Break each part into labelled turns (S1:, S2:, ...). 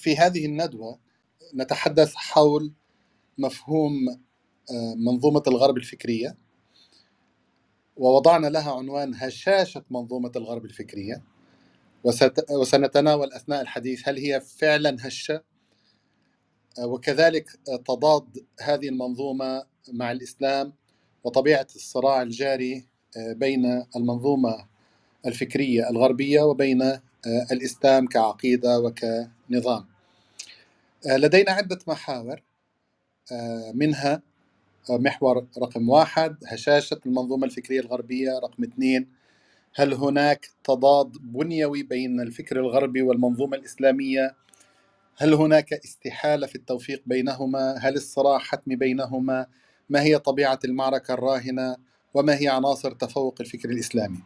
S1: في هذه الندوة نتحدث حول مفهوم منظومة الغرب الفكرية، ووضعنا لها عنوان هشاشة منظومة الغرب الفكرية، وسنتناول أثناء الحديث هل هي فعلا هشة، وكذلك تضاد هذه المنظومة مع الإسلام وطبيعة الصراع الجاري بين المنظومة الفكرية الغربية وبين الإسلام كعقيدة وكنظام. لدينا عدة محاور، منها محور رقم 1 هشاشة المنظومة الفكرية الغربية، رقم 2 هل هناك تضاد بنيوي بين الفكر الغربي والمنظومة الإسلامية، هل هناك استحالة في التوفيق بينهما، هل الصراع حتمي بينهما، ما هي طبيعة المعركة الراهنة، وما هي عناصر تفوق الفكر الإسلامي.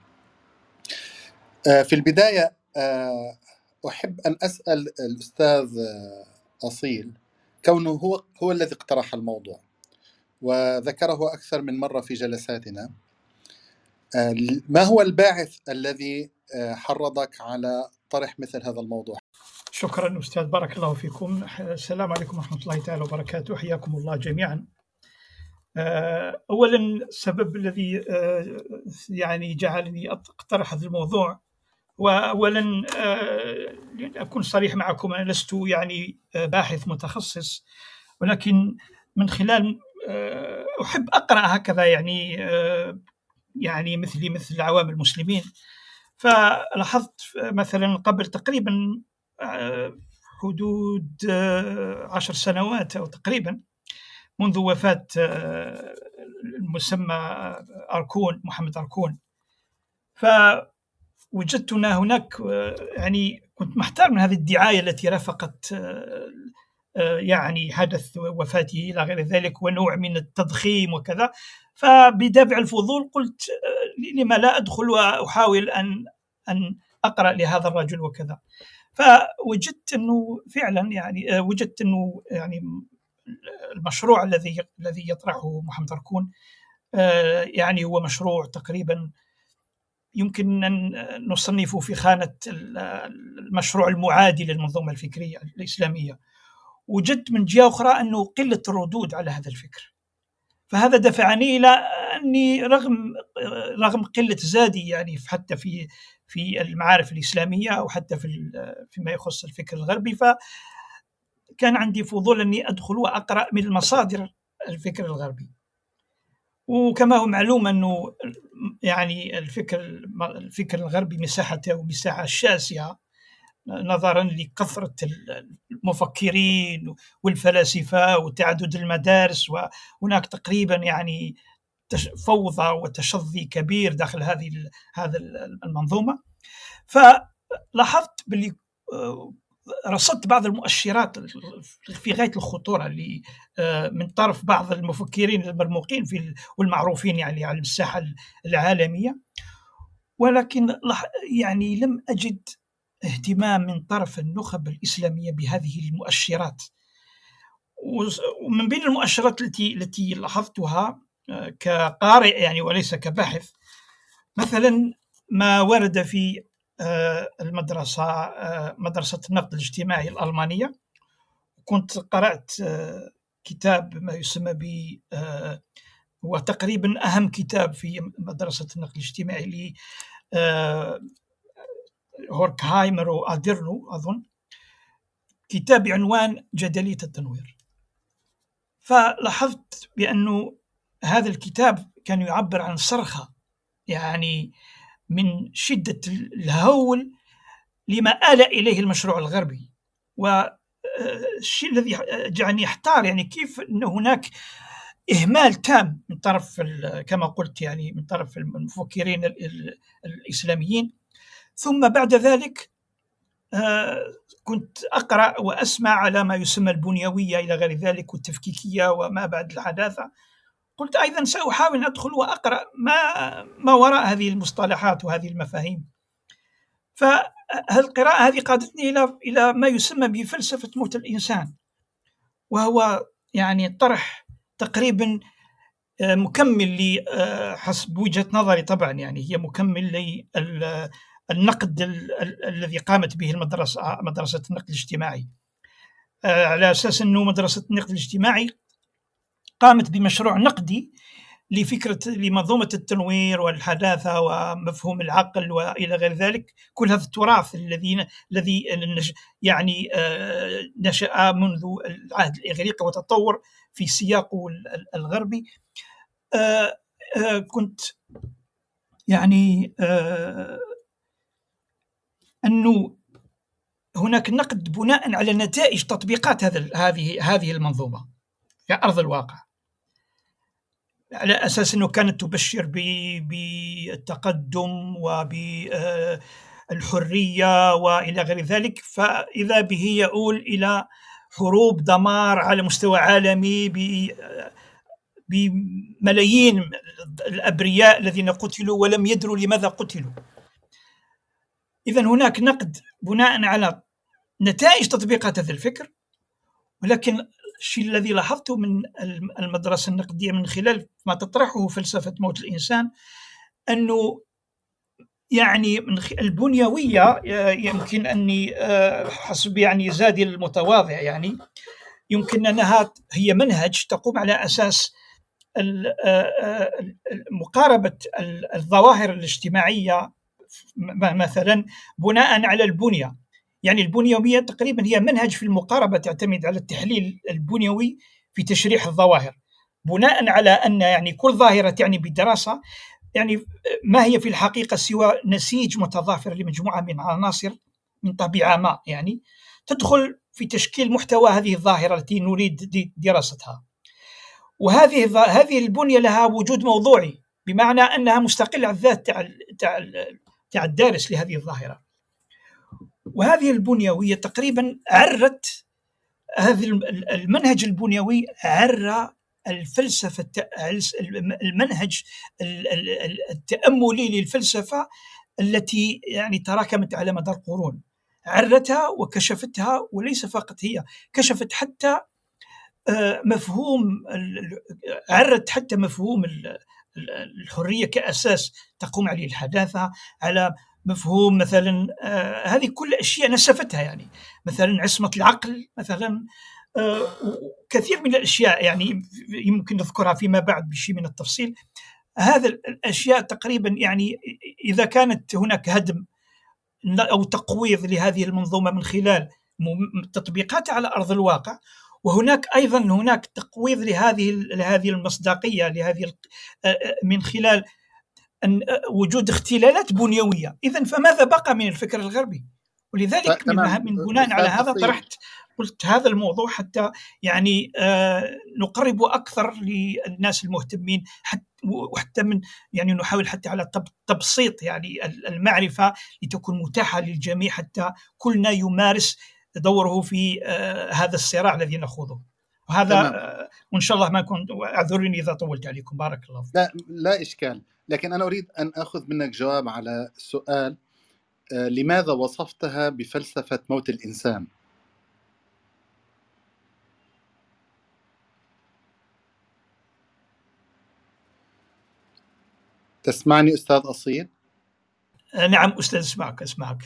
S1: في البداية أحب أن أسأل الأستاذ أصيل، كونه هو الذي اقترح الموضوع وذكره أكثر من مرة في جلساتنا، ما هو الباعث الذي حرضك على طرح مثل هذا الموضوع؟
S2: شكرا أستاذ، بارك الله فيكم. السلام عليكم ورحمة الله تعالى وبركاته، حياكم الله جميعا. أولا السبب الذي يعني جعلني أقترح هذا الموضوع، وأولا أكون صريح معكم، أنا لست يعني باحث متخصص، ولكن من خلال أحب أقرأ هكذا يعني مثل عوام المسلمين. فلاحظت مثلا قبل تقريبا حدود 10 سنوات أو تقريبا منذ وفاة المسمى أركون، محمد أركون، فوجدتنا هناك يعني كنت محتار من هذه الدعاية التي رافقت يعني حدث وفاته إلى غير ذلك، ونوع من التضخيم وكذا. فبدافع الفضول قلت لما لا أدخل وأحاول أن أقرأ لهذا الرجل وكذا. فوجدت أنه فعلا يعني المشروع الذي يطرحه محمد أركون يعني هو مشروع تقريبا يمكن أن نصنفه في خانة المشروع المعادي للمنظومة الفكرية الإسلامية. وجدت من جهة أخرى أنه قلة الردود على هذا الفكر، فهذا دفعني إلى أني رغم قلة زادي يعني حتى في المعارف الإسلامية أو حتى فيما يخص الفكر الغربي، فكان عندي فضول أني أدخل وأقرأ من مصادر الفكر الغربي. وكما هو معلوم أنه يعني الفكر الغربي مساحته مساحة شاسعة نظرا لكثرة المفكرين والفلاسفة وتعدد المدارس، وهناك تقريبا يعني فوضى وتشظي كبير داخل هذا المنظومة. فلاحظت باللي رصدت بعض المؤشرات في غاية الخطورة اللي من طرف بعض المفكرين المرموقين والمعروفين يعني على الساحة العالمية، ولكن يعني لم أجد اهتمام من طرف النخب الإسلامية بهذه المؤشرات. ومن بين المؤشرات التي لاحظتها كقارئ يعني وليس كباحث، مثلا ما ورد في مدرسة النقد الاجتماعي الألمانية. كنت قرأت كتاب ما يسمى ب هو تقريبا أهم كتاب في مدرسة النقد الاجتماعي هوركهايمر وأديرنو أظن، كتاب بعنوان جدلية التنوير. فلاحظت بأنه هذا الكتاب كان يعبر عن صرخة يعني من شدة الهول لما آل إليه المشروع الغربي. والشيء الذي جعلني أحتار يعني كيف أن هناك إهمال تام من طرف كما قلت يعني من طرف المفكرين الإسلاميين. ثم بعد ذلك كنت أقرأ وأسمع على ما يسمى البنيوية إلى غير ذلك والتفكيكية وما بعد الحداثة. قلت أيضا سأحاول أن أدخل وأقرأ ما وراء هذه المصطلحات وهذه المفاهيم. فالقراءة هذه قادتني إلى ما يسمى بفلسفة موت الإنسان، وهو يعني طرح تقريبا مكمل حسب وجهة نظري طبعا، يعني هي مكمل للنقد الذي قامت به مدرسة النقد الاجتماعي. على أساس أنه مدرسة النقد الاجتماعي قامت بمشروع نقدي لمنظومة التنوير والحداثة ومفهوم العقل وإلى غير ذلك، كل هذا التراث الذي يعني نشأ منذ العهد الإغريقي وتطور في سياقه الغربي. كنت يعني أنه هناك نقد بناء على نتائج تطبيقات هذه المنظومة في أرض الواقع، على أساس أنه كانت تبشر بالتقدم وبالحرية وإلى غير ذلك، فإذا به يؤول إلى حروب دمار على مستوى عالمي بملايين الأبرياء الذين قتلوا ولم يدروا لماذا قتلوا. إذن هناك نقد بناء على نتائج تطبيقات هذا الفكر، ولكن الشيء الذي لاحظته من المدرسة النقدية من خلال ما تطرحه فلسفة موت الإنسان أنه يعني البنيوية يمكن أني حسب يعني زادي المتواضع يعني يمكن أنها هي منهج تقوم على أساس مقاربة الظواهر الاجتماعية مثلا بناء على البنية. يعني البنيوية تقريبا هي منهج في المقاربة تعتمد على التحليل البنيوي في تشريح الظواهر، بناء على أن يعني كل ظاهرة يعني بالدراسة يعني ما هي في الحقيقة سوى نسيج متضافر لمجموعة من عناصر من طبيعة ما يعني تدخل في تشكيل محتوى هذه الظاهرة التي نريد دراستها. وهذه البنية لها وجود موضوعي، بمعنى أنها مستقلة عن الذات تاع الدارس لهذه الظاهرة. وهذه البنيوية تقريبا عرت هذا المنهج البنيوي، عرى الفلسفة المنهج التأملي للفلسفة التي يعني تراكمت على مدار قرون، عرتها وكشفتها، وليس فقط هي كشفت حتى مفهوم عرت حتى مفهوم الحرية كأساس تقوم عليه الحداثة، على مفهوم مثلا هذه كل أشياء نسفتها، يعني مثلا عصمة العقل مثلا، كثير من الأشياء يعني يمكن نذكرها فيما بعد بشيء من التفصيل. هذا الأشياء تقريبا يعني إذا كانت هناك هدم أو تقويض لهذه المنظومة من خلال تطبيقاتها على أرض الواقع، وهناك أيضا هناك تقويض لهذه المصداقية من خلال وجود اختلالات بنيوية. إذن فماذا بقى من الفكر الغربي؟ ولذلك من بناء على هذا طرحت قلت هذا الموضوع حتى يعني نقرب أكثر للناس المهتمين، وحتى من يعني نحاول حتى على تبسيط يعني المعرفة لتكون متاحة للجميع، حتى كلنا يمارس دوره في هذا الصراع الذي نخوضه. وهذا وإن شاء الله ما كنت أعذرني إذا طولت عليكم. بارك الله فيك.
S1: لا إشكال، لكن أنا أريد أن أخذ منك جواب على السؤال لماذا وصفتها بفلسفة موت الإنسان؟ تسمعني أستاذ أصيل؟
S2: نعم أستاذ، أسمعك.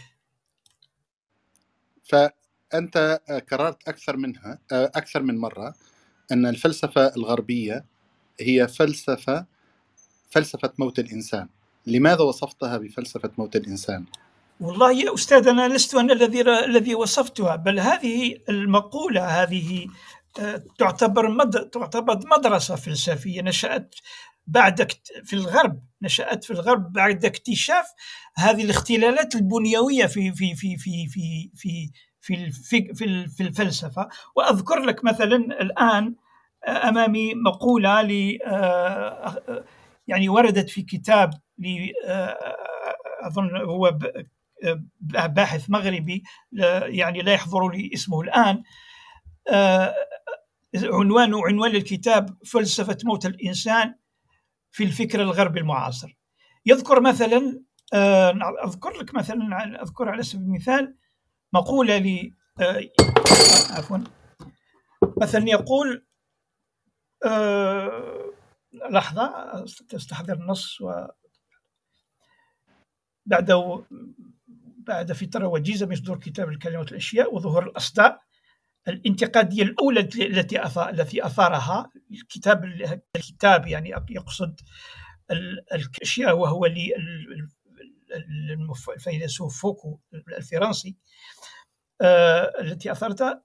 S1: فأنت كررت أكثر من مرة أن الفلسفة الغربية هي فلسفة موت الإنسان. لماذا وصفتها بفلسفة موت الإنسان؟
S2: والله يا أستاذ، أنا لست أنا الذي وصفتها، بل هذه المقولة هذه تعتبر مدرسة فلسفية نشأت في الغرب بعد اكتشاف هذه الاختلالات البنيوية في الفلسفة. وأذكر لك مثلا الآن أمامي مقولة يعني وردت في كتاب أظن هو باحث مغربي يعني لا يحضر لي اسمه الآن، عنوان الكتاب فلسفة موت الإنسان في الفكر الغربي المعاصر. يذكر مثلا أذكر على سبيل المثال مقولة مثلا يقول لحظة استحضر النص. بعد فترة وجيزة من صدور كتاب الكلمات والأشياء وظهور الأصداء الانتقادية الأولى التي أثارها الكتاب يعني يقصد الأشياء، وهو الفيلسوف فوكو الفرنسي، التي أثرتها.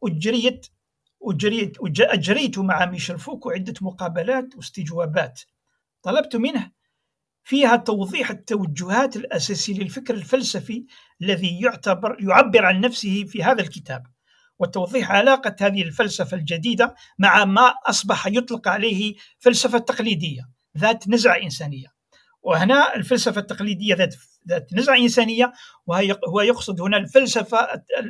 S2: أجريت مع ميشيل فوكو عدة مقابلات واستجوابات طلبت منه فيها توضيح التوجهات الأساسية للفكر الفلسفي الذي يعبر عن نفسه في هذا الكتاب، وتوضيح علاقة هذه الفلسفة الجديدة مع ما أصبح يطلق عليه فلسفة تقليدية ذات نزعة إنسانية. وهنا الفلسفة التقليدية ذات نزعة إنسانية، وهو يقصد هنا الفلسفة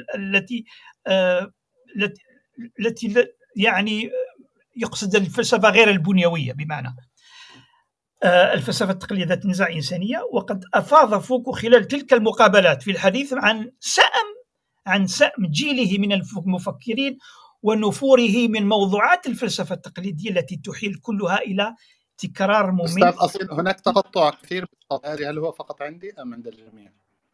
S2: التي يعني يقصد الفلسفة غير البنيوية، بمعنى الفلسفة التقليدية ذات نزعة إنسانية. وقد أفاض فوكو خلال تلك المقابلات في الحديث عن سأم جيله من المفكرين ونفوره من موضوعات الفلسفة التقليدية التي تحيل كلها إلى تكرار ممل.
S1: أستاذ أصيل، هناك تقطع كثير بالصوت، هل هو فقط عندي أم عند الجميع؟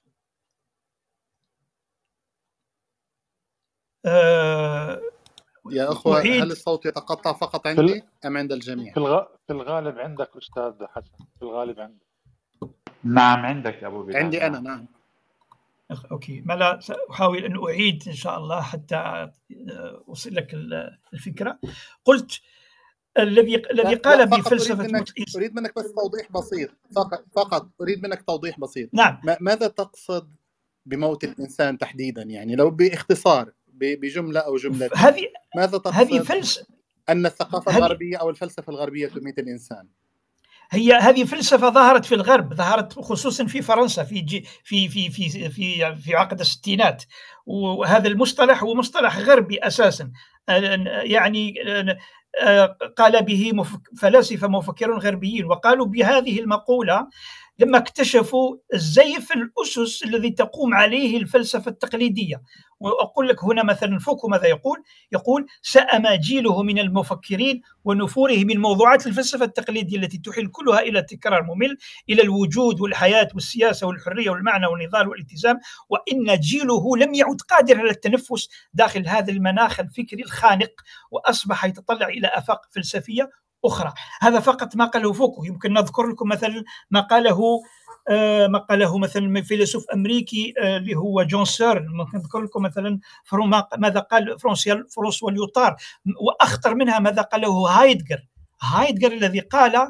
S1: يا أخوة، هل الصوت يتقطع فقط عندي أم عند الجميع؟
S3: في الغالب عندك أستاذ حسن، في الغالب عندك. نعم عندك أبو بلال.
S1: عندي أنا، نعم.
S2: أوكي، ما لا سأحاول أن أعيد إن شاء الله حتى أوصل لك الفكرة. قلت الذي قال بفلسفة
S1: أريد منك بس توضيح بسيط، فقط أريد منك توضيح بسيط.
S2: نعم.
S1: ماذا تقصد بموت الإنسان تحديدا؟ يعني لو باختصار بجملة أو جملتين، ماذا تقصد أن الثقافة الغربية أو الفلسفة الغربية تميت الإنسان؟
S2: هذه فلسفة ظهرت في الغرب، ظهرت خصوصا في فرنسا في في في في في في عقد الستينات، وهذا المصطلح هو مصطلح غربي أساسا، يعني قال به فلاسفة مفكرون غربيين، وقالوا بهذه المقولة لما اكتشفوا الزيف الأسس الذي تقوم عليه الفلسفة التقليدية. وأقول لك هنا مثلا فوكو ماذا يقول سأم جيله من المفكرين ونفوره من موضوعات الفلسفة التقليدية التي تحيل كلها إلى التكرار الممل، إلى الوجود والحياة والسياسة والحرية والمعنى والنضال والالتزام، وإن جيله لم يعد قادر على التنفس داخل هذا المناخ الفكري الخانق، وأصبح يتطلع إلى آفاق فلسفية أخرى. هذا فقط ما قاله فوكو. يمكن نذكر لكم مثلا ما قاله مثلا فيلسوف أمريكي اللي هو جون سيرن. ممكن نذكر لكم مثلا ماذا قال فرانسوا ليوتار، وأخطر منها ماذا قاله هايدغر الذي قال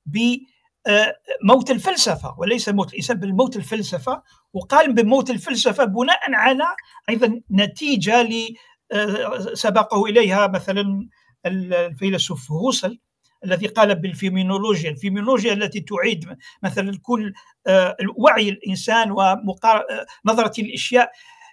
S2: بموت الفلسفة وليس موت الإنسان بل موت الفلسفة، وقال بموت الفلسفة بناء على أيضا نتيجة سبقه إليها مثلا الفيلسوف هوسل الذي قال بالفيمينولوجيا التي تعيد مثلا كل وعي الإنسان ونظرة الأشياء،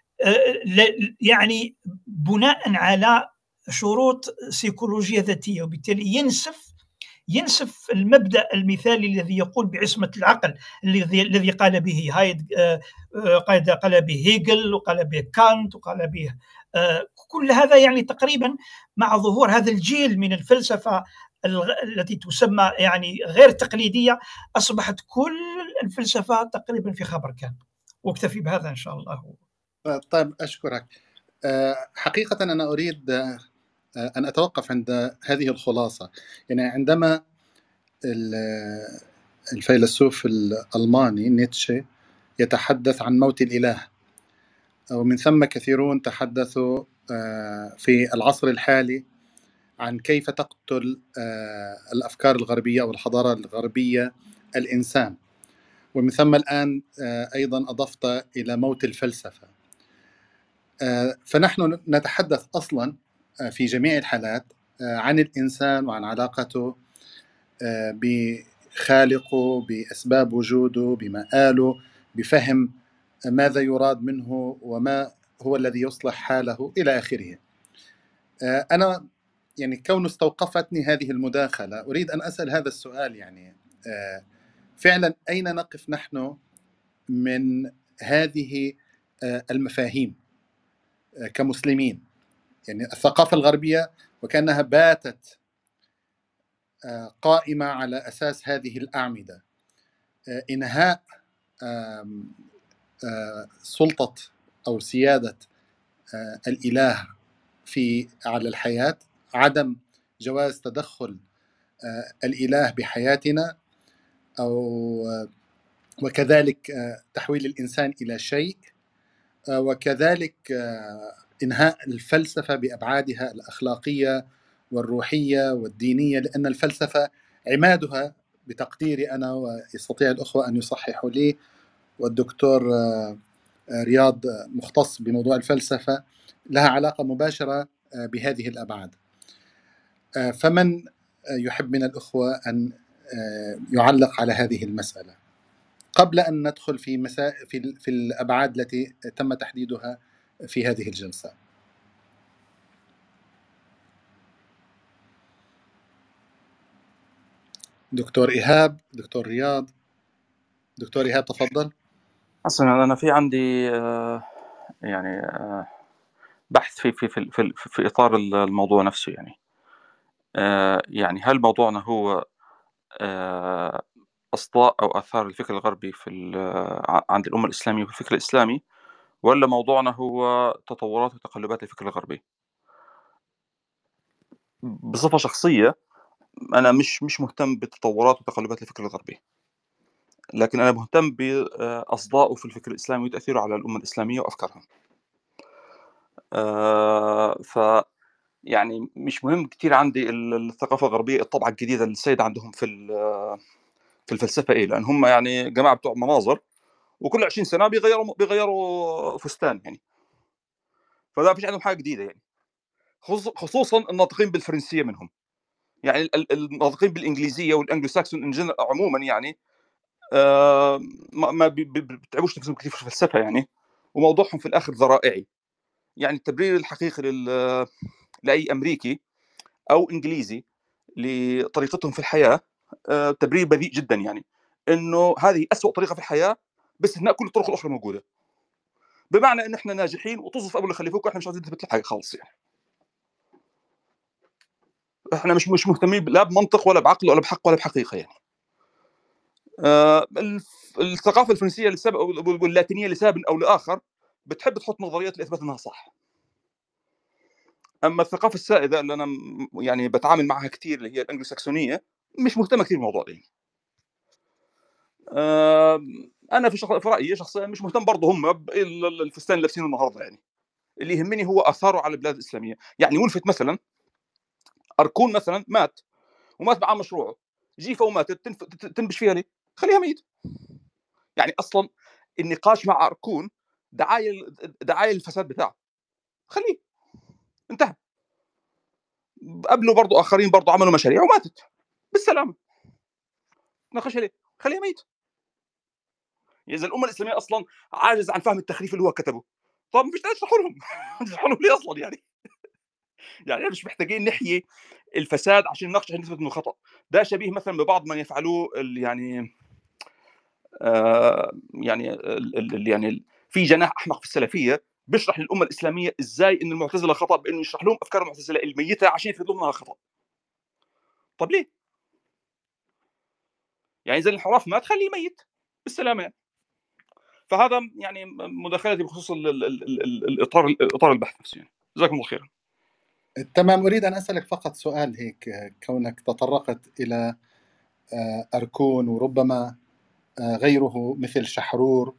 S2: يعني بناء على شروط سيكولوجية ذاتية، وبالتالي ينسف المبدأ المثالي الذي يقول بعصمة العقل الذي قال به قال به هيجل وقال به كانت وقال به كل هذا. يعني تقريبا مع ظهور هذا الجيل من الفلسفة التي تسمى يعني غير تقليدية، أصبحت كل الفلسفة تقريبا في خبر كان. واكتفي بهذا إن شاء الله.
S1: طيب، أشكرك. حقيقة أنا أريد أن أتوقف عند هذه الخلاصة. يعني عندما الفيلسوف الألماني نيتشه يتحدث عن موت الإله، ومن ثم كثيرون تحدثوا في العصر الحالي عن كيف تقتل الأفكار الغربية أو الحضارة الغربية الإنسان، ومن ثم الآن أيضا أضفت إلى موت الفلسفة. فنحن نتحدث أصلا في جميع الحالات عن الإنسان وعن علاقته بخالقه، بأسباب وجوده، بمآله، بفهم ماذا يراد منه وما هو الذي يصلح حاله إلى آخره. أنا يعني كون استوقفتني هذه المداخلة أريد أن أسأل هذا السؤال، يعني فعلا أين نقف نحن من هذه المفاهيم كمسلمين؟ يعني الثقافة الغربية وكأنها باتت قائمة على أساس هذه الأعمدة، إنهاء سلطة أو سيادة الإله على الحياة، عدم جواز تدخل الإله بحياتنا، وكذلك تحويل الإنسان إلى شيء، وكذلك إنهاء الفلسفة بأبعادها الأخلاقية والروحية والدينية، لأن الفلسفة عمادها بتقديري أنا، ويستطيع الأخوة أن يصححوا لي، والدكتور رياض مختص بموضوع الفلسفة، لها علاقة مباشرة بهذه الأبعاد. فمن يحب من الأخوة أن يعلق على هذه المسألة قبل أن ندخل في الأبعاد التي تم تحديدها في هذه الجلسة؟ دكتور إيهاب، دكتور رياض. دكتور إيهاب تفضل.
S4: أصلا أنا في عندي يعني بحث في إطار الموضوع نفسه، يعني هل موضوعنا هو أصداء أو آثار الفكر الغربي عند الأمة الإسلامية وفي الفكر الإسلامي، ولا موضوعنا هو تطورات وتقلبات الفكر الغربي؟ بصفة شخصية أنا مش مهتم بتطورات وتقلبات الفكر الغربي، لكن أنا مهتم بأصدائه في الفكر الإسلامي وتأثيره على الأمة الإسلامية وأفكارها. يعني مش مهم كتير عندي الثقافة الغربية الطبعة الجديدة اللي السيدة عندهم في الفلسفة إيه، لأن هم يعني جماعة بتوع مناظر، وكل 20 سنة بيغيروا فستان يعني، فده مفيش عندهم حاجة جديدة يعني، خصوصا الناطقين بالفرنسية منهم، يعني الناطقين بالإنجليزية والأنجلو ساكسون عموما يعني ما بيتعبوش نفسهم كتير في الفلسفة يعني، وموضوعهم في الآخر ذرائعي. يعني التبرير الحقيقي لأي أمريكي أو إنجليزي لطريقتهم في الحياة تبرير بذيء جدا، يعني إنه هذه أسوأ طريقة في الحياة باستثناء كل الطرق الأخرى موجودة، بمعنى إنه إحنا ناجحين وطز أبو اللي خلفوك وإحنا مش عايزين نثبت حاجة خالص يعني. إحنا مش مهتمين لا بمنطق ولا بعقل ولا بحق ولا بحقيقة يعني. الثقافة الفرنسية لسبب واللاتينية لسبب أو لآخر بتحب تحط نظريات لإثبات إنها صح. أما الثقافة السائدة اللي أنا يعني بتعامل معها كتير اللي هي الأنجلو ساكسونية مش مهتمة كتير بالموضوع ده. أنا في رأيي شخصيا مش مهتم برضه هم الفستان اللي لابسينه النهارده يعني. اللي يهمني هو آثاره على البلاد الإسلامية. يعني ولفت مثلا أركون مثلا مات ومات معاه مشروعه، جيفة وماتت تنبش فيها ليه؟ خليها ميت. يعني أصلا النقاش مع أركون دعاية الفساد بتاعه، خليه انتهى. قبله برضو آخرين برضو عملوا مشاريع وماتت بالسلامة، ناقشها ليه؟ خليها ميت. إذا الأمة الإسلامية أصلا عاجز عن فهم التخريف اللي هو كتبه، طب مفيش داعي تشرحوا لهم تشرحوا لهم ليه أصلا يعني؟ يعني مش محتاجين نحيي الفساد عشان نناقش عشان نثبت إنه خطأ. ده شبيه مثلا ببعض ما يفعلوه يعني يعني في جناح أحمق في السلفية بيشرح للأمة الإسلامية إزاي إن المعتزلة خطأ، بإنه يشرح لهم أفكار المعتزلة الميتة عشان يفيد لهم إنها خطأ. طب ليه؟ يعني إذا الانحراف مات خليه ميت بالسلامة يعني. فهذا يعني مداخلتي بخصوص الإطار البحث نفسه يعني. جزاكم الله خيرا.
S1: تمام. أريد أن أسألك فقط سؤال هيك، كونك تطرقت إلى أركون وربما غيره مثل شحرور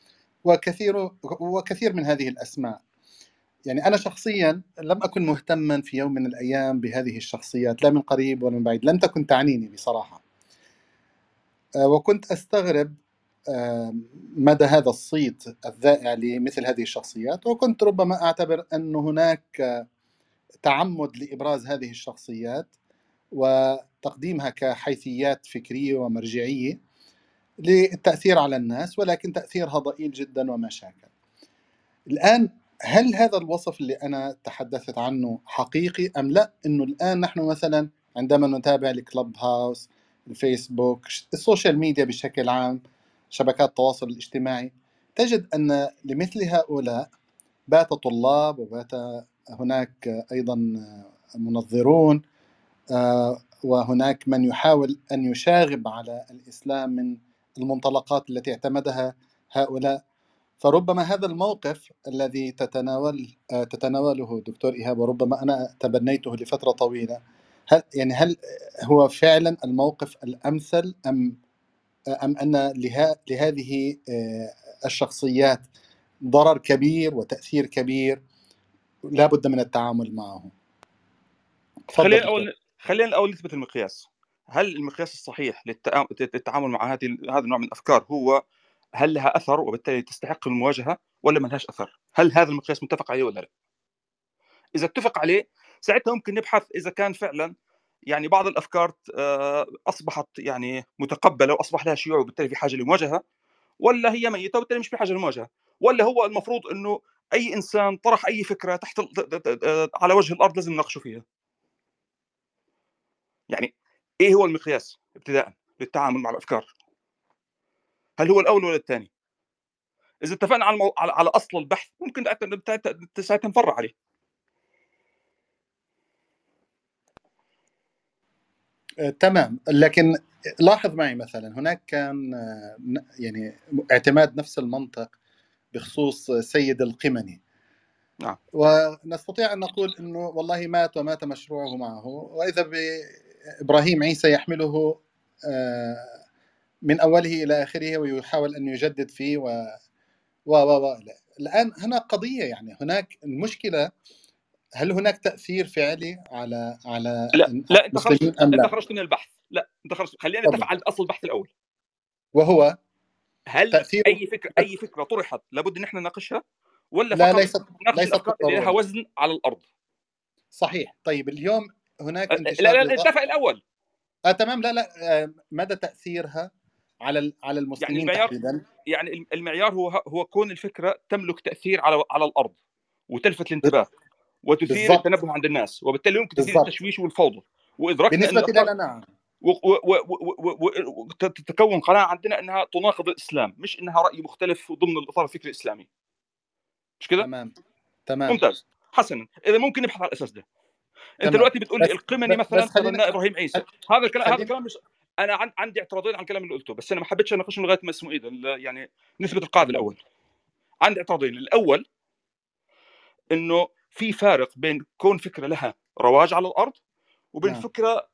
S1: وكثير من هذه الأسماء. يعني أنا شخصيا لم أكن مهتما في يوم من الأيام بهذه الشخصيات، لا من قريب ولا من بعيد، لم تكن تعنيني بصراحة، وكنت أستغرب مدى هذا الصيت الذائع لمثل هذه الشخصيات، وكنت ربما أعتبر أن هناك تعمد لإبراز هذه الشخصيات وتقديمها كحيثيات فكرية ومرجعية للتأثير على الناس، ولكن تأثيرها ضئيل جدا وما شاكل. الآن هل هذا الوصف اللي أنا تحدثت عنه حقيقي أم لا؟ إنه الآن نحن مثلا عندما نتابع الكلب هاوس، الفيسبوك، السوشيال ميديا بشكل عام، شبكات التواصل الاجتماعي، تجد أن لمثل هؤلاء بات طلاب وبات هناك أيضا منظرون، وهناك من يحاول أن يشاغب على الإسلام من المنطلقات التي اعتمدها هؤلاء، فربما هذا الموقف الذي تتناوله دكتور إيهاب، وربما أنا تبنيته لفترة طويلة، هل هو فعلا الموقف الأمثل أم أن لهذه الشخصيات ضرر كبير وتأثير كبير لا بد من التعامل معه؟
S4: خلينا الأول نثبت المقياس. هل المقياس الصحيح للتعامل مع هذا النوع من الأفكار هو هل لها أثر وبالتالي تستحق المواجهة ولا ما لهاش أثر؟ هل هذا المقياس متفق عليه ولا لا؟ إذا اتفق عليه ساعتها ممكن نبحث إذا كان فعلا يعني بعض الأفكار أصبحت يعني متقبلة وأصبح لها شيوع وبالتالي في حاجة لمواجهة، ولا هي ميتة وبالتالي مش في حاجة للمواجهة، ولا هو المفروض إنه أي إنسان طرح أي فكرة تحت على وجه الأرض لازم نناقشه فيها. يعني إيه هو المقياس ابتداء للتعامل مع الأفكار؟ هل هو الأول ولا الثاني؟ إذا اتفقنا على أصل البحث ممكن ساعتها نفرع عليه.
S1: تمام، لكن لاحظ معي مثلا هناك كان يعني اعتماد نفس المنطق بخصوص سيد القمني.
S4: نعم.
S1: ونستطيع أن نقول أنه والله مات ومات مشروعه معه، وإذا بإبراهيم عيسى يحمله من أوله إلى آخره ويحاول أن يجدد فيه الآن هنا قضية، يعني هناك المشكلة هل هناك تأثير فعلي على
S4: لا
S1: المسلمين أم لا؟
S4: أنت خرجت من البحث. لا أنت خرجت. خلينا نتفق على أصل البحث الأول،
S1: وهو
S4: هل
S1: تأثيره
S4: أي فكرة طرحت لابد إن إحنا نناقشها، ولا
S1: لا،
S4: فقط نناقش الأفكار اللي لها وزن على الأرض؟
S1: صحيح. طيب اليوم هناك انتشار
S4: لا نتفق الأول.
S1: تمام. لا مدى تأثيرها على المسلمين
S4: يعني
S1: تحديدا؟
S4: يعني المعيار هو كون الفكرة تملك تأثير على الأرض وتلفت الانتباه وتثير التنبه عند الناس، وبالتالي يمكن تثير التشويش والفوضى. وإدراكنا
S1: بالنسبة لنا نعم،
S4: وتتكون قناعة عندنا أنها تناقض الإسلام، مش أنها رأي مختلف ضمن الإطار الفكري الإسلامي. مش كده؟
S1: تمام.
S4: ممتاز. حسنا، إذا ممكن نبحث على الأساس ده. أنت دلوقتي بتقول لي القمني مثلا تبنى إبراهيم عيسى. هذا الكلام مش، أنا عندي اعتراضين على الكلام اللي قلته، بس أنا ما حبيتش أناقشه لغاية ما اسمه إيه ده، يعني نثبت القاعدة الأول. عندي اعتراضين. الأول إنه في فارق بين كون فكرة لها رواج على الأرض وبين فكرة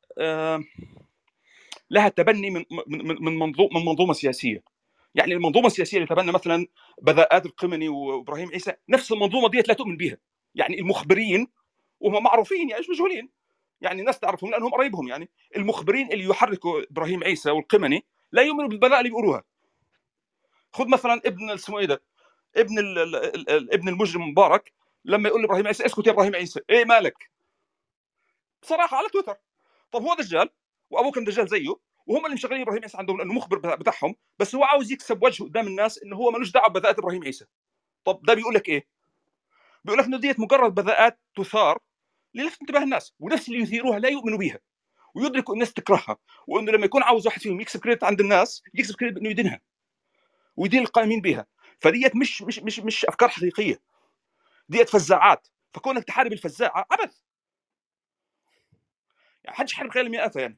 S4: لها تبني من منظومة سياسية. يعني المنظومة السياسية اللي تبنى مثلا بذاءات القمني وإبراهيم عيسى، نفس المنظومة ديت لا تؤمن بها. يعني المخبرين، وهم معروفين يعني مش مجهولين، يعني الناس تعرفهم لأنهم قريبهم، يعني المخبرين اللي يحركوا إبراهيم عيسى والقمني لا يؤمنوا بالبذاء اللي بيقولوها. خذ مثلا ابن اسمه ايه ده، ابن المجرم مبارك، لما يقول لابراهيم عيسى اسكت يا ابراهيم عيسى، ايه مالك؟ بصراحه على تويتر. طب هو دجال وابوه كان دجال زيه، وهم اللي مشغلين ابراهيم عيسى عندهم لانه مخبر بتاعهم، بس هو عاوز يكسب وجهه قدام الناس انه هو ملوش دعوه ببذاءات ابراهيم عيسى. طب ده بيقول لك ايه؟ بيقول لك انه ديت مجرد بذاءات تثار للفت انتباه الناس، ونفس اللي يثيروها لا يؤمنوا بها ويدركوا الناس تكرهها، وانه لما يكون عاوز واحد فيهم يكسب كريدت عند الناس يكسب كريدت بانه يدينها ويدين القائمين بها. فديت مش افكار حقيقيه، ديت فزاعات. فكونك تحارب الفزاعه عبث، يعني حدش يحارب خيال المئات يعني.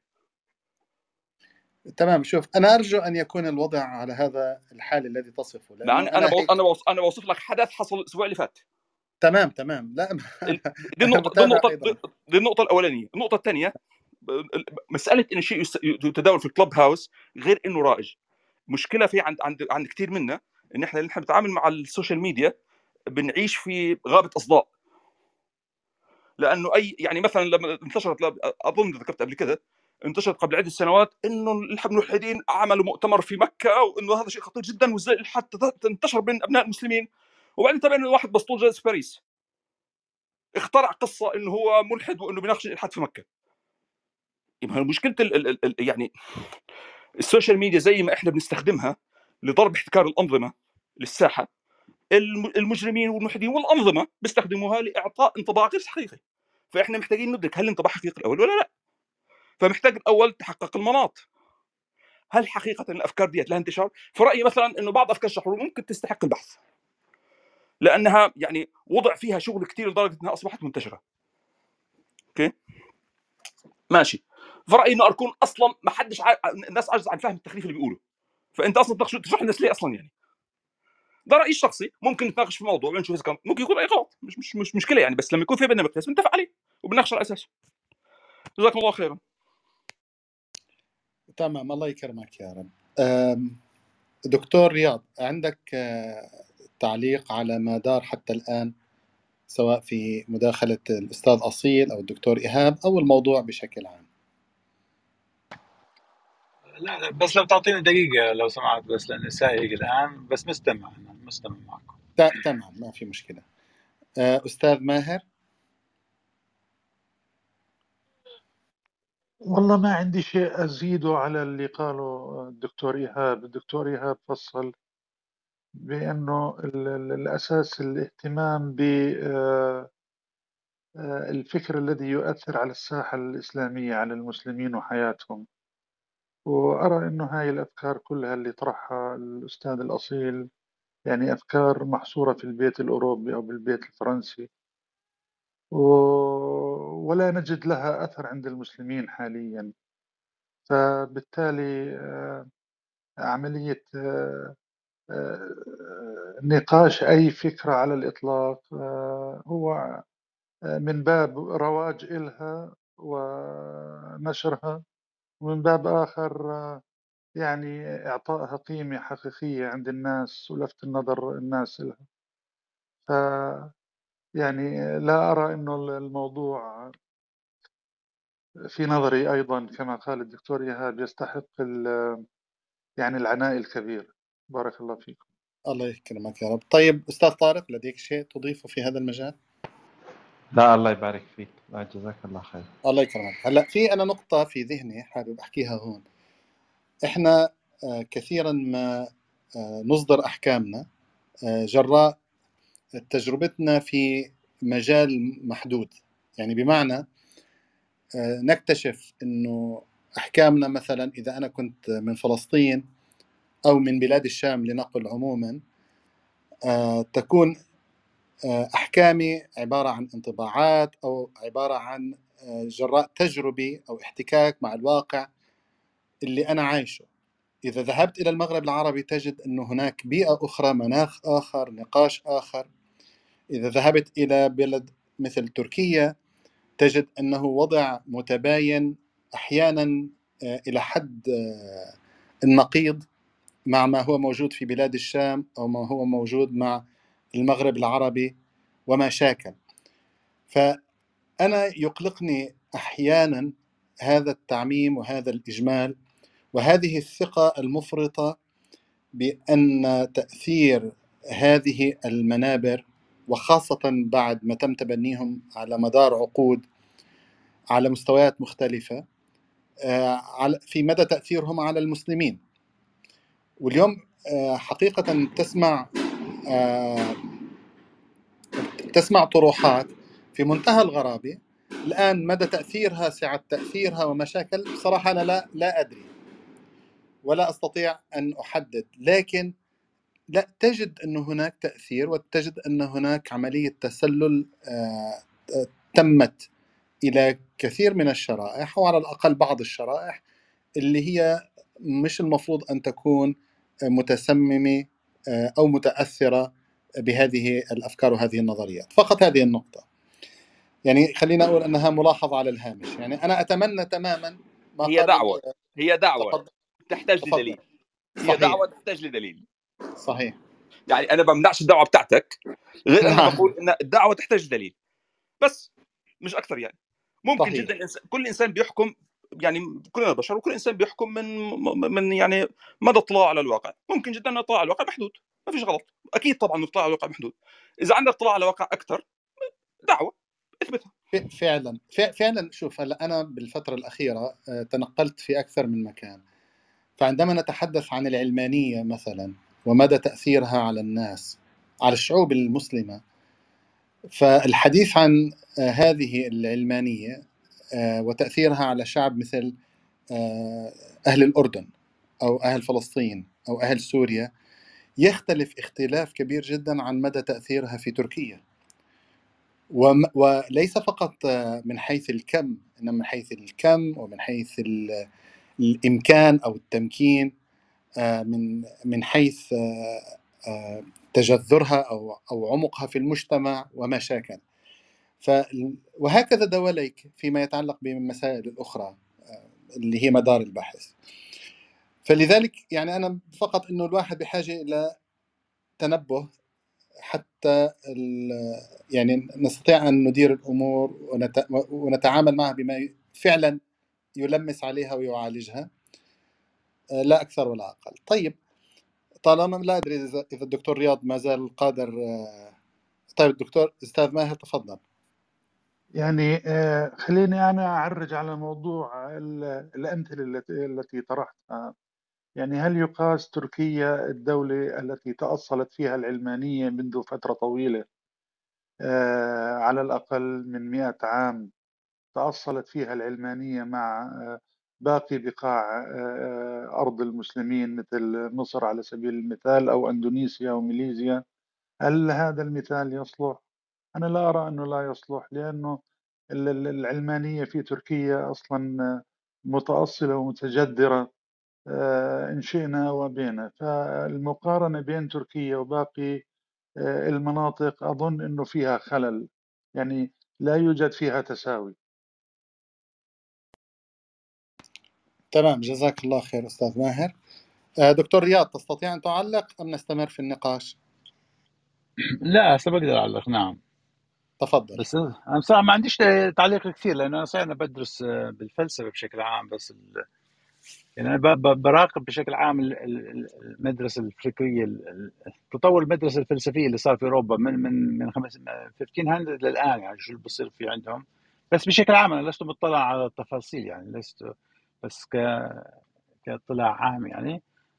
S1: تمام. شوف، انا ارجو ان يكون الوضع على هذا الحال الذي تصفه،
S4: لانه انا بوصف لك حدث حصل الاسبوع اللي فات.
S1: تمام. لا
S4: دي النقطه الاولانيه. النقطه الثانيه، مساله ان شيء يتداول في الكلب هاوس غير انه رائج. مشكله في عند كثير منا ان احنا بنتعامل مع السوشيال ميديا بنعيش في غابه اصداء. لانه يعني مثلا لما انتشرت، اظن ذكرت قبل كده، انتشرت قبل عدة سنوات انه الملحدين عملوا مؤتمر في مكه وانه هذا شيء خطير جدا وازاي حتى انتشر بين ابناء المسلمين. وبعدين تبين انه واحد بسطول جالس في باريس اخترع قصه انه هو ملحد وانه بيناقش الالحاد في مكه. يبقى مشكله يعني السوشيال ميديا زي ما احنا بنستخدمها لضرب احتكار الانظمه للساحه، المجرمين والملحدين والانظمه بيستخدموها لاعطاء انطباع غير حقيقي. فاحنا محتاجين ندرك هل الانطباع حقيقي الاول ولا لا. فمحتاج الاول تحقق المناط، هل حقيقه الافكار ديت لها انتشار؟ في رايي مثلا انه بعض افكار الشحرور ممكن تستحق البحث لانها يعني وضع فيها شغل كثير لدرجه انها اصبحت منتشره. اوكي ماشي. في رايي انه اركون اصلا ما حدش الناس عاجز عن فهم التخريف اللي بيقوله، فانت اصلا تشرح الناس ليه اصلا يعني. ده رايي الشخصي. ممكن نتناقش في الموضوع ونشوف اذا كان ممكن يكون راي غلط، مش مشكله يعني، بس لما يكون في بيننا مقياس بنتفق عليه وبنناقش على اساسه. جزاكم الله خيرا.
S1: تمام، الله يكرمك يا رب. دكتور رياض، عندك تعليق على ما دار حتى الآن، سواء في مداخلة الأستاذ أصيل أو الدكتور إيهاب أو الموضوع بشكل عام؟
S5: لا بس لو تعطيني دقيقة لو سمحت، بس لأني سايق الآن، بس مستمع معكم.
S1: تمام، ما في مشكلة. أستاذ ماهر.
S3: والله ما عندي شيء أزيده على اللي قاله الدكتور إيهاب. الدكتور إيهاب فصل بأنه الأساس الاهتمام بالفكر الذي يؤثر على الساحة الإسلامية، على المسلمين وحياتهم. وأرى أنه هاي الأفكار كلها اللي طرحها الأستاذ الأصيل يعني أفكار محصورة في البيت الأوروبي أو بالبيت الفرنسي، ولا نجد لها أثر عند المسلمين حاليا. فبالتالي عملية نقاش أي فكرة على الإطلاق هو من باب رواج إلها ونشرها، ومن باب آخر يعني إعطائها قيمة حقيقية عند الناس ولفت النظر الناس لها. ف يعني لا أرى أنه الموضوع في نظري أيضا كما قال الدكتور إيهاب يستحق يعني العناء الكبير. بارك الله فيكم.
S1: الله يكرمك يا رب. طيب أستاذ طارق، لديك شيء تضيفه في هذا المجال؟
S6: لا الله يبارك فيك، لا جزاك الله خير.
S1: الله يكرمك. هلأ في أنا نقطة في ذهني حابب أحكيها هون. إحنا كثيرا ما نصدر أحكامنا جراء تجربتنا في مجال محدود، يعني بمعنى نكتشف أنه أحكامنا مثلا إذا أنا كنت من فلسطين أو من بلاد الشام لنقل عموما، تكون أحكامي عبارة عن انطباعات أو عبارة عن جراء تجربي أو احتكاك مع الواقع اللي أنا عايشه. إذا ذهبت إلى المغرب العربي تجد أنه هناك بيئة أخرى، مناخ آخر، نقاش آخر. إذا ذهبت إلى بلد مثل تركيا تجد أنه وضع متباين أحيانا إلى حد النقيض مع ما هو موجود في بلاد الشام أو ما هو موجود مع المغرب العربي وما شاكل. فأنا يقلقني أحيانا هذا التعميم وهذا الإجمال وهذه الثقة المفرطة بأن تأثير هذه المنابر، وخاصة بعد ما تم تبنيهم على مدار عقود على مستويات مختلفة، في مدى تأثيرهم على المسلمين. واليوم حقيقة تسمع طروحات في منتهى الغرابة. الآن مدى تأثيرها، سعة تأثيرها ومشاكل، بصراحة أنا لا أدري ولا أستطيع أن أحدد، لكن لا تجد أن هناك تأثير وتجد أن هناك عملية تسلل تمت إلى كثير من الشرائح، وعلى الأقل بعض الشرائح اللي هي مش المفروض أن تكون متسممة أو متأثرة بهذه الأفكار وهذه النظريات. فقط هذه النقطة، يعني خلينا أقول أنها ملاحظة على الهامش. يعني أنا أتمنى تماما ما
S4: هي دعوة تحتاج لدليل. هي دعوة تحتاج لدليل.
S1: صحيح.
S4: يعني أنا بمنعش الدعوة بتاعتك، غير أنا بقول إن الدعوة تحتاج دليل بس، مش أكثر. يعني ممكن صحيح. جدا كل إنسان بيحكم، يعني كلنا بشر وكل إنسان بيحكم من يعني مدى اطلاع على الواقع. ممكن جدا أن اطلاع على الواقع محدود، ما فيش غلط. أكيد طبعا اطلاع على الواقع محدود. إذا عندك اطلاع على الواقع أكثر، دعوة اثبتها.
S1: فعلا. شوف، هلا أنا بالفترة الأخيرة تنقلت في أكثر من مكان، فعندما نتحدث عن العلمانية مثلا ومدى تأثيرها على الناس، على الشعوب المسلمة، فالحديث عن هذه العلمانية وتأثيرها على شعب مثل أهل الأردن أو أهل فلسطين أو أهل سوريا يختلف اختلاف كبير جدا عن مدى تأثيرها في تركيا. وليس فقط من حيث الكم، إنما من حيث الكم ومن حيث الإمكان أو التمكين، من حيث تجذرها أو عمقها في المجتمع وما شاكل. وهكذا دواليك فيما يتعلق بالمسائل الأخرى اللي هي مدار البحث. فلذلك يعني أنا فقط أنه الواحد بحاجة إلى تنبه حتى يعني نستطيع أن ندير الأمور ونتعامل معها بما فعلا يلمس عليها ويعالجها، لا أكثر ولا أقل. طيب، طالما لا أدري إذا الدكتور رياض ما زال قادر. طيب الدكتور أستاذ ماهر تفضل.
S3: يعني خليني أنا أعرج على موضوع الأمثلة التي طرحتها. يعني هل يقاس تركيا الدولة التي تأصلت فيها العلمانية منذ فترة طويلة، على الأقل من 100 عام تأصلت فيها العلمانية مع باقي بقاع أرض المسلمين مثل مصر على سبيل المثال أو أندونيسيا وماليزيا؟ هل هذا المثال يصلح؟ أنا لا أرى أنه لا يصلح، لأنه العلمانية في تركيا أصلا متأصلة ومتجذرة إن شئنا وبينا. فالمقارنة بين تركيا وباقي المناطق أظن أنه فيها خلل، يعني لا يوجد فيها تساوي.
S1: تمام، جزاك الله خير أستاذ ماهر. دكتور رياض تستطيع أن تعلق أم نستمر في النقاش؟
S5: لا هسه بقدر اعلق. نعم،
S1: تفضل.
S5: بس انا بصراحه ما عنديش تعليق كثير، لانه انا صاير بدرس بالفلسفه بشكل عام. بس يعني انا براقب بشكل عام المدرسه الفكريه، تطور المدرسه الفلسفيه اللي صار في اوروبا من 1500 للان، يعني شو اللي بصير في عندهم. بس بشكل عام انا لست مطلع على التفاصيل، يعني لست بس كاطلاع عام يعني.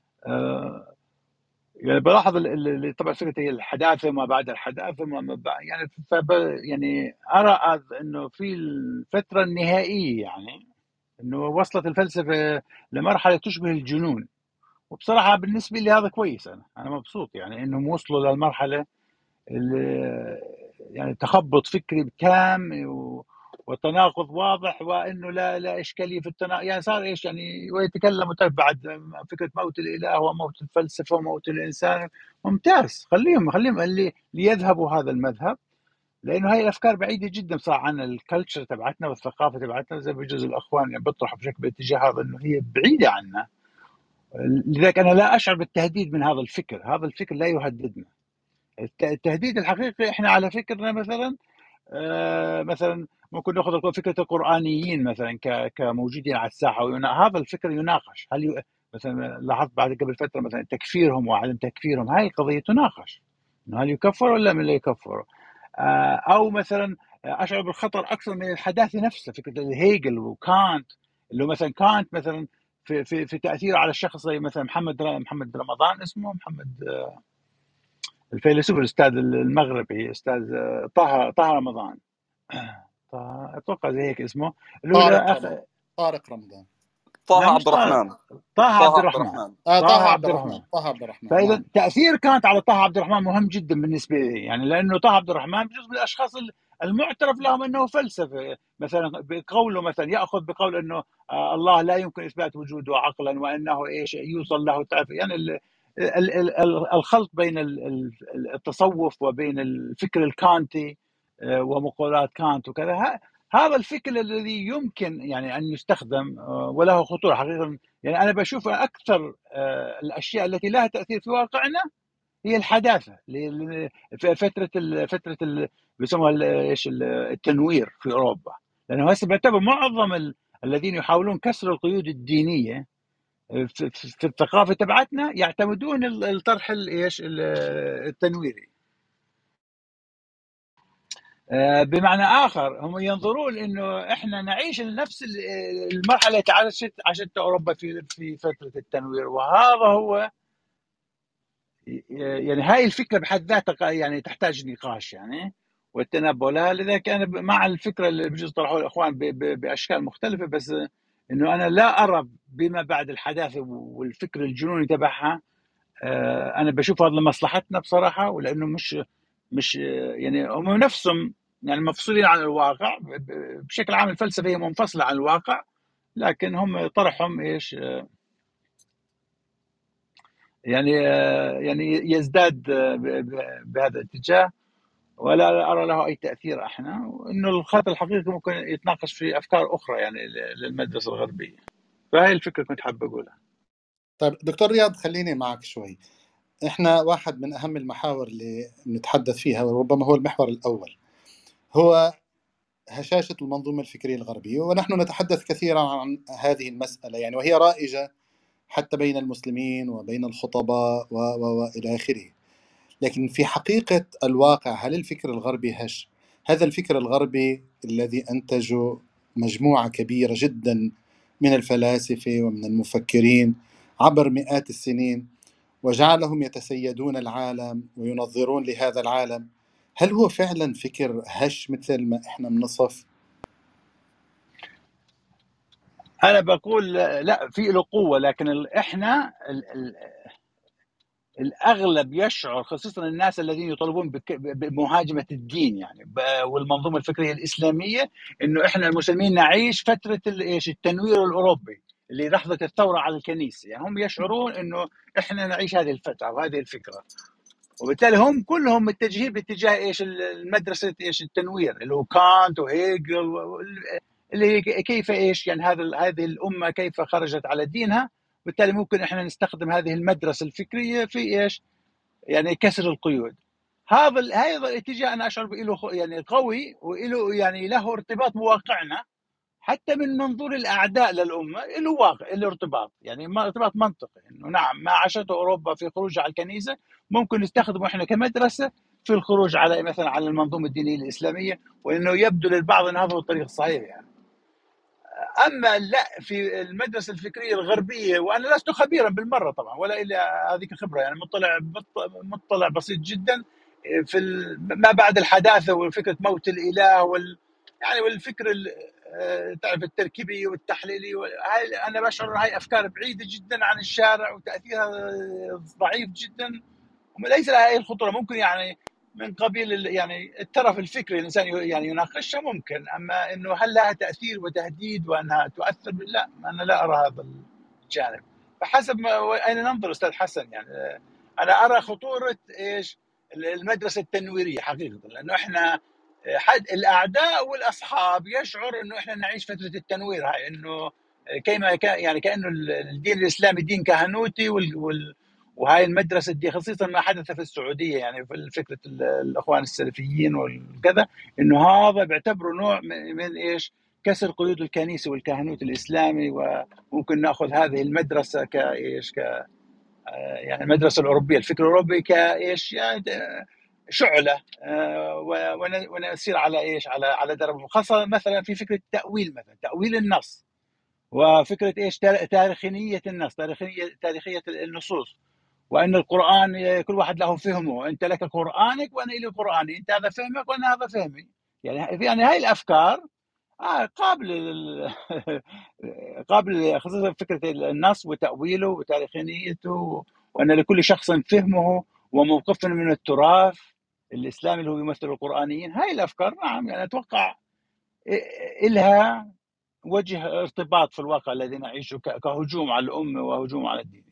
S5: يعني بلاحظ اللي طبعا فكره هي الحداثه وما بعد الحداثه يعني يعني ارى انه في الفتره النهائيه، يعني انه وصلت الفلسفه لمرحله تشبه الجنون. وبصراحه بالنسبه لي هذا كويس، انا مبسوط يعني انهم وصلوا للمرحله اللي يعني تخبط فكري تام وتناقض واضح، وانه لا اشكاليه في التناقض. يعني صار ايش يعني، ويتكلم بعد فكره موت الاله وموت الفلسفه وموت الانسان. ممتاز، خليهم اللي يذهبوا هذا المذهب، لانه هاي الافكار بعيده جدا صار عن الكلتشر تبعتنا والثقافه تبعتنا، زي بجوز الاخوان يعني بيطرحوا بشكل باتجاه هذا انه هي بعيده عنا. لذلك انا لا اشعر بالتهديد من هذا الفكر، هذا الفكر لا يهددنا. التهديد الحقيقي احنا على فكرنا مثلا ممكن ناخذ فكره القرانيين مثلا كموجودين على الساحه، هذا الفكر يناقش. مثلا لاحظت بعد قبل فتره مثلا تكفيرهم وعدم تكفيرهم، هاي القضيه تناقش، انه هل يكفر ولا لا يكفر. او مثلا اشعر بالخطر اكثر من الحداثه نفسها، فكره هيجل وكانت، اللي هو مثلا كانت مثلا في تاثيره على الشخص، زي مثلا محمد رمضان، اسمه محمد الفيلسوف الاستاذ المغربي، استاذ طه رمضان، اتوقع زي هيك اسمه، اللي هو
S1: طارق رمضان.
S5: لا
S4: طه
S5: مش
S4: عبد الرحمن.
S5: طه عبد
S4: طه
S5: الرحمن.
S1: طه عبد الرحمن.
S5: فاذا
S1: نعم.
S5: تاثير كانت على طه عبد الرحمن مهم جدا بالنسبه لي، يعني لانه طه عبد الرحمن جزء من الاشخاص المعترف لهم انه فلسفه، مثلا بقوله مثلا ياخذ بقول انه الله لا يمكن اثبات وجوده عقلا، وانه ايش يوصل له تعرف يعني الخلط بين التصوف وبين الفكر الكانتي ومقولات كانت وكذا. هذا الفكر الذي يمكن يعني ان يستخدم وله خطوره حقيقه. يعني انا بشوف اكثر الاشياء التي لها تاثير في واقعنا هي الحداثه، في فتره بيسموها ايش التنوير في اوروبا، لانه هسه بعتبر معظم الذين يحاولون كسر القيود الدينيه في الثقافه تبعتنا يعتمدون الطرح ايش التنويري. بمعنى اخر هم ينظرون انه احنا نعيش نفس المرحله التي عاشتها اوروبا في فتره التنوير، وهذا هو يعني هاي الفكره بحد ذاتها يعني تحتاج نقاش يعني والتنبؤ لها. لذلك انا مع الفكره اللي بجوز طرحوها الاخوان باشكال مختلفه، بس انه انا لا ارى بما بعد الحداثه والفكر الجنوني تبعها. انا بشوف هذا لمصلحتنا بصراحه، ولانه مش يعني هم نفسهم يعني مفصولين عن الواقع بشكل عام. الفلسفه هي منفصله عن الواقع، لكن هم طرحهم ايش يعني يزداد بهذا الاتجاه، ولا أرى له أي تأثير احنا، وإنه الخط الحقيقي ممكن يتناقش في أفكار أخرى يعني للمدرسة الغربية. فهي الفكرة كنت حابب أقولها.
S1: طيب دكتور رياض، خليني معك شوي. احنا واحد من أهم المحاور اللي نتحدث فيها، وربما هو المحور الأول، هو هشاشة المنظومة الفكرية الغربية. ونحن نتحدث كثيرا عن هذه المسألة يعني، وهي رائجة حتى بين المسلمين وبين الخطباء وإلى آخره. لكن في حقيقة الواقع، هل الفكر الغربي هش؟ هذا الفكر الغربي الذي أنتجه مجموعة كبيرة جدا من الفلاسفة ومن المفكرين عبر مئات السنين، وجعلهم يتسيدون العالم وينظرون لهذا العالم، هل هو فعلا فكر هش مثل ما احنا بنصف؟
S5: أنا بقول لا، في له قوة، لكن إحنا الأغلب يشعر، خصوصا الناس الذين يطالبون بمهاجمة الدين يعني والمنظومة الفكرية الإسلامية، إنه إحنا المسلمين نعيش فترة التنوير الأوروبي اللي لحظة الثورة على الكنيسة. يعني هم يشعرون إنه إحنا نعيش هذه الفترة وهذه الفكرة، وبالتالي هم كلهم متجهين باتجاه المدرسة التنوير اللي هو كانت وهيجل، اللي كيف يعني هذه الأمة كيف خرجت على دينها. بالتالي ممكن إحنا نستخدم هذه المدرسة الفكرية في يعني كسر القيود. هذا الاتجاه انا اشعر له يعني قوي، وله يعني له ارتباط بواقعنا، حتى من منظور الاعداء للامه له واقع، له ارتباط يعني ارتباط منطقي، انه نعم ما عاشته اوروبا في خروج على الكنيسه ممكن نستخدمه احنا كمدرسه في الخروج على مثلا على المنظومه الدينيه الاسلاميه، وانه يبدو للبعض ان هذا هو الطريق الصحيح يعني. اما لا، في المدرسه الفكريه الغربيه، وانا لست خبيرا بالمره طبعا ولا الى هذيك خبره، يعني مطلع بسيط جدا في ما بعد الحداثه وفكره موت الاله يعني والفكر تعرف التركيبي والتحليلي، هاي انا بشعر هاي افكار بعيده جدا عن الشارع وتاثيرها ضعيف جدا، وليس لها اي خطوره. ممكن يعني من قبيل يعني الترف الفكري الانسان يعني يناقشها ممكن، اما انه هل لها تاثير وتهديد وانها تؤثر، لا، انا لا ارى هذا الجانب. فحسب ما اين ننظر استاذ حسن يعني، انا ارى خطوره المدرسه التنويريه حقيقه، لانه احنا الاعداء والاصحاب يشعر انه احنا نعيش فتره التنوير هاي، انه كما يعني كانه الدين الاسلامي دين كهنوتي وهاي المدرسه دي، خصيصا ما حدث في السعوديه يعني في فكره الاخوان السلفيين والكذا، انه هذا بيعتبره نوع من كسر قيود الكنيسه والكهنوت الاسلامي، وممكن ناخذ هذه المدرسه يعني المدرسه الاوروبيه، الفكر الاوروبي يعني شعله، ونسير على على درب، خاصه مثلا في فكره التاويل، مثلا تاويل النص، وفكره تاريخيه النص، تاريخيه النصوص، وان القران كل واحد له فهمه، انت لك قرانك وانا لي قراني، انت هذا فهمك وانا هذا فهمي. يعني هاي الافكار قابل قابل، خصوصا فكره النص وتاويله وتاريخيته، وان لكل شخص فهمه وموقفه من التراث الاسلامي اللي هو يمثل القرانيين. هاي الافكار نعم يعني اتوقع لها وجه ارتباط في الواقع الذي نعيشه كهجوم على الامه وهجوم على الدين.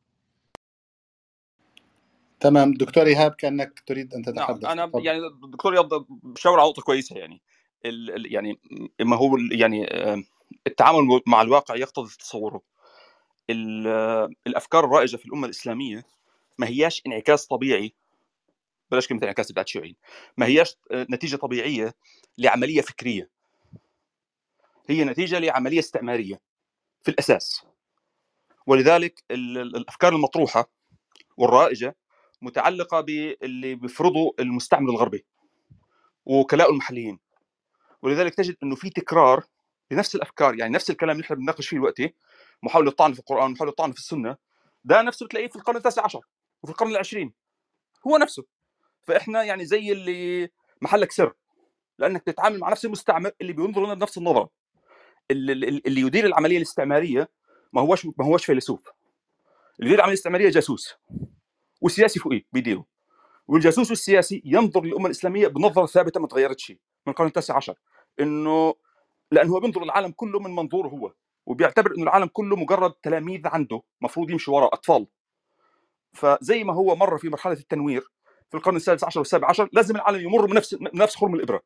S1: تمام دكتور إيهاب، كأنك تريد أن
S4: نعم،
S1: تتحدث.
S4: انا
S1: تفضل.
S4: يعني الدكتور رياض بشاور على نقطه كويسه يعني يعني ما هو يعني التعامل مع الواقع يقتضي تصوره. الافكار الرائجه في الامه الاسلاميه ما هياش انعكاس طبيعي، بلاش كلمه انعكاس بتاعت شيوعيين، ما هياش نتيجه طبيعيه لعمليه فكريه، هي نتيجه لعمليه استعماريه في الاساس. ولذلك الافكار المطروحه والرائجه متعلقه باللي بيفرضه المستعمر الغربي ووكلاء المحليين. ولذلك تجد انه في تكرار لنفس الافكار، يعني نفس الكلام اللي احنا بنناقش فيه دلوقتي، محاوله الطعن في القران ومحاوله الطعن في السنه، ده نفسه بتلاقيه في القرن التاسع عشر وفي القرن العشرين، هو نفسه. فاحنا يعني زي اللي محلك سر، لانك تتعامل مع نفس المستعمر اللي بينظر لنا بنفس النظره. اللي يدير العمليه الاستعماريه ما هوش فيلسوف، اللي يدير العمليه الاستعماريه جاسوس، والسياسي فوقيه بيديره. والجاسوس والسياسي ينظر للامه الاسلاميه بنظره ثابته ما تغيرتش من القرن التاسع عشر، انه لانه هو بينظر للعالم كله من منظوره هو، وبيعتبر انه العالم كله مجرد تلاميذ عنده مفروض يمشي وراء اطفال. فزي ما هو مر في مرحلة التنوير في القرن السادس عشر والسابع عشر، لازم العالم يمر من نفس خرم الإبرة.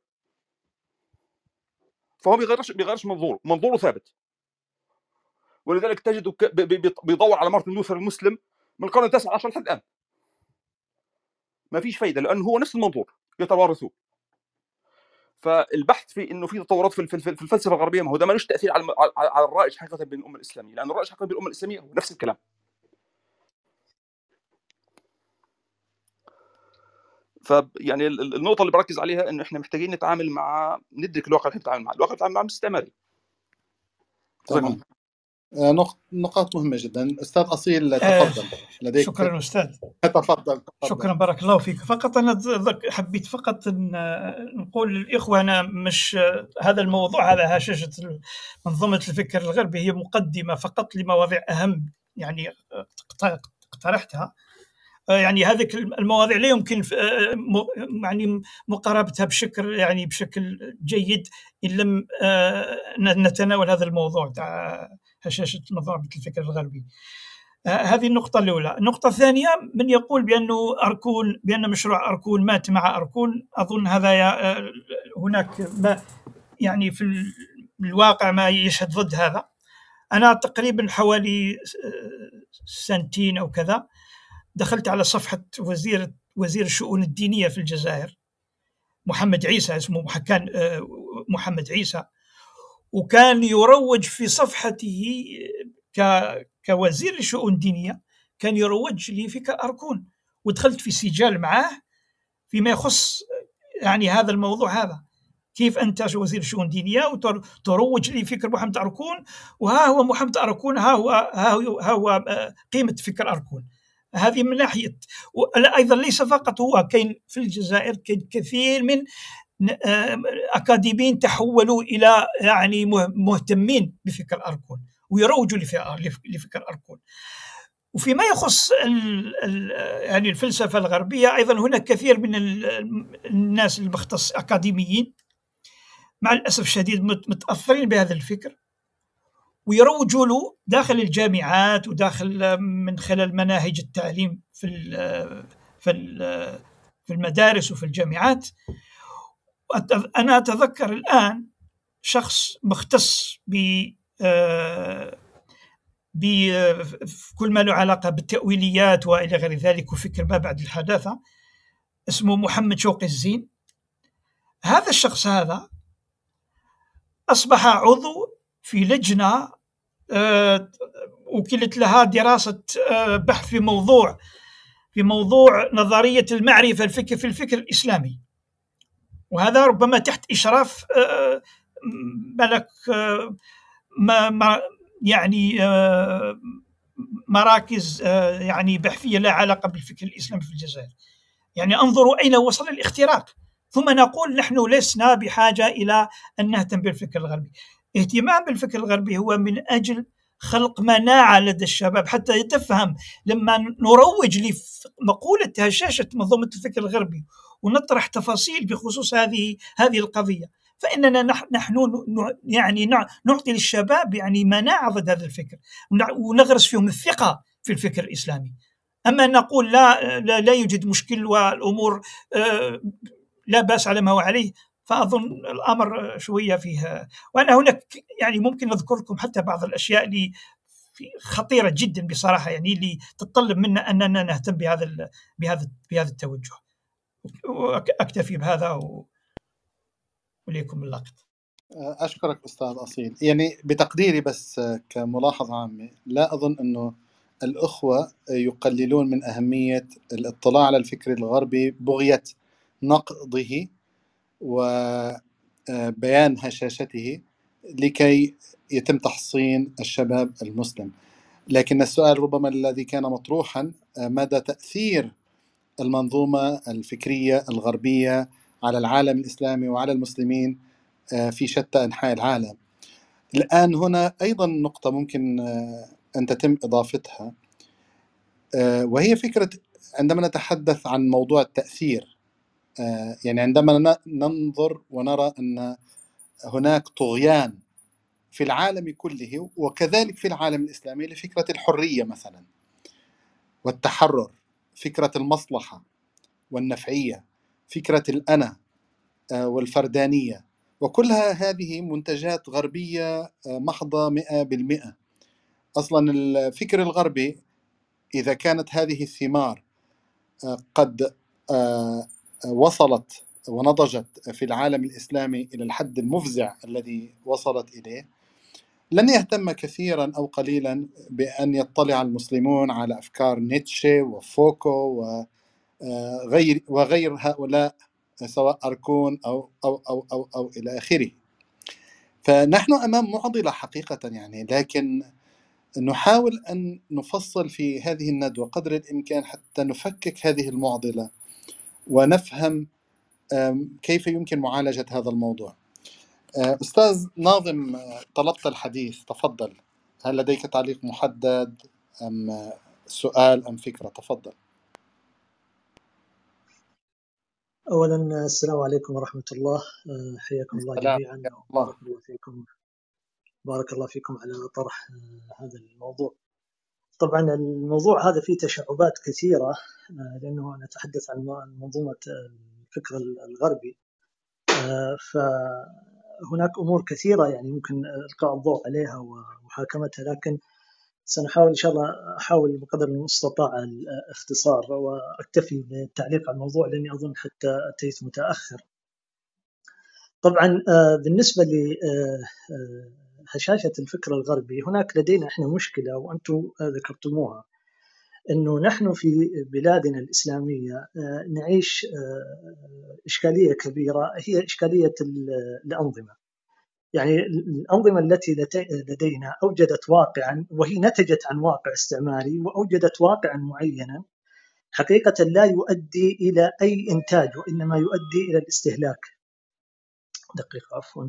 S4: فهو بيغيرش منظوره ثابت. ولذلك تجده بيدور على مارتن لوثر المسلم من القرن التاسع عشر لحد الآن، ما فيش فايدة، لأنه هو نفس المنظور يتوارثوه. فالبحث في انه في تطورات في الفلسفه الغربيه، ما هو ده ملوش تاثير على الرائج حقيقه بين الامه الاسلاميه، لان الرائج حقيقه بين الامه الاسلاميه هو نفس الكلام. فيعني النقطه اللي بركز عليها انه احنا محتاجين نتعامل مع، ندرك الواقع اللي بنتعامل معه، الواقع اللي بنتعامل معه استعماري.
S1: تمام. نقاط مهمة جدا. أستاذ أصيل تفضل، لديك.
S2: شكرا أستاذ.
S1: تفضل.
S2: شكرا، بارك الله فيك. فقط أنا حبيت فقط أن نقول للإخوة، أنا مش هذا الموضوع، هذا هشاشة منظومة الفكر الغربي هي مقدمة فقط لمواضيع أهم يعني اقترحتها. يعني هذه المواضيع لا يمكن يعني مقاربتها بشكل جيد إن لم نتناول هذا الموضوع تاع هشاشة منظومة الفكر الغربي. هذه النقطة الأولى. النقطة الثانية، من يقول بأن مشروع أركون مات مع أركون، أظن هذا هناك ما يعني في الواقع ما يشهد ضد هذا. أنا تقريبا حوالي سنتين أو كذا دخلت على صفحة وزير الشؤون الدينية في الجزائر، محمد عيسى، اسمه كان محمد عيسى، وكان يروج في صفحته كوزير الشؤون الدينية، كان يروج لي فكر أركون، ودخلت في سجال معه فيما يخص يعني هذا الموضوع هذا. كيف أنت وزير الشؤون الدينية وتروج لي فكر محمد أركون، وها هو محمد أركون، ها هو قيمة فكر أركون. هذه من ناحية. أيضا ليس فقط هو، كاين في الجزائر كثير من أكاديميين تحولوا إلى يعني مهتمين بفكر أركون ويروجوا لفكر أركون. وفيما يخص يعني الفلسفة الغربية، أيضا هناك كثير من الناس المختص أكاديميين مع الأسف الشديد متأثرين بهذا الفكر، ويروجوا له داخل الجامعات وداخل من خلال مناهج التعليم في المدارس وفي الجامعات. أنا أتذكر الآن شخص مختص بكل ما له علاقة بالتأويليات وإلى غير ذلك وفكر ما بعد الحداثة، اسمه محمد شوقي الزين. هذا الشخص هذا أصبح عضو في لجنة وكلت لها دراسة بحث في موضوع نظرية المعرفة في الفكر الإسلامي، وهذا ربما تحت إشراف ملك يعني مراكز يعني بحثية لا علاقة بالفكر الإسلامي في الجزائر. يعني انظروا أين وصل الاختراق، ثم نقول نحن لسنا بحاجة إلى أن نهتم بالفكر الغربي. اهتمام بالفكر الغربي هو من أجل خلق مناعة لدى الشباب حتى يتفهم. لما نروج لمقولة هشاشة منظومة الفكر الغربي ونطرح تفاصيل بخصوص هذه القضية، فإننا نحن يعني نعطي للشباب يعني مناعة ضد هذا الفكر ونغرس فيهم الثقة في الفكر الإسلامي. أما نقول لا يوجد مشكل والأمور لا بأس على ما هو عليه، فأظن الأمر شوية فيها. وأنا هناك يعني ممكن نذكر لكم حتى بعض الأشياء اللي خطيرة جدا بصراحة، يعني اللي تتطلب منا أننا نهتم بهذا التوجه. وأكتفي بهذا وليكم اللقط.
S1: أشكرك أستاذ أصيل. يعني بتقديري بس كملاحظة عامة، لا أظن أنه الأخوة يقللون من أهمية الاطلاع على الفكر الغربي بغية نقضه وبيان هشاشته لكي يتم تحصين الشباب المسلم. لكن السؤال ربما الذي كان مطروحا مدى تأثير المنظومة الفكرية الغربية على العالم الإسلامي وعلى المسلمين في شتى أنحاء العالم. الآن هنا أيضا نقطة ممكن أن تتم إضافتها، وهي فكرة عندما نتحدث عن موضوع التأثير، يعني عندما ننظر ونرى أن هناك طغيان في العالم كله وكذلك في العالم الإسلامي لفكرة الحرية مثلا والتحرر فكرة المصلحة والنفعية، فكرة الأنا والفردانية، وكلها هذه منتجات غربية محضة 100%. أصلا الفكر الغربي إذا كانت هذه الثمار قد وصلت ونضجت في العالم الإسلامي إلى الحد المفزع الذي وصلت إليه، لن يهتم كثيرا أو قليلا بأن يطلع المسلمون على أفكار نيتشه وفوكو وغير هؤلاء، سواء أركون أو إلى آخره. فنحن أمام معضلة حقيقة يعني، لكن نحاول أن نفصل في هذه الندوة قدر الإمكان حتى نفكك هذه المعضلة ونفهم كيف يمكن معالجة هذا الموضوع. أستاذ ناظم، طلبت الحديث، تفضل. هل لديك تعليق محدد أم سؤال أم فكرة؟ تفضل.
S7: أولا السلام عليكم ورحمة الله، حياكم الله جميعا وبارك الله فيكم. بارك الله فيكم على طرح هذا الموضوع. طبعا الموضوع هذا فيه تشعبات كثيرة، لأنه نتحدث عن منظومة الفكر الغربي، فهناك أمور كثيرة يعني ممكن إلقاء الضوء عليها ومحاكمتها، لكن سنحاول إن شاء الله أحاول بقدر المستطاع الاختصار وأكتفي بالتعليق على الموضوع، لأني أظن حتى أتيت متأخر. طبعا بالنسبة لهشاشة الفكر الغربي، هناك لدينا إحنا مشكلة وأنتم ذكرتموها، أنه نحن في بلادنا الإسلامية نعيش إشكالية كبيرة، هي إشكالية الأنظمة. يعني الأنظمة التي لدينا أوجدت واقعا، وهي نتجت عن واقع استعماري، وأوجدت واقعا معينا حقيقة لا يؤدي إلى أي إنتاج، وإنما يؤدي إلى الاستهلاك. دقيقة عفوا.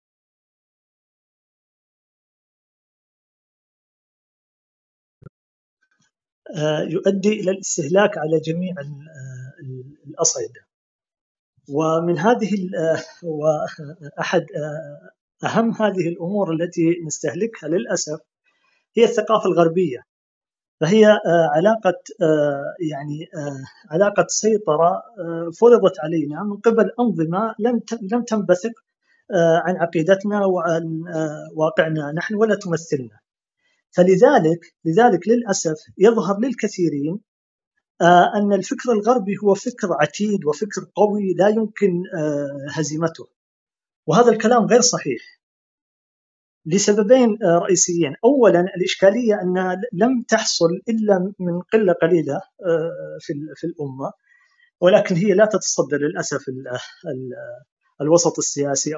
S7: يؤدي إلى الاستهلاك على جميع الأصعدة، ومن هذه وأحد أهم هذه الأمور التي نستهلكها للأسف هي الثقافة الغربية. فهي علاقة يعني علاقة سيطرة فرضت علينا من قبل أنظمة لم تنبثق عن عقيدتنا وعن واقعنا نحن ولا تمثلنا. فلذلك للأسف يظهر للكثيرين أن الفكر الغربي هو فكر عتيد وفكر قوي لا يمكن هزيمته، وهذا الكلام غير صحيح لسببين رئيسيين. أولا، الإشكالية أنها لم تحصل إلا من قلة قليلة في الأمة، ولكن هي لا تتصدر للأسف الوسط السياسي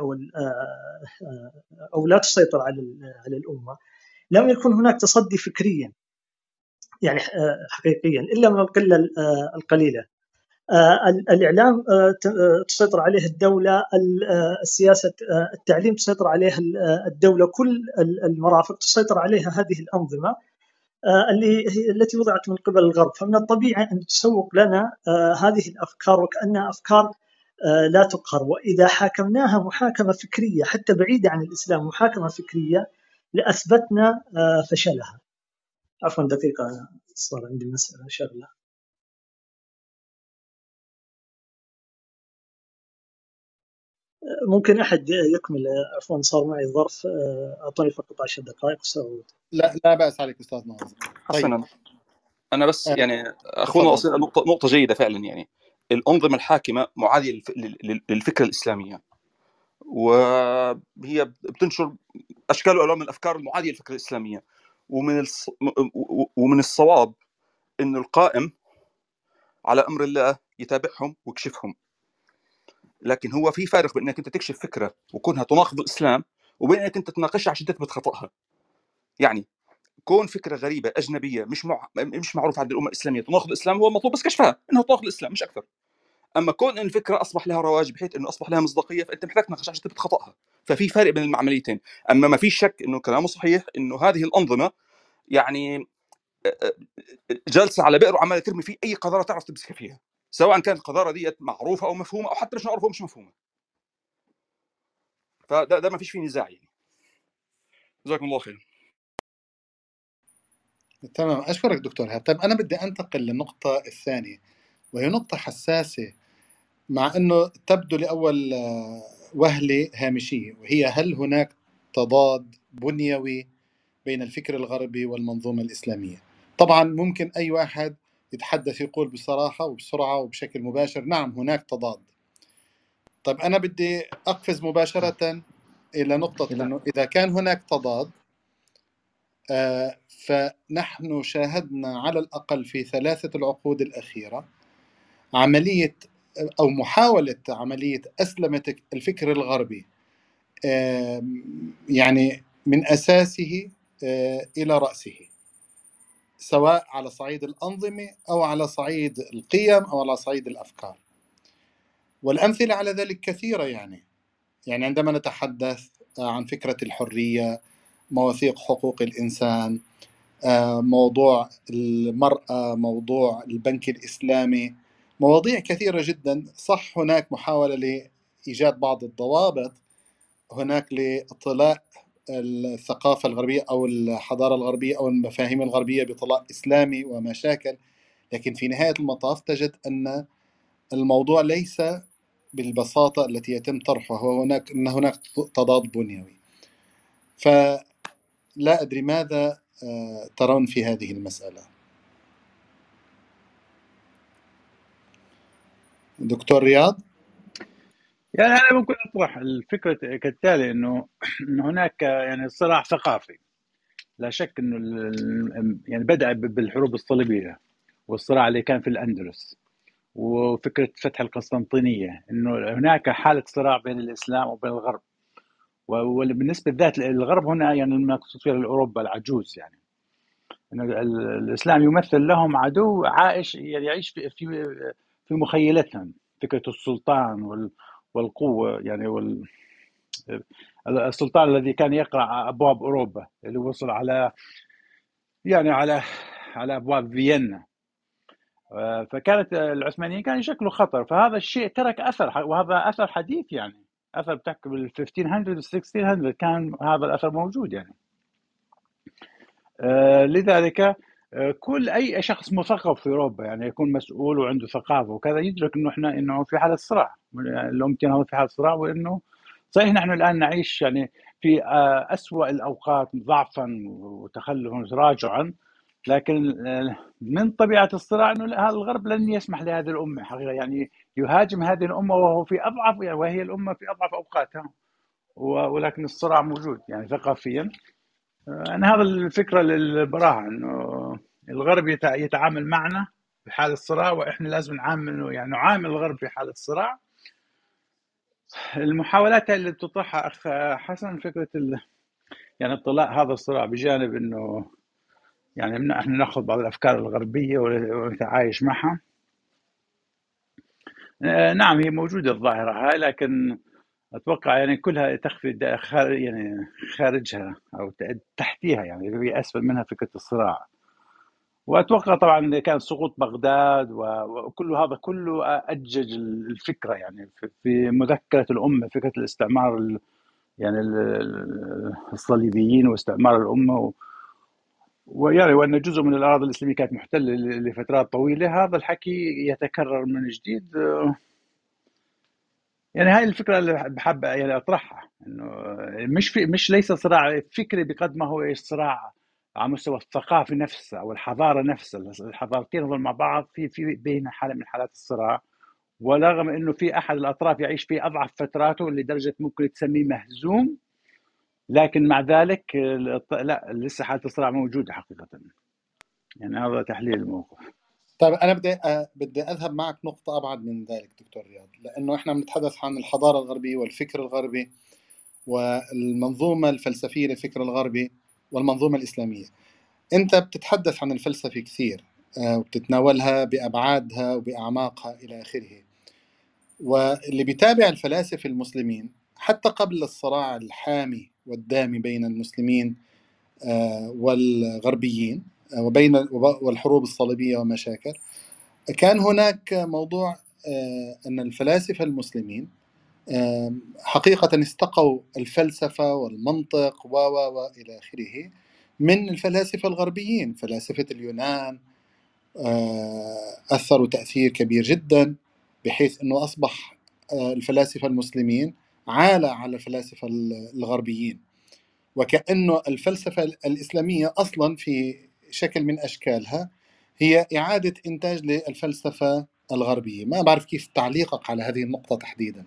S7: أو لا تسيطر على الأمة. لم يكن هناك تصدي فكريا يعني حقيقيا إلا من القلة القليلة. الإعلام تسيطر عليه الدولة، السياسة، التعليم تسيطر عليها الدولة، كل المرافق تسيطر عليها هذه الأنظمة التي وضعت من قبل الغرب. فمن الطبيعي أن تسوق لنا هذه الأفكار وكأنها أفكار لا تقهر، وإذا حاكمناها محاكمة فكرية حتى بعيدة عن الإسلام، محاكمة فكرية، لأثبتنا فشلها. عفوا دقيقة، صار عندي مسألة شغلة. ممكن أحد يكمل؟ عفوا صار معي ظرف، أعطوني فقط 10 دقائق سأعود.
S1: لا بأس عليك أستاذ ناظم.
S4: حسنا، أنا بس يعني أخونا أصل نقطة جيدة فعلا. يعني الأنظمة الحاكمة معادية للفكرة الإسلامية، وهي بتنشر أشكال وألوان من الأفكار المعادية للفكرة الإسلامية. ومن الصواب إن القائم على أمر الله يتابعهم ويكشفهم، لكن هو في فارق بين انك انت تكشف فكره وكونها تناقض الاسلام، وبين انك انت تناقشها عشان تثبت خطأها. يعني كون فكره غريبه اجنبيه مش معروفه عند الامه الاسلاميه تناقض الاسلام، هو المطلوب بس كشفها انها تناقض الاسلام مش اكثر. اما كون ان الفكره اصبح لها رواج بحيث انه اصبح لها مصداقيه، فانت محتاج تناقش عشان تثبت خطأها. ففي فرق بين العمليتين. اما ما فيش شك انه كلامه صحيح، انه هذه الانظمه يعني جالسه على بئر وعماله ترمي فيه اي قذاره تعرف تمسك فيها، سواء كانت القذاره ديت معروفه او مفهومه، او حتى مش معروفه ومش مفهومه. فده ما فيش فيه نزاع يعني. جزاكم الله خير.
S1: تمام، أشكرك دكتور هاب. طيب أنا بدي أنتقل للنقطة الثانية، وهي نقطة حساسة مع أنه تبدو لأول وهلة هامشية، وهي هل هناك تضاد بنيوي بين الفكر الغربي والمنظومة الإسلامية؟ طبعا ممكن أي واحد يتحدث يقول بصراحة وبسرعة وبشكل مباشر نعم هناك تضاد. طيب أنا بدي أقفز مباشرة إلى نقطة أنه إذا كان هناك تضاد فنحن شاهدنا على الأقل في 3 العقود الأخيرة عملية أو محاولة عملية أسلمة الفكر الغربي يعني من أساسه إلى رأسه، سواء على صعيد الأنظمة أو على صعيد القيم أو على صعيد الأفكار. والأمثلة على ذلك كثيرة. يعني عندما نتحدث عن فكرة الحرية، مواثيق حقوق الإنسان، موضوع المرأة، موضوع البنك الإسلامي، مواضيع كثيرة جدا. صح هناك محاولة لإيجاد بعض الضوابط هناك لإطلاق الثقافة الغربية أو الحضارة الغربية أو المفاهيم الغربية بطلاء إسلامي ومشاكل، لكن في نهاية المطاف تجد أن الموضوع ليس بالبساطة التي يتم طرحها، وهناك أن هناك تضاد بنيوي. فلا أدري ماذا ترون في هذه المسألة؟ دكتور رياض؟
S5: يعني أنا ممكن أطرح الفكرة كالتالي، إنه هناك يعني صراع ثقافي. لا شك إنه يعني بدأ بالحروب الصليبية والصراع اللي كان في الأندلس وفكرة فتح القسطنطينية، إنه هناك حالة صراع بين الإسلام وبين الغرب. وبالنسبة بالذات للغرب هنا يعني المقصود فيها أوروبا العجوز، يعني إن الإسلام يمثل لهم عدو عائش، يعني يعيش في مخيلتهم، فكرة السلطان والقوة، يعني السلطان الذي كان يقرع أبواب أوروبا، اللي وصل على يعني على أبواب فيينا. فكانت العثمانيين كانوا يشكلوا خطر، فهذا الشيء ترك أثر، وهذا أثر حديث، يعني أثر بتحكي بال 1500 و 1600 كان هذا الأثر موجود يعني. لذلك كل أي شخص مثقف في أوروبا يعني يكون مسؤول وعنده ثقافة وكذا يدرك إنه في حالة صراع، الأمتين هذا في حالة صراع، وإنه صحيح نحن الآن نعيش يعني في أسوأ الأوقات ضعفا وتخلفا وتراجعا، لكن من طبيعة الصراع إنه هذا الغرب لن يسمح لهذه الأمة حقيقة يعني يهاجم هذه الأمة وهو في أضعف، يعني وهي الأمة في أضعف أوقاتها، ولكن الصراع موجود يعني ثقافيا. أنا هذا الفكرة للبراهة، إنه الغرب يتعامل معنا في حالة صراع، وإحنا لازم نعامل الغرب في حالة صراع. المحاولات اللي بتطرحها أخ حسن، فكرة يعني اطلاع هذا الصراع بجانب إنه يعني إحنا نأخذ بعض الأفكار الغربية ونتعايش معها. نعم هي موجودة الظاهرة هاي، لكن أتوقع يعني كلها تخفي يعني خارجها أو تحتيها، يعني أسفل منها فكرة الصراع. وأتوقع طبعا كان سقوط بغداد وكل هذا كله أجج الفكرة، يعني في مذكرة الأمة فكرة الاستعمار، يعني الصليبيين واستعمار الأمة، ويعني وأن جزء من الأراضي الإسلامية كانت محتلة لفترات طويلة. هذا الحكي يتكرر من جديد. يعني هاي الفكرة اللي بحب يعني أطرحها، إنه مش ليس صراع فكري بقد ما هو صراع على مستوى الثقافة نفسها أو الحضارة نفسها. الحضارتين هذول مع بعض في بين حالة من حالات الصراع، ورغم إنه في أحد الأطراف يعيش في أضعف فتراته لدرجة ممكن تسميه مهزوم، لكن مع ذلك لا لسه حالة الصراع موجودة حقيقة. يعني هذا تحليل الموقف.
S1: طيب أنا بدي أذهب معك نقطة أبعد من ذلك دكتور رياض، لأنه إحنا بنتحدث عن الحضارة الغربية والفكر الغربي والمنظومة الفلسفية للفكر الغربي والمنظومة الإسلامية. أنت بتتحدث عن الفلسفة كثير وبتتناولها بأبعادها وبأعماقها إلى آخره. واللي بيتابع الفلاسفة المسلمين حتى قبل الصراع الحامي والدامي بين المسلمين والغربيين والحروب الصليبية ومشاكل، كان هناك موضوع أن الفلاسفة المسلمين حقيقة استقوا الفلسفة والمنطق وإلى آخره من الفلاسفة الغربيين. فلاسفة اليونان أثروا تأثير كبير جدا، بحيث أنه أصبح الفلاسفة المسلمين عالة على الفلاسفة الغربيين، وكأنه الفلسفة الإسلامية أصلا في شكل من أشكالها هي إعادة إنتاج للفلسفة الغربية. ما بعرف كيف تعليقك على هذه النقطة تحديدا.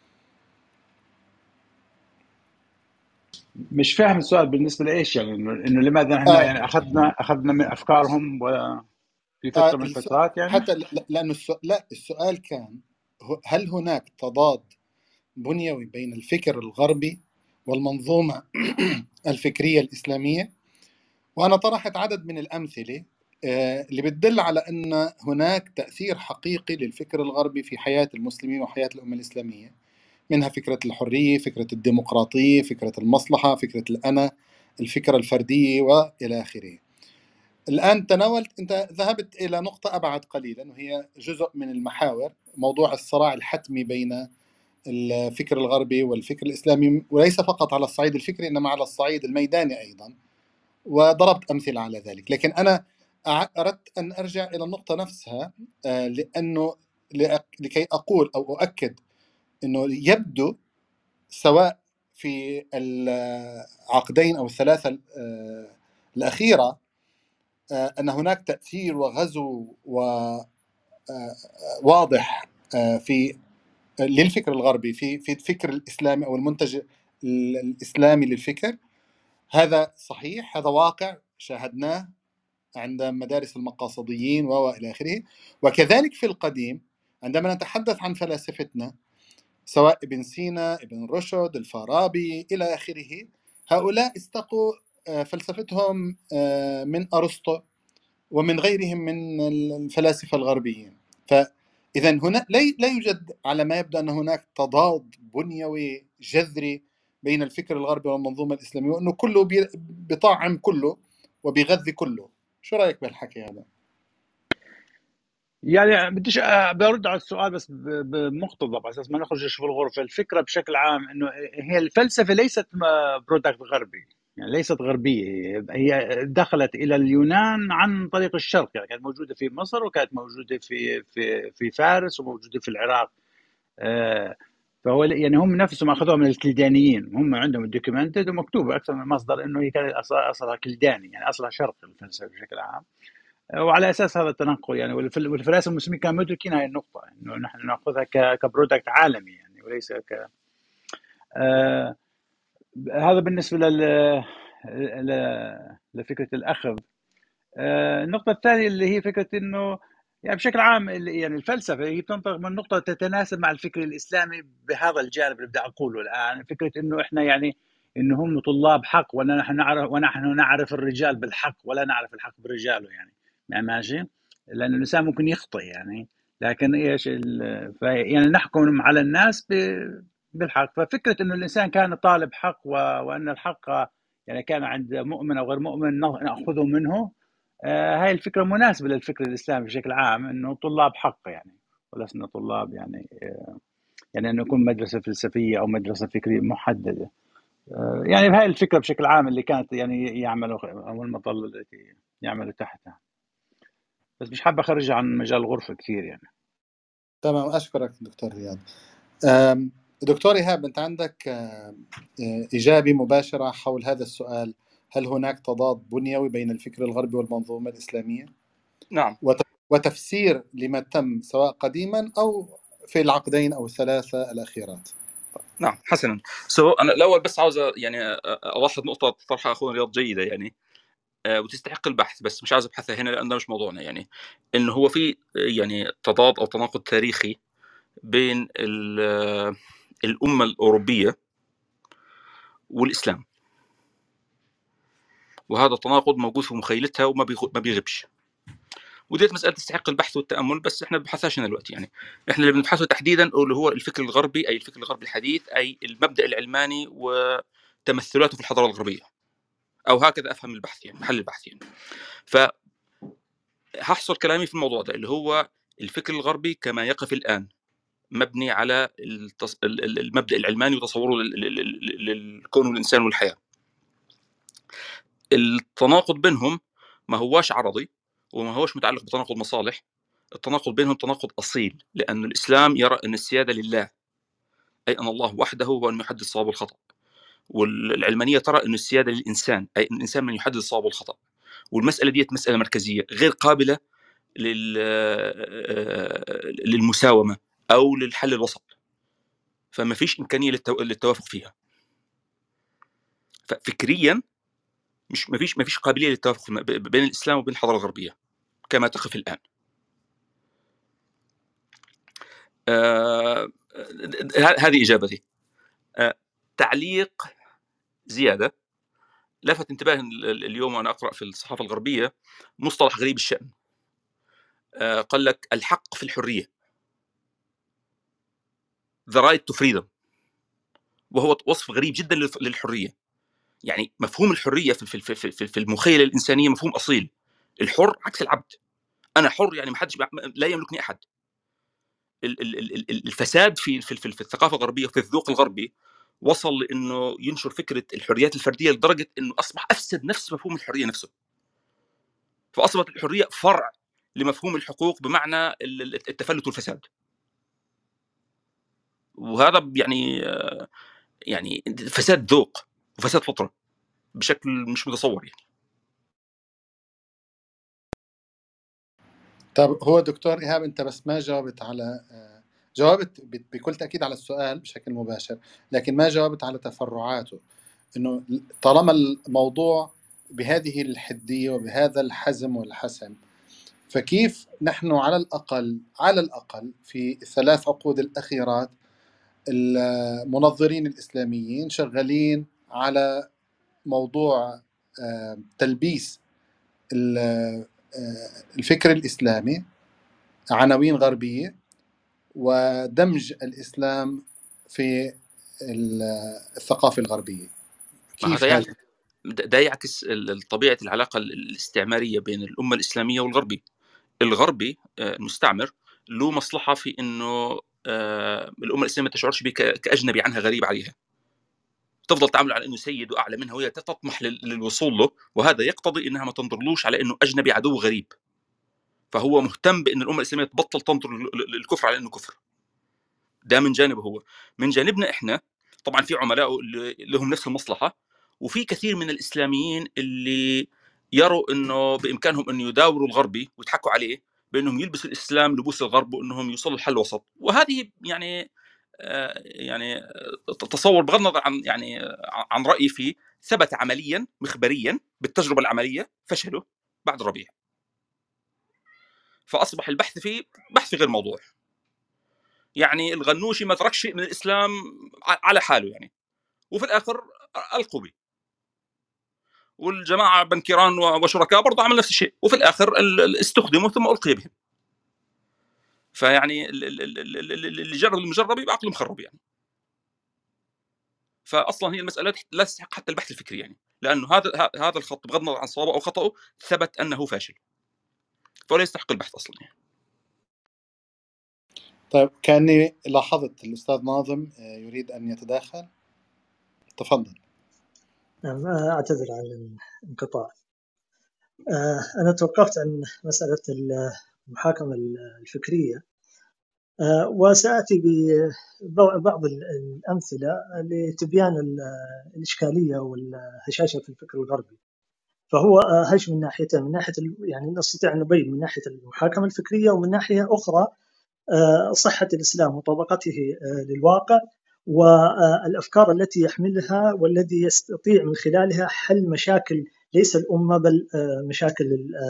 S5: مش فاهم السؤال بالنسبة لإيش يعني، إنه لماذا نحن يعني أخذنا من أفكارهم في فترة من الفترات يعني.
S1: حتى لأنه السؤال كان هل هناك تضاد بنيوي بين الفكر الغربي والمنظومة الفكرية الإسلامية؟ وأنا طرحت عدد من الأمثلة اللي بتدل على أن هناك تأثير حقيقي للفكر الغربي في حياة المسلمين وحياة الأمة الإسلامية، منها فكرة الحرية، فكرة الديمقراطية، فكرة المصلحة، فكرة الأنا، الفكرة الفردية وإلى آخره. الآن أنت ذهبت إلى نقطة أبعد قليلا، وهي جزء من المحاور، موضوع الصراع الحتمي بين الفكر الغربي والفكر الإسلامي، وليس فقط على الصعيد الفكري إنما على الصعيد الميداني أيضا، وضربت أمثلة على ذلك. لكن أنا أردت أن أرجع إلى النقطة نفسها، لأنه لكي أقول أو أؤكد أنه يبدو سواء في العقدين أو الثلاثة الأخيرة أن هناك تأثير وغزو واضح في للفكر الغربي في الفكر الإسلامي أو المنتج الإسلامي للفكر. هذا صحيح، هذا واقع شاهدناه عند مدارس المقاصديين وإلى آخره. وكذلك في القديم عندما نتحدث عن فلاسفتنا، سواء ابن سينا، ابن رشد، الفارابي إلى آخره، هؤلاء استقوا فلسفتهم من أرسطو ومن غيرهم من الفلاسفة الغربيين. فإذا هنا لا يوجد على ما يبدو أن هناك تضاد بنيوي جذري بين الفكر الغربي والمنظومة الإسلامية، وأنه كله بيطعم كله وبيغذي كله. شو رأيك بهالحكي هذا؟
S5: يعني بديش برد على السؤال بس بمقتضب على اساس ما نخرجش في الغرفه. الفكره بشكل عام انه هي الفلسفه ليست برودكت غربي، يعني ليست غربيه، هي دخلت الى اليونان عن طريق الشرق، يعني كانت موجوده في مصر وكانت موجوده في فارس وموجوده في العراق. فهو يعني هم نفسهم اخذوها من الكلدانيين، هم عندهم الدوكيومنتد ومكتوب اكثر من مصدر انه هي كانت اصلها كلداني، يعني اصلها شرق الفلسفه بشكل عام. وعلى اساس هذا التنقل يعني، والفلاسفه المسلمين كانوا مدركين هذه النقطه، انه نحن ناخذها كبرودكت عالمي يعني، وليس هذا بالنسبه لفكره الاخذ. النقطه الثانيه اللي هي فكره انه يعني بشكل عام يعني الفلسفه هي تنطلق من نقطه تتناسب مع الفكر الاسلامي بهذا الجانب اللي بدي اقوله الان، فكره انه احنا يعني انه هم طلاب حق ونحن نعرف الرجال بالحق ولا نعرف الحق برجاله يعني ماشي، لان الانسان ممكن يخطئ يعني، لكن ايش يعني نحكم على الناس بالحق. ففكره انه الانسان كان طالب حق وان الحق يعني كان عند مؤمن او غير مؤمن ناخذه منه، هاي الفكرة مناسبة للفكر الإسلامي بشكل عام، إنه طلاب حق يعني ولسنا طلاب يعني يعني أن نكون مدرسة فلسفية أو مدرسة فكرية محددة. يعني بهاي الفكرة بشكل عام اللي كانت يعني يعملوا أو المظلة التي يعملوا تحتها. بس مش حابة أخرج عن مجال الغرفة كثير يعني.
S1: تمام، أشكرك دكتور رياض. دكتور إيهاب، أنت عندك إجابة مباشرة حول هذا السؤال: هل هناك تضاد بنيوي بين الفكر الغربي والمنظومة الإسلامية؟
S4: نعم.
S1: وتفسير لما تم سواء قديما أو في العقدين أو الثلاثة الأخيرات.
S4: نعم حسنا. أنا الأول بس عاوز يعني أوضح نقطة طرحها أخونا رياض جيدة يعني، وتستحق البحث، بس مش عاوز أبحثها هنا لأن ده مش موضوعنا. يعني إنه هو في يعني تضاد أو تناقض تاريخي بين الأمة الأوروبية والإسلام، وهذا التناقض موجود في مخيلتها وما بيغيبش، وديت مسألة تستحق البحث والتأمل، بس إحنا بنبحثهاش هنا دلوقتي. يعني إحنا اللي بنبحثه تحديدا اللي هو الفكر الغربي، أي الفكر الغربي الحديث، أي المبدأ العلماني وتمثلاته في الحضارة الغربية، أو هكذا أفهم البحث يعني، محل البحث يعني. فهحصر كلامي في الموضوع ده اللي هو الفكر الغربي كما يقف الآن مبني على المبدأ العلماني وتصوره للكون والإنسان والحياة. التناقض بينهم ما هواش عرضي وما هوش متعلق بتناقض مصالح، التناقض بينهم تناقض أصيل، لأن الإسلام يرى أن السيادة لله، أي أن الله وحده هو من يحدد الصواب والخطأ، والعلمانية ترى أن السيادة للإنسان، أي أن الإنسان من يحدد الصواب والخطأ، والمسألة دي مسألة مركزية غير قابلة للمساومة أو للحل الوسط، فما فيش إمكانية للتوافق فيها. ففكريا ما فيش قابلية للتوافق بين الإسلام وبين الحضارة الغربية كما تقف الآن. هذه إجابتي. تعليق زيادة، لفت انتباه اليوم وأنا أقرأ في الصحافة الغربية مصطلح غريب الشأن، قال لك الحق في الحرية، the right to freedom، وهو وصف غريب جدا للحرية. يعني مفهوم الحرية في المخيلة الإنسانية مفهوم أصيل. الحر عكس العبد، أنا حر يعني محدش لا يملكني أحد. الفساد في الثقافة الغربية وفي الذوق الغربي وصل لأنه ينشر فكرة الحريات الفردية لدرجة أنه أصبح أفسد نفس مفهوم الحرية نفسه، فأصبحت الحرية فرع لمفهوم الحقوق بمعنى التفلت والفساد. وهذا يعني فساد ذوق وفساد فطرة بشكل مش متصور يعني.
S1: طب هو دكتور إيهاب، أنت بس ما جاوبت على جاوبت بكل تأكيد على السؤال بشكل مباشر، لكن ما جاوبت على تفرعاته. إنه طالما الموضوع بهذه الحدية وبهذا الحزم والحسم، فكيف نحن على الأقل في الثلاث عقود الأخيرات المنظرين الإسلاميين شغالين على موضوع تلبيس الفكر الإسلامي عناوين غربية ودمج الإسلام في الثقافة الغربية؟ كيف هذا؟
S4: ده يعكس طبيعة العلاقة الاستعمارية بين الأمة الإسلامية والغربي. الغربي المستعمر له مصلحة في إنه الأمة الإسلامية ما تشعرش بك كأجنبي عنها، غريب عليها، تفضل تعامل على إنه سيد وأعلى منها وهي تطمح للوصول له، وهذا يقتضي إنها ما تنظرلوش على إنه أجنبي عدو غريب. فهو مهتم بأن الأمة الإسلامية تبطل تنظر للكفر على إنه كفر. ده من جانبه هو. من جانبنا إحنا طبعا في عملاء اللي لهم نفس المصلحة، وفي كثير من الإسلاميين اللي يروا إنه بإمكانهم أن يداوروا الغربي ويضحكوا عليه بأنهم يلبسوا الإسلام لبوس الغرب وأنهم يوصلوا الحل الوسط. وهذه يعني تصور بغض النظر عن رأيي فيه، ثبت عمليا مخبريا بالتجربة العملية فشله بعد الربيع. فأصبح البحث فيه بحث غير موضوع. يعني الغنوشي ما ترك شيء من الإسلام على حاله يعني، وفي الآخر ألقوا به. والجماعة بنكيران وشركاء برضو عمل نفس الشيء، وفي الآخر استخدموا ثم ألقي بهم. فيعني اللي جرب المجرب يبقى عقله مخرب يعني. فأصلا هي المسألة لا تستحق حتى البحث الفكري يعني، لأنه هذا الخط بغض النظر عن صوابه أو خطأه ثبت أنه فاشل، فلا يستحق البحث أصلا يعني.
S1: طيب، كأني لاحظت الأستاذ ناظم يريد أن يتداخل. تفضل.
S7: نعم، أعتذر عن الانقطاع. أنا توقفت عن مسألة المحاكمة الفكرية، وسأتي ببعض الأمثلة لتبيان الإشكالية والهشاشة في الفكر الغربي. فهو هش من ناحيتين، من ناحية يعني نستطيع أن نبين من ناحية المحاكمة الفكرية، ومن ناحية أخرى صحة الإسلام وطبقته للواقع والأفكار التي يحملها والذي يستطيع من خلالها حل مشاكل ليس الأمة بل مشاكل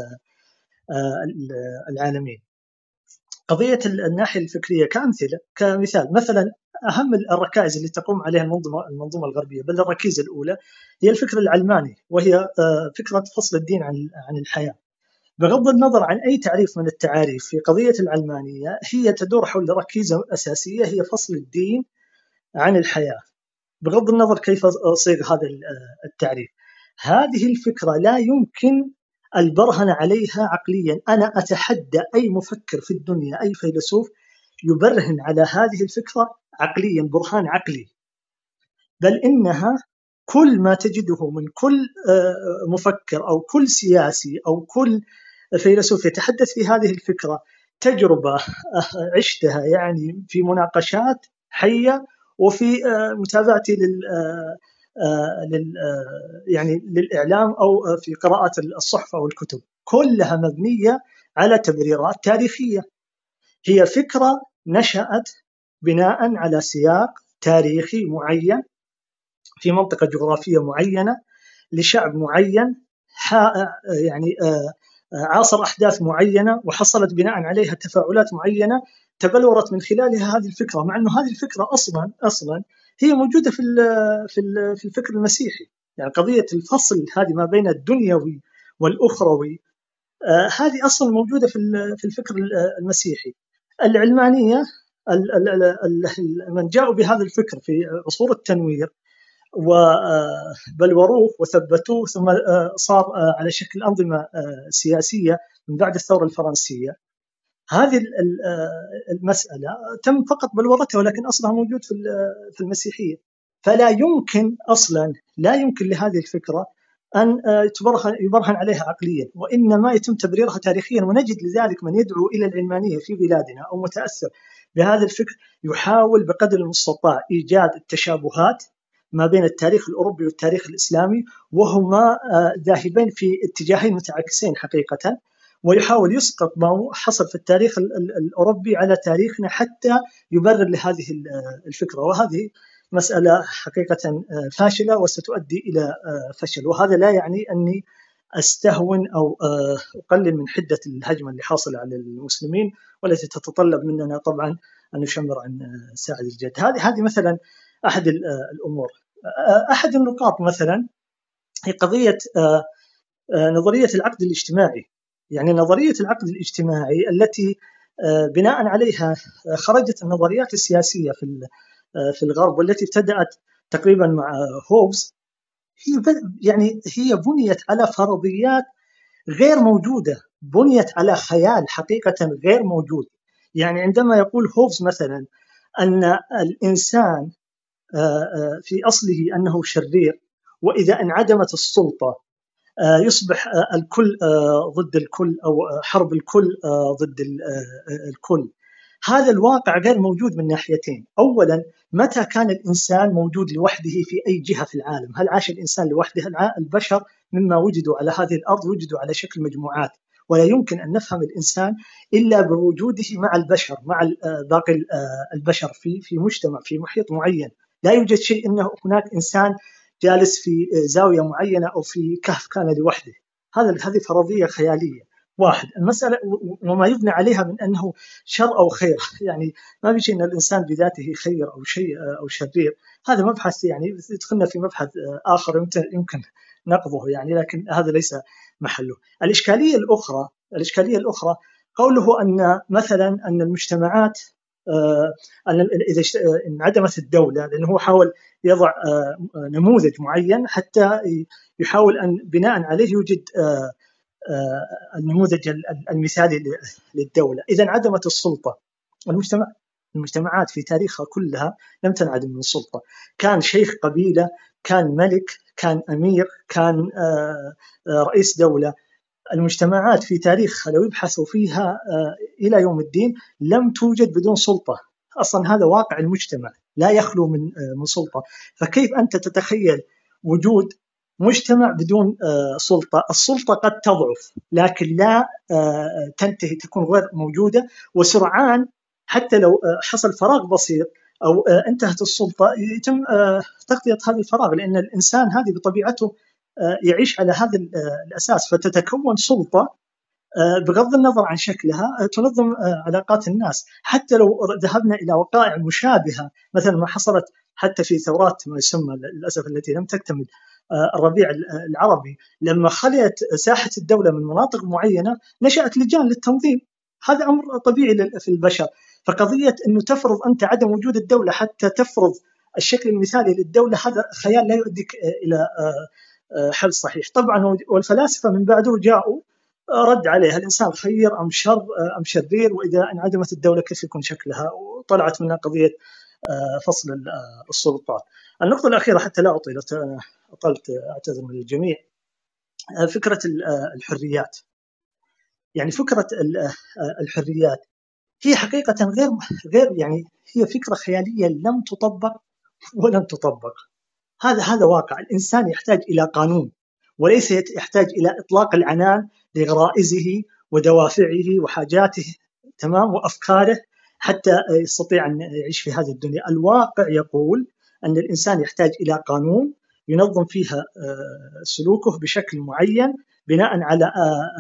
S7: العالمين. قضية الناحية الفكرية كمثال، مثلا أهم الركائز اللي تقوم عليها المنظومة الغربية، بل الركيزة الأولى هي الفكر العلماني، وهي فكرة فصل الدين عن الحياة. بغض النظر عن أي تعريف من التعاريف في قضية العلمانية، هي تدور حول ركيزة أساسية هي فصل الدين عن الحياة، بغض النظر كيف صيغ هذا التعريف. هذه الفكرة لا يمكن البرهن عليها عقليا. أنا أتحدى أي مفكر في الدنيا، أي فيلسوف يبرهن على هذه الفكرة عقليا برهان عقلي، بل إنها كل ما تجده من كل مفكر أو كل سياسي أو كل فيلسوف يتحدث في هذه الفكرة تجربة عشتها يعني في مناقشات حية، وفي متابعتي يعني للإعلام أو في قراءة الصحف أو الكتب، كلها مبنية على تبريرات تاريخية. هي فكرة نشأت بناء على سياق تاريخي معين في منطقة جغرافية معينة لشعب معين، يعني عاصر أحداث معينة وحصلت بناء عليها تفاعلات معينة تبلورت من خلالها هذه الفكرة، مع أنه هذه الفكرة أصلا هي موجودة في الفكر المسيحي. يعني قضية الفصل هذه ما بين الدنيوي والأخروي هذه أصلا موجودة في الفكر المسيحي. العلمانية من جاءوا بهذا الفكر في عصور التنوير وبلوروه وثبتوه، ثم صار على شكل أنظمة سياسية من بعد الثورة الفرنسية. هذه المسألة تم فقط بلورتها، ولكن أصلها موجود في المسيحية. فلا يمكن أصلا لهذه الفكرة أن يبرهن عليها عقليا، وإنما يتم تبريرها تاريخيا. ونجد لذلك من يدعو إلى العلمانية في بلادنا أو متأثر بهذا الفكر يحاول بقدر المستطاع إيجاد التشابهات ما بين التاريخ الأوروبي والتاريخ الإسلامي، وهما ذاهبين في اتجاهين متعاكسين حقيقة، ويحاول يسقط ما حصل في التاريخ الأوروبي على تاريخنا حتى يبرر لهذه الفكرة. وهذه مسألة حقيقة فاشلة وستؤدي إلى فشل. وهذا لا يعني أني أستهون أو أقلل من حدة الهجمة اللي حاصلة على المسلمين، والتي تتطلب مننا طبعا أن نشمر عن ساعد الجد. هذه مثلا أحد الأمور. أحد النقاط مثلا هي قضية نظرية العقد الاجتماعي. يعني نظرية العقد الاجتماعي التي بناء عليها خرجت النظريات السياسية في الغرب، والتي ابتدأت تقريبا مع هوبز، هي بنيت على فرضيات غير موجودة، بنيت على خيال حقيقة غير موجود. يعني عندما يقول هوبز مثلا أن الإنسان في أصله أنه شرير، وإذا انعدمت السلطة يصبح الكل ضد الكل، أو حرب الكل ضد الكل. هذا الواقع غير موجود من ناحيتين. أولا، متى كان الإنسان موجود لوحده في أي جهة في العالم؟ هل عاش الإنسان لوحده؟ البشر مما وجدوا على هذه الأرض وجدوا على شكل مجموعات، ولا يمكن أن نفهم الإنسان إلا بوجوده مع البشر، مع باقي البشر في مجتمع، في محيط معين. لا يوجد شيء إنه هناك إنسان جالس في زاوية معينة أو في كهف كان لوحده. هذه فرضية خيالية. واحد. المسألة وما يبنى عليها من أنه شر أو خير، يعني ما بيجي أن الإنسان بذاته خير أو شيء أو شرير. هذا مبحث يعني يدخلنا في مبحث آخر يمكن نقضه يعني، لكن هذا ليس محله. الإشكالية الأخرى قوله أن مثلا أن المجتمعات إذا انعدمت الدولة، لأنه هو حاول يضع نموذج معين حتى يحاول أن بناء عليه يوجد النموذج المثالي للدولة. إذا انعدمت السلطة، المجتمعات في تاريخها كلها لم تنعدم من السلطة. كان شيخ قبيلة، كان ملك، كان أمير، كان رئيس دولة. المجتمعات في تاريخها لو يبحثوا فيها إلى يوم الدين لم توجد بدون سلطة. أصلا هذا واقع المجتمع، لا يخلو من سلطة. فكيف أنت تتخيل وجود مجتمع بدون سلطة؟ السلطة قد تضعف لكن لا تنتهي، تكون غير موجودة، وسرعان حتى لو حصل فراغ بسيط أو انتهت السلطة يتم تغطية هذا الفراغ، لأن الإنسان هذه بطبيعته يعيش على هذا الأساس. فتتكون سلطة بغض النظر عن شكلها تنظم علاقات الناس. حتى لو ذهبنا إلى وقائع مشابهة مثلا ما حصلت حتى في ثورات ما يسمى للأسف التي لم تكتمل الربيع العربي، لما خليت ساحة الدولة من مناطق معينة نشأت لجان للتنظيم. هذا أمر طبيعي في البشر. فقضية أنه تفرض أنت عدم وجود الدولة حتى تفرض الشكل المثالي للدولة، هذا خيال لا يؤديك إلى حل صحيح. طبعا والفلاسفة من بعده جاءوا رد عليها، الإنسان خير أم شرير، وإذا انعدمت الدولة كيف يكون شكلها، وطلعت منها قضية فصل السلطات. النقطة الأخيرة حتى لا أطيل، أطلت أعتذر من الجميع، فكرة الحريات. يعني فكرة الحريات هي حقيقة غير يعني هي فكرة خيالية لم تطبق ولن تطبق. هذا واقع. الإنسان يحتاج إلى قانون وليس يحتاج إلى إطلاق العنان لغرائزه ودوافعه وحاجاته، تمام، وأفكاره حتى يستطيع أن يعيش في هذه الدنيا. الواقع يقول أن الإنسان يحتاج إلى قانون ينظم فيها سلوكه بشكل معين بناء على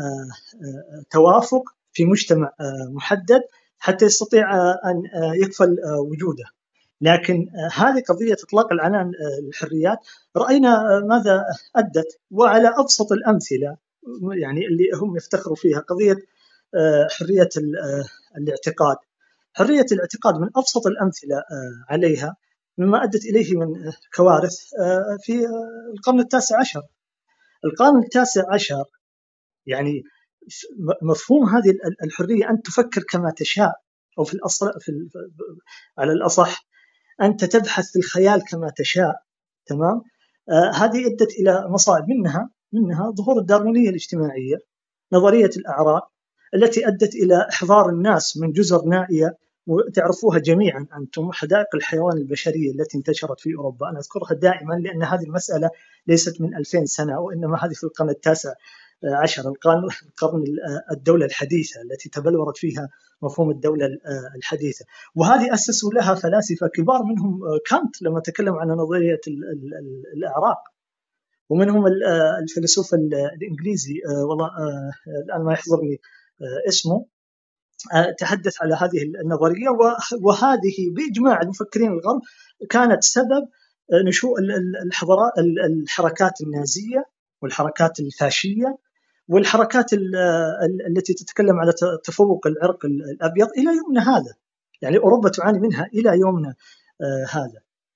S7: توافق في مجتمع محدد حتى يستطيع أن يكفل وجوده. لكن هذه قضية إطلاق العنان للحريات رأينا ماذا أدت. وعلى أبسط الأمثلة يعني اللي هم يفتخروا فيها قضية حرية الاعتقاد. حرية الاعتقاد من أبسط الأمثلة عليها مما أدت إليه من كوارث في القرن التاسع عشر. القرن التاسع عشر يعني مفهوم هذه الحرية أن تفكر كما تشاء، أو في الأصل على الأصح أنت تبحث في الخيال كما تشاء، تمام. هذه أدت إلى مصائب، منها ظهور الداروينية الاجتماعية، نظرية الأعراق التي أدت إلى إحضار الناس من جزر نائية، وتعرفوها جميعا أنتم، حدائق الحيوان البشرية التي انتشرت في أوروبا. أنا أذكرها دائما لأن هذه المسألة ليست من 2000 سنة، وإنما هذه في القرن التاسع عشر، القرن الدولة الحديثة التي تبلورت فيها مفهوم الدولة الحديثة. وهذه أسسوا لها فلاسفة كبار، منهم كانت لما تكلم عن نظرية الأعراق، ومنهم الفيلسوف الإنجليزي والله الآن ما يحضرني اسمه، تحدث على هذه النظرية. وهذه بإجماع المفكرين الغرب كانت سبب نشوء الحركات النازية والحركات الفاشية والحركات التي تتكلم على تفوق العرق الأبيض إلى يومنا هذا. يعني أوروبا تعاني منها إلى يومنا هذا.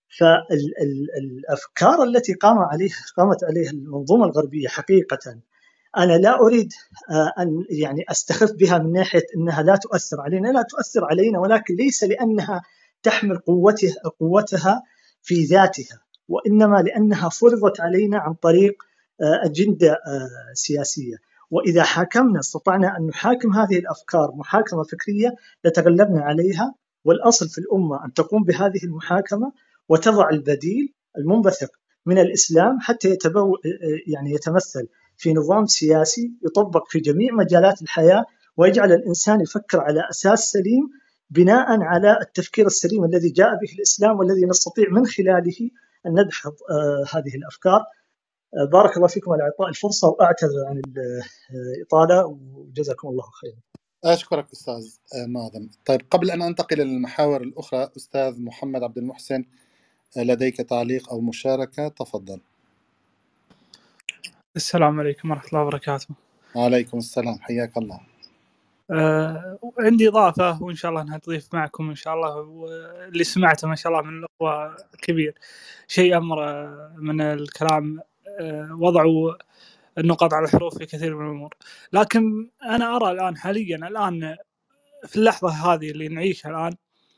S7: فالأفكار التي قامت عليها المنظومة الغربية حقيقة أنا لا أريد أن يعني أستخف بها من ناحية أنها لا تؤثر علينا، لا تؤثر علينا، ولكن ليس لأنها تحمل قوتها في ذاتها، وإنما لأنها فرضت علينا عن طريق أجندة سياسية. وإذا حاكمنا استطعنا أن نحاكم هذه الأفكار محاكمة فكرية لتغلبنا عليها. والأصل في الأمة أن تقوم بهذه المحاكمة وتضع البديل المنبثق من الإسلام حتى يتمثل في نظام سياسي يطبق في جميع مجالات الحياة، ويجعل الإنسان يفكر على أساس سليم بناء على التفكير السليم الذي جاء به الإسلام، والذي نستطيع من خلاله أن ندحض هذه الأفكار. بارك الله فيكم على إعطاء الفرصة، وأعتذر عن الإطالة، وجزاكم الله خيرا.
S1: أشكرك أستاذ ناظم. طيب قبل أن أنتقل للمحاور الأخرى، أستاذ محمد عبد المحسن لديك تعليق أو مشاركة؟ تفضل.
S8: السلام عليكم ورحمة الله وبركاته.
S1: وعليكم السلام، حياك الله.
S8: عندي إضافة وإن شاء الله أنها تضيف معكم إن شاء الله، واللي سمعته ما شاء الله من الأخوة كبير شيء أمر من الكلام، وضعوا النقاط على الحروف في كثير من الأمور. لكن أنا أرى الآن حاليا في اللحظة هذه اللي نعيشها الآن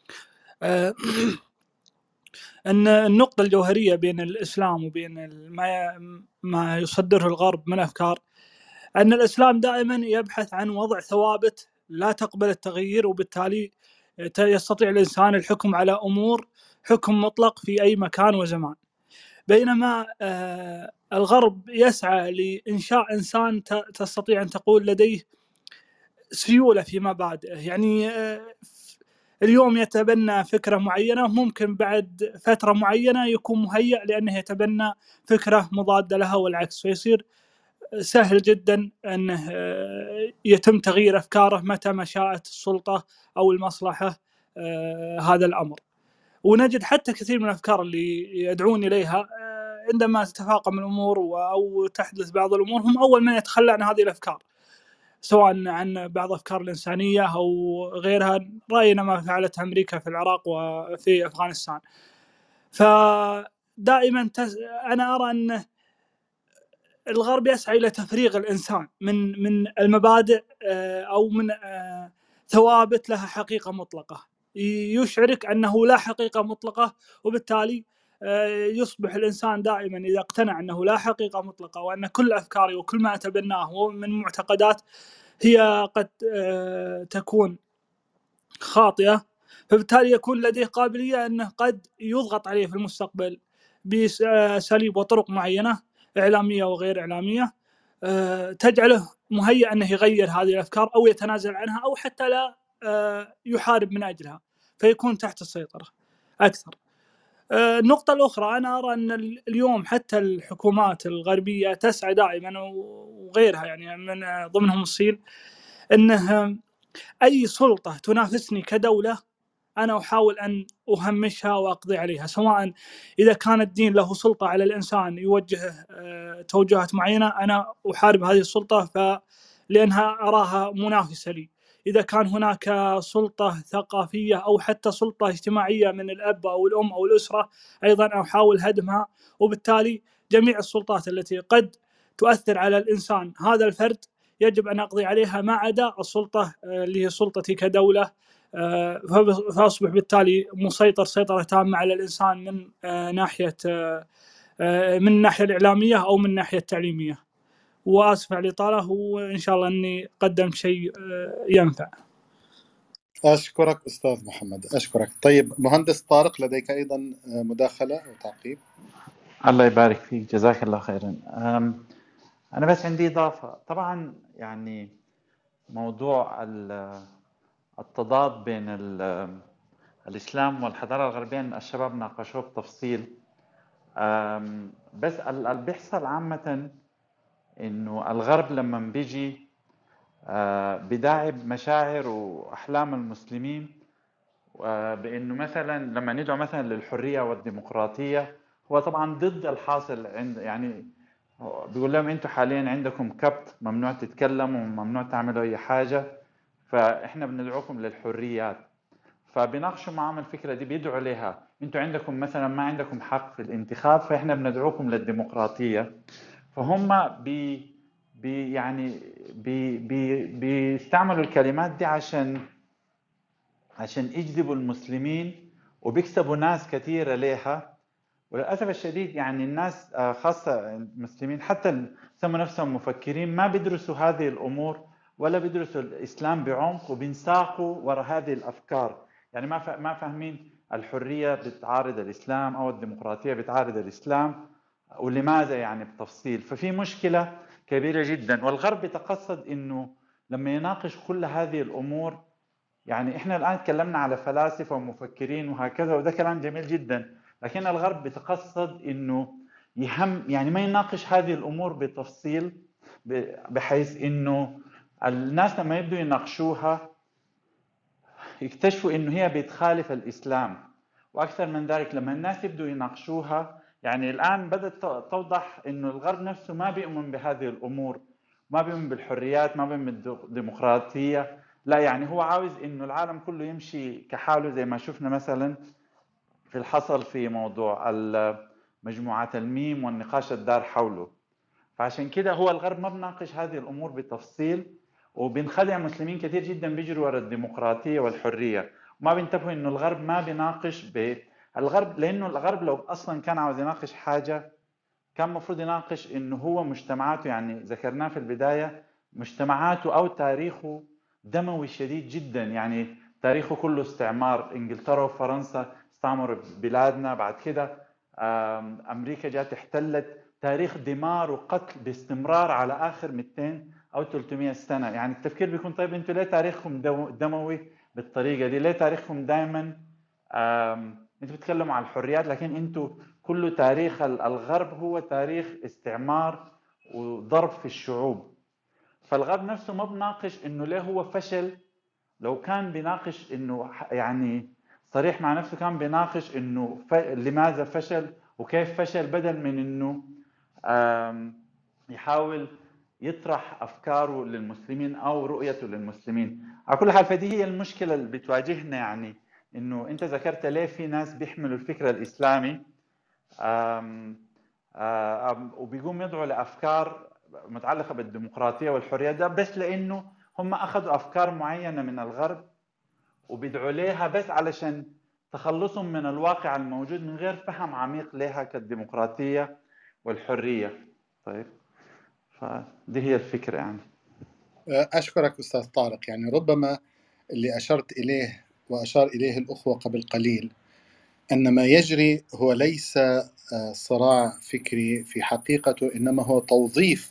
S8: أن النقطة الجوهرية بين الإسلام وبين ما يصدره الغرب من أفكار، أن الإسلام دائما يبحث عن وضع ثوابت لا تقبل التغيير، وبالتالي يستطيع الإنسان الحكم على أمور حكم مطلق في أي مكان وزمان. بينما الغرب يسعى لإنشاء إنسان تستطيع أن تقول لديه سيولة في مبادئه. يعني اليوم يتبنى فكرة معينة، ممكن بعد فترة معينة يكون مهيأ لأنه يتبنى فكرة مضادة لها والعكس، فيصير سهل جدا أنه يتم تغيير أفكاره متى ما شاءت السلطة أو المصلحة هذا الأمر. ونجد حتى كثير من الأفكار اللي يدعون إليها عندما تتفاقم الأمور أو تحدث بعض الأمور هم أول من يتخلى عن هذه الأفكار، سواء عن بعض أفكار الإنسانية أو غيرها. رأينا ما فعلت أمريكا في العراق وفي أفغانستان. فدائما أنا أرى أن الغرب يسعى إلى تفريغ الإنسان من المبادئ أو من ثوابت لها حقيقة مطلقة. يشعرك أنه لا حقيقة مطلقة، وبالتالي يصبح الإنسان دائما إذا اقتنع أنه لا حقيقة مطلقة وأن كل أفكاري وكل ما أتبناه من معتقدات هي قد تكون خاطئة، فبالتالي يكون لديه قابلية أنه قد يضغط عليه في المستقبل بأساليب وطرق معينة إعلامية وغير إعلامية تجعله مهيئ أنه يغير هذه الأفكار أو يتنازل عنها أو حتى لا يحارب من أجلها، فيكون تحت السيطرة أكثر. النقطة الأخرى، أنا أرى أن اليوم حتى الحكومات الغربية تسعى دائما وغيرها يعني من ضمنهم الصين أنه أي سلطة تنافسني كدولة أنا أحاول أن أهمشها وأقضي عليها، سواء إذا كان الدين له سلطة على الإنسان يوجه توجهات معينة أنا أحارب هذه السلطة لأنها أراها منافسة لي. إذا كان هناك سلطة ثقافية أو حتى سلطة اجتماعية من الأب أو الأم أو الأسرة أيضا أحاول هدمها، وبالتالي جميع السلطات التي قد تؤثر على الإنسان هذا الفرد يجب أن أقضي عليها ما عدا السلطة اللي هي سلطتي كدولة، فأصبح بالتالي مسيطر سيطرة تامة على الإنسان من ناحية من الناحية الإعلامية أو من الناحية التعليمية. وآسف على الإطالة، وإن شاء الله أني قدمت شيء ينفع.
S1: أشكرك أستاذ محمد، أشكرك. طيب مهندس طارق، لديك أيضا مداخلة أو تعقيب؟
S6: الله يبارك فيك، جزاك الله خيرا. أنا بس عندي إضافة. طبعا يعني موضوع التضاد بين الإسلام والحضارة الغربية الشباب ناقشوه بتفصيل، بس اللي بيحصل عامة إنه الغرب لما بيجي بداعب مشاعر وأحلام المسلمين، بأنه مثلا لما ندعو مثلا للحرية والديمقراطية هو طبعا ضد الحاصل عند، يعني بيقول لهم انتم حاليا عندكم كبت، ممنوع تتكلموا وممنوع تعملوا اي حاجة، فاحنا بندعوكم للحريات. فبيناقشوا معهم الفكرة دي، بيدعوا لها انتم عندكم مثلا ما عندكم حق في الانتخاب، فاحنا بندعوكم للديمقراطية. فهم يعني بيستعملوا الكلمات دي عشان يجذبوا المسلمين، وبيكسبوا ناس كثيرة ليها. وللأسف الشديد يعني الناس خاصة المسلمين حتى سموا نفسهم مفكرين ما بيدرسوا هذه الأمور ولا بيدرسوا الإسلام بعمق، وبينساقوا وراء هذه الأفكار. يعني ما فاهمين الحرية بتعارض الإسلام أو الديمقراطية بتعارض الإسلام، ولماذا يعني بتفصيل. ففي مشكلة كبيرة جدا، والغرب يتقصد إنه لما يناقش كل هذه الأمور، يعني إحنا الآن تكلمنا على فلاسفة ومفكرين وهكذا، وده كلام جميل جدا، لكن الغرب بيتقصد إنه يعني ما يناقش هذه الأمور بتفصيل، بحيث إنه الناس لما يبدوا يناقشوها يكتشفوا إنه هي بتخالف الإسلام. وأكثر من ذلك لما الناس يبدوا يناقشوها، يعني الآن بدأت توضح إنه الغرب نفسه ما بيؤمن بهذه الأمور، ما بيؤمن بالحريات، ما بيؤمن بالديمقراطية، لا، يعني هو عاوز إنه العالم كله يمشي كحاله، زي ما شفنا مثلا في الحصل في موضوع مجموعة الميم والنقاش الدار حوله. فعشان كده هو الغرب ما بناقش هذه الأمور بالتفصيل، وبنخدع مسلمين كثير جدا بيجروا ورا الديمقراطية والحرية، وما بينتبهوا إنه الغرب ما بيناقش الغرب، لأنه الغرب لو أصلا كان عاوز يناقش حاجة كان مفروض يناقش إنه هو مجتمعاته، يعني ذكرناه في البداية، مجتمعاته أو تاريخه دموي شديد جدا، يعني تاريخه كله استعمار. إنجلترا وفرنسا استعمروا بلادنا، بعد كده أمريكا جات احتلت، تاريخ دمار وقتل باستمرار على آخر 200 أو 300 سنة. يعني التفكير بيكون طيب أنتوا ليه تاريخكم دموي بالطريقة دي؟ ليه تاريخكم دائما أنتوا بتتكلموا عن الحريات، لكن أنتوا كل تاريخ الغرب هو تاريخ استعمار وضرب في الشعوب. فالغرب نفسه ما بناقش إنه ليه هو فشل. لو كان بيناقش إنه يعني صريح مع نفسه، كان بيناقش إنه لماذا فشل وكيف فشل، بدل من إنه يحاول يطرح أفكاره للمسلمين أو رؤيته للمسلمين. على كل حال فدي هي المشكلة اللي بتواجهنا، يعني إنه أنت ذكرت ليه في ناس بيحملوا الفكر الإسلامي وبيقوم يدعوا لأفكار متعلقة بالديمقراطية والحرية، ده بس لأنه هم أخذوا أفكار معينة من الغرب وبيدعوا ليها بس علشان تخلصهم من الواقع الموجود من غير فهم عميق لها كالديمقراطية والحرية. طيب، فدي هي الفكرة يعني.
S1: أشكرك أستاذ طارق. يعني ربما اللي أشرت إليه وأشار إليه الأخوة قبل قليل أن ما يجري هو ليس صراع فكري في حقيقته، إنما هو توظيف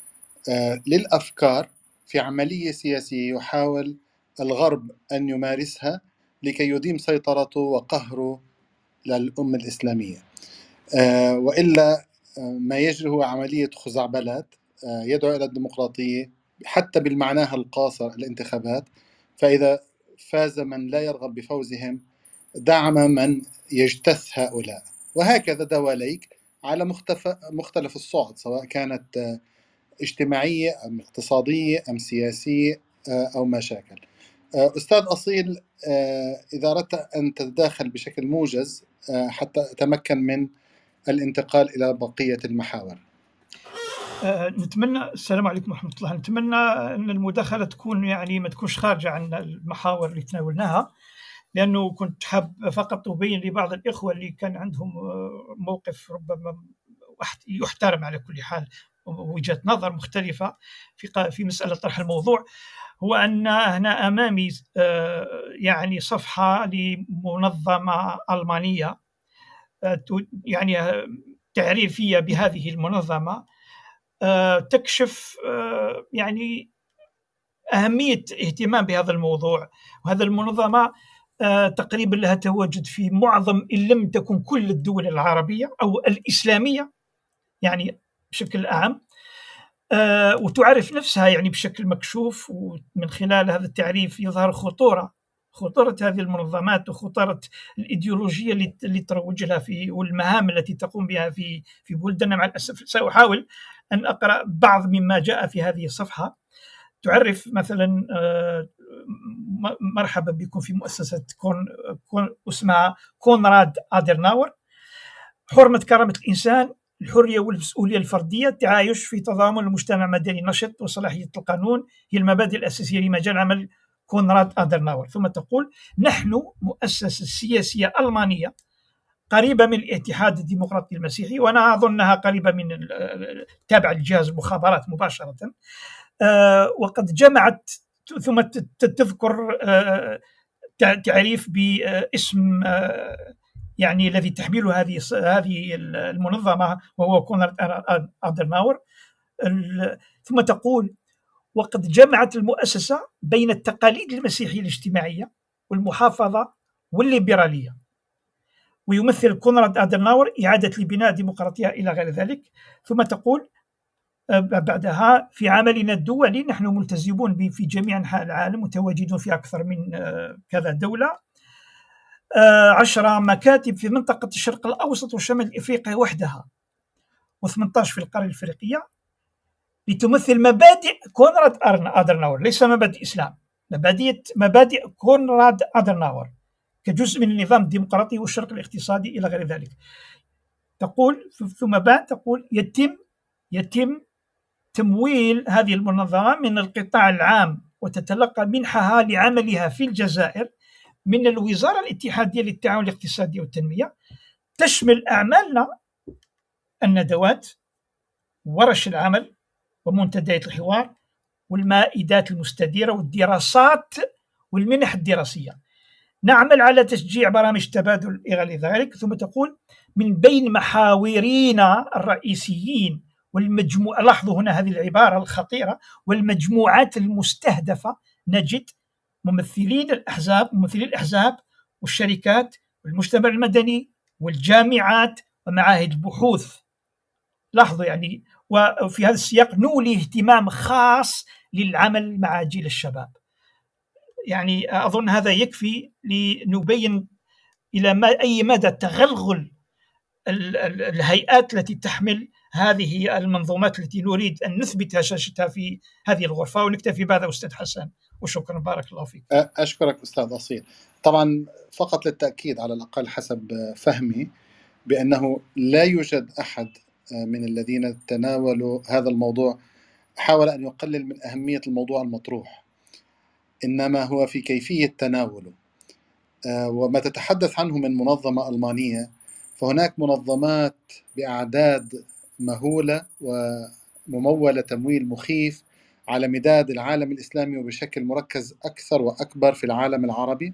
S1: للأفكار في عملية سياسية يحاول الغرب أن يمارسها لكي يديم سيطرته وقهره للأمة الإسلامية. وإلا ما يجري هو عملية خزعبلات يدعو إلى الديمقراطية حتى بالمعناها القاصر الانتخابات، فإذا فاز من لا يرغب بفوزهم دعم من يجتث هؤلاء، وهكذا دواليك على مختلف الصعد، سواء كانت اجتماعية أم اقتصادية أم سياسية أو ما شاكل. أستاذ أصيل، إذا أردت أن تتداخل بشكل موجز حتى أتمكن من الانتقال إلى بقية المحاور.
S2: نتمنى. السلام عليكم ورحمة الله. نتمنى أن المداخلة تكون يعني ما تكونش خارجة عن المحاور اللي تناولناها، لأنه كنت حاب فقط أبين لبعض الإخوة اللي كان عندهم موقف ربما يحترم على كل حال، وجهة نظر مختلفة في مسألة طرح الموضوع، هو أن هنا أمامي يعني صفحة لمنظمة ألمانية يعني تعريفية بهذه المنظمة تكشف يعني أهمية اهتمام بهذا الموضوع. وهذا المنظمة تقريبا لها تواجد في معظم إن لم تكن كل الدول العربية أو الإسلامية يعني بشكل أعم، وتعرف نفسها يعني بشكل مكشوف، ومن خلال هذا التعريف يظهر خطورة هذه المنظمات وخطورة الإيديولوجية اللي تروج لها والمهام التي تقوم بها في بلدنا. مع الأسف سأحاول أن أقرأ بعض مما جاء في هذه الصفحة. تعرف مثلا مرحبا بكم في مؤسسة اسمها كونراد أديناور: حرمة كرامة الإنسان، الحرية والمسؤولية الفردية، التعايش في تضامن المجتمع مدني نشط، وصلاحية القانون هي المبادئ الأساسية لمجال عمل كونراد أديناور. ثم تقول: نحن مؤسسة سياسية ألمانية قريبة من الاتحاد الديمقراطي المسيحي، وأنا أظنها قريبة من تابع لجهاز المخابرات مباشرة، وقد جمعت. ثم تذكر تعريف باسم يعني الذي تحمله هذه المنظمة، وهو كونراد أديناور. ثم تقول: وقد جمعت المؤسسة بين التقاليد المسيحية الاجتماعية والمحافظة والليبرالية، ويمثل كونراد أديناور إعادة لبناء ديمقراطية إلى غير ذلك. ثم تقول بعدها: في عملنا الدولي نحن ملتزمون في جميع أنحاء العالم، متواجدون في أكثر من كذا دولة، 10 مكاتب في منطقة الشرق الأوسط وشمال إفريقيا وحدها، و18 في القارة الإفريقية، لتمثل مبادئ كونراد أديناور، ليس مبادئ إسلام، مبادئ كونراد أديناور كجزء من النظام الديمقراطي والشرق الاقتصادي إلى غير ذلك. تقول ثم بعد تقول: يتم تمويل هذه المنظمة من القطاع العام، وتتلقى منحها لعملها في الجزائر من الوزارة الاتحادية للتعاون الاقتصادي والتنمية، تشمل أعمالنا الندوات، ورش العمل، ومنتديات الحوار، والمائدات المستديرة، والدراسات والمنح الدراسية. نعمل على تشجيع برامج تبادل إلى ذلك. ثم تقول: من بين محاورينا الرئيسيين والمجموعة، لاحظوا هنا هذه العبارة الخطيرة، والمجموعات المستهدفة، نجد ممثلي الأحزاب والشركات والمجتمع المدني والجامعات ومعاهد البحوث. لاحظوا يعني، وفي هذا السياق نولي اهتمام خاص للعمل مع جيل الشباب. يعني أظن هذا يكفي لنبين إلى أي مدى تغلغل الهيئات التي تحمل هذه المنظومات التي نريد أن نثبت هشاشتها في هذه الغرفة. ونكتفي بهذا أستاذ حسن، وشكرا. بارك الله فيك.
S1: أشكرك أستاذ أصيل. طبعا فقط للتأكيد على الأقل حسب فهمي بأنه لا يوجد أحد من الذين تناولوا هذا الموضوع حاول أن يقلل من أهمية الموضوع المطروح، إنما هو في كيفية تناوله. وما تتحدث عنه من منظمة ألمانية، فهناك منظمات بأعداد مهولة وممولة تمويل مخيف على مداد العالم الإسلامي وبشكل مركز أكثر وأكبر في العالم العربي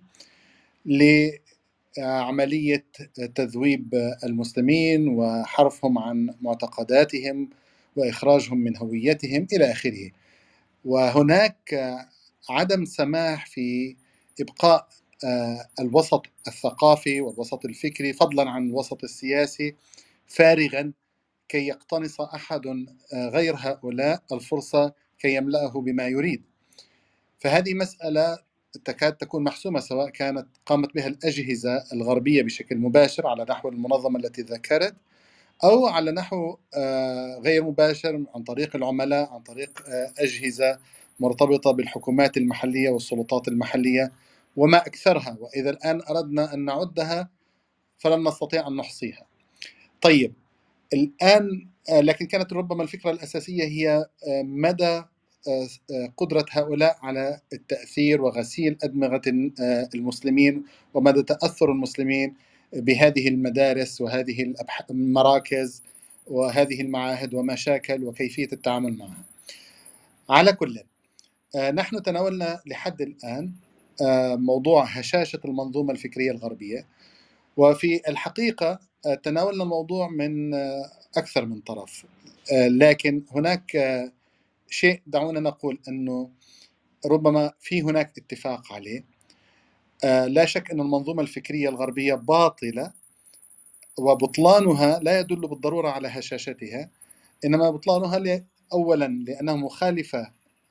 S1: لعملية تذويب المسلمين وحرفهم عن معتقداتهم وإخراجهم من هويتهم إلى آخره. وهناك عدم سماح في إبقاء الوسط الثقافي والوسط الفكري فضلا عن الوسط السياسي فارغا كي يقتنص أحد غير هؤلاء الفرصة كي يملأه بما يريد. فهذه مسألة تكاد تكون محسومة، سواء كانت قامت بها الأجهزة الغربية بشكل مباشر على نحو المنظمة التي ذكرت، أو على نحو غير مباشر عن طريق العملاء، عن طريق أجهزة مرتبطة بالحكومات المحلية والسلطات المحلية وما أكثرها، وإذا الآن أردنا أن نعدها فلن نستطيع أن نحصيها. طيب الآن لكن كانت ربما الفكرة الأساسية هي مدى قدرة هؤلاء على التأثير وغسيل أدمغة المسلمين، ومدى تأثر المسلمين بهذه المدارس وهذه المراكز وهذه المعاهد ومشاكل وكيفية التعامل معها. على كل نحن تناولنا لحد الآن موضوع هشاشة المنظومة الفكرية الغربية، وفي الحقيقة تناولنا الموضوع من أكثر من طرف، لكن هناك شيء دعونا نقول أنه ربما في هناك اتفاق عليه. لا شك أن المنظومة الفكرية الغربية باطلة، وبطلانها لا يدل بالضرورة على هشاشتها، إنما بطلانها أولا لأنها مخالفة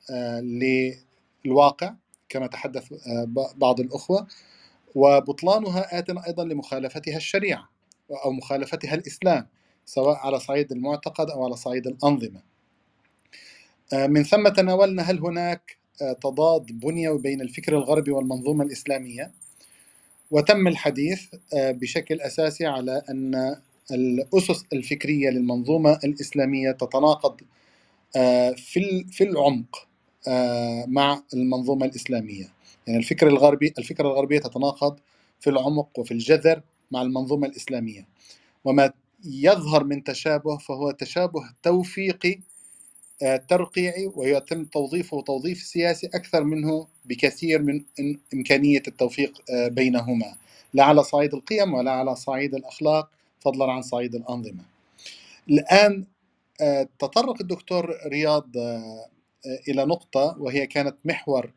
S1: للواقع كما تحدث بعض الأخوة، وبطلانها آت أيضا لمخالفتها الشريعة أو مخالفتها الإسلام، سواء على صعيد المعتقد أو على صعيد الأنظمة. من ثم تناولنا هل هناك تضاد بنيوي بين الفكر الغربي والمنظومة الإسلامية، وتم الحديث بشكل أساسي على أن الأسس الفكرية للمنظومة الإسلامية تتناقض في العمق مع المنظومة الإسلامية. يعني الفكرة الغربية تتناقض في العمق وفي الجذر مع المنظومة الإسلامية، وما يظهر من تشابه فهو تشابه توفيقي ترقيعي، ويتم توظيفه توظيف سياسي أكثر منه بكثير من إمكانية التوفيق بينهما، لا على صعيد القيم ولا على صعيد الأخلاق فضلا عن صعيد الأنظمة. الآن تطرق الدكتور رياض إلى نقطة وهي كانت محور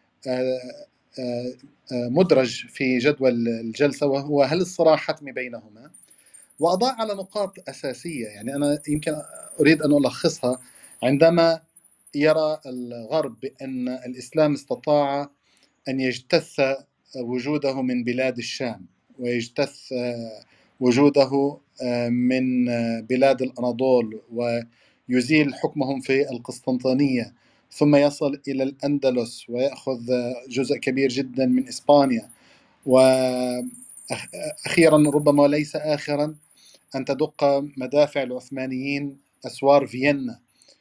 S1: مدرج في جدول الجلسة، وهو هل الصراع حتمي بينهما، وأضاء على نقاط أساسية. يعني أنا يمكن أريد أن ألخصها. عندما يرى الغرب بأن الإسلام استطاع أن يجتث وجوده من بلاد الشام، ويجتث وجوده من بلاد الأناضول، ويزيل حكمهم في القسطنطينية، ثم يصل إلى الأندلس ويأخذ جزء كبير جدا من إسبانيا، وأخيرا ربما وليس آخرا أن تدق مدافع العثمانيين أسوار فيينا.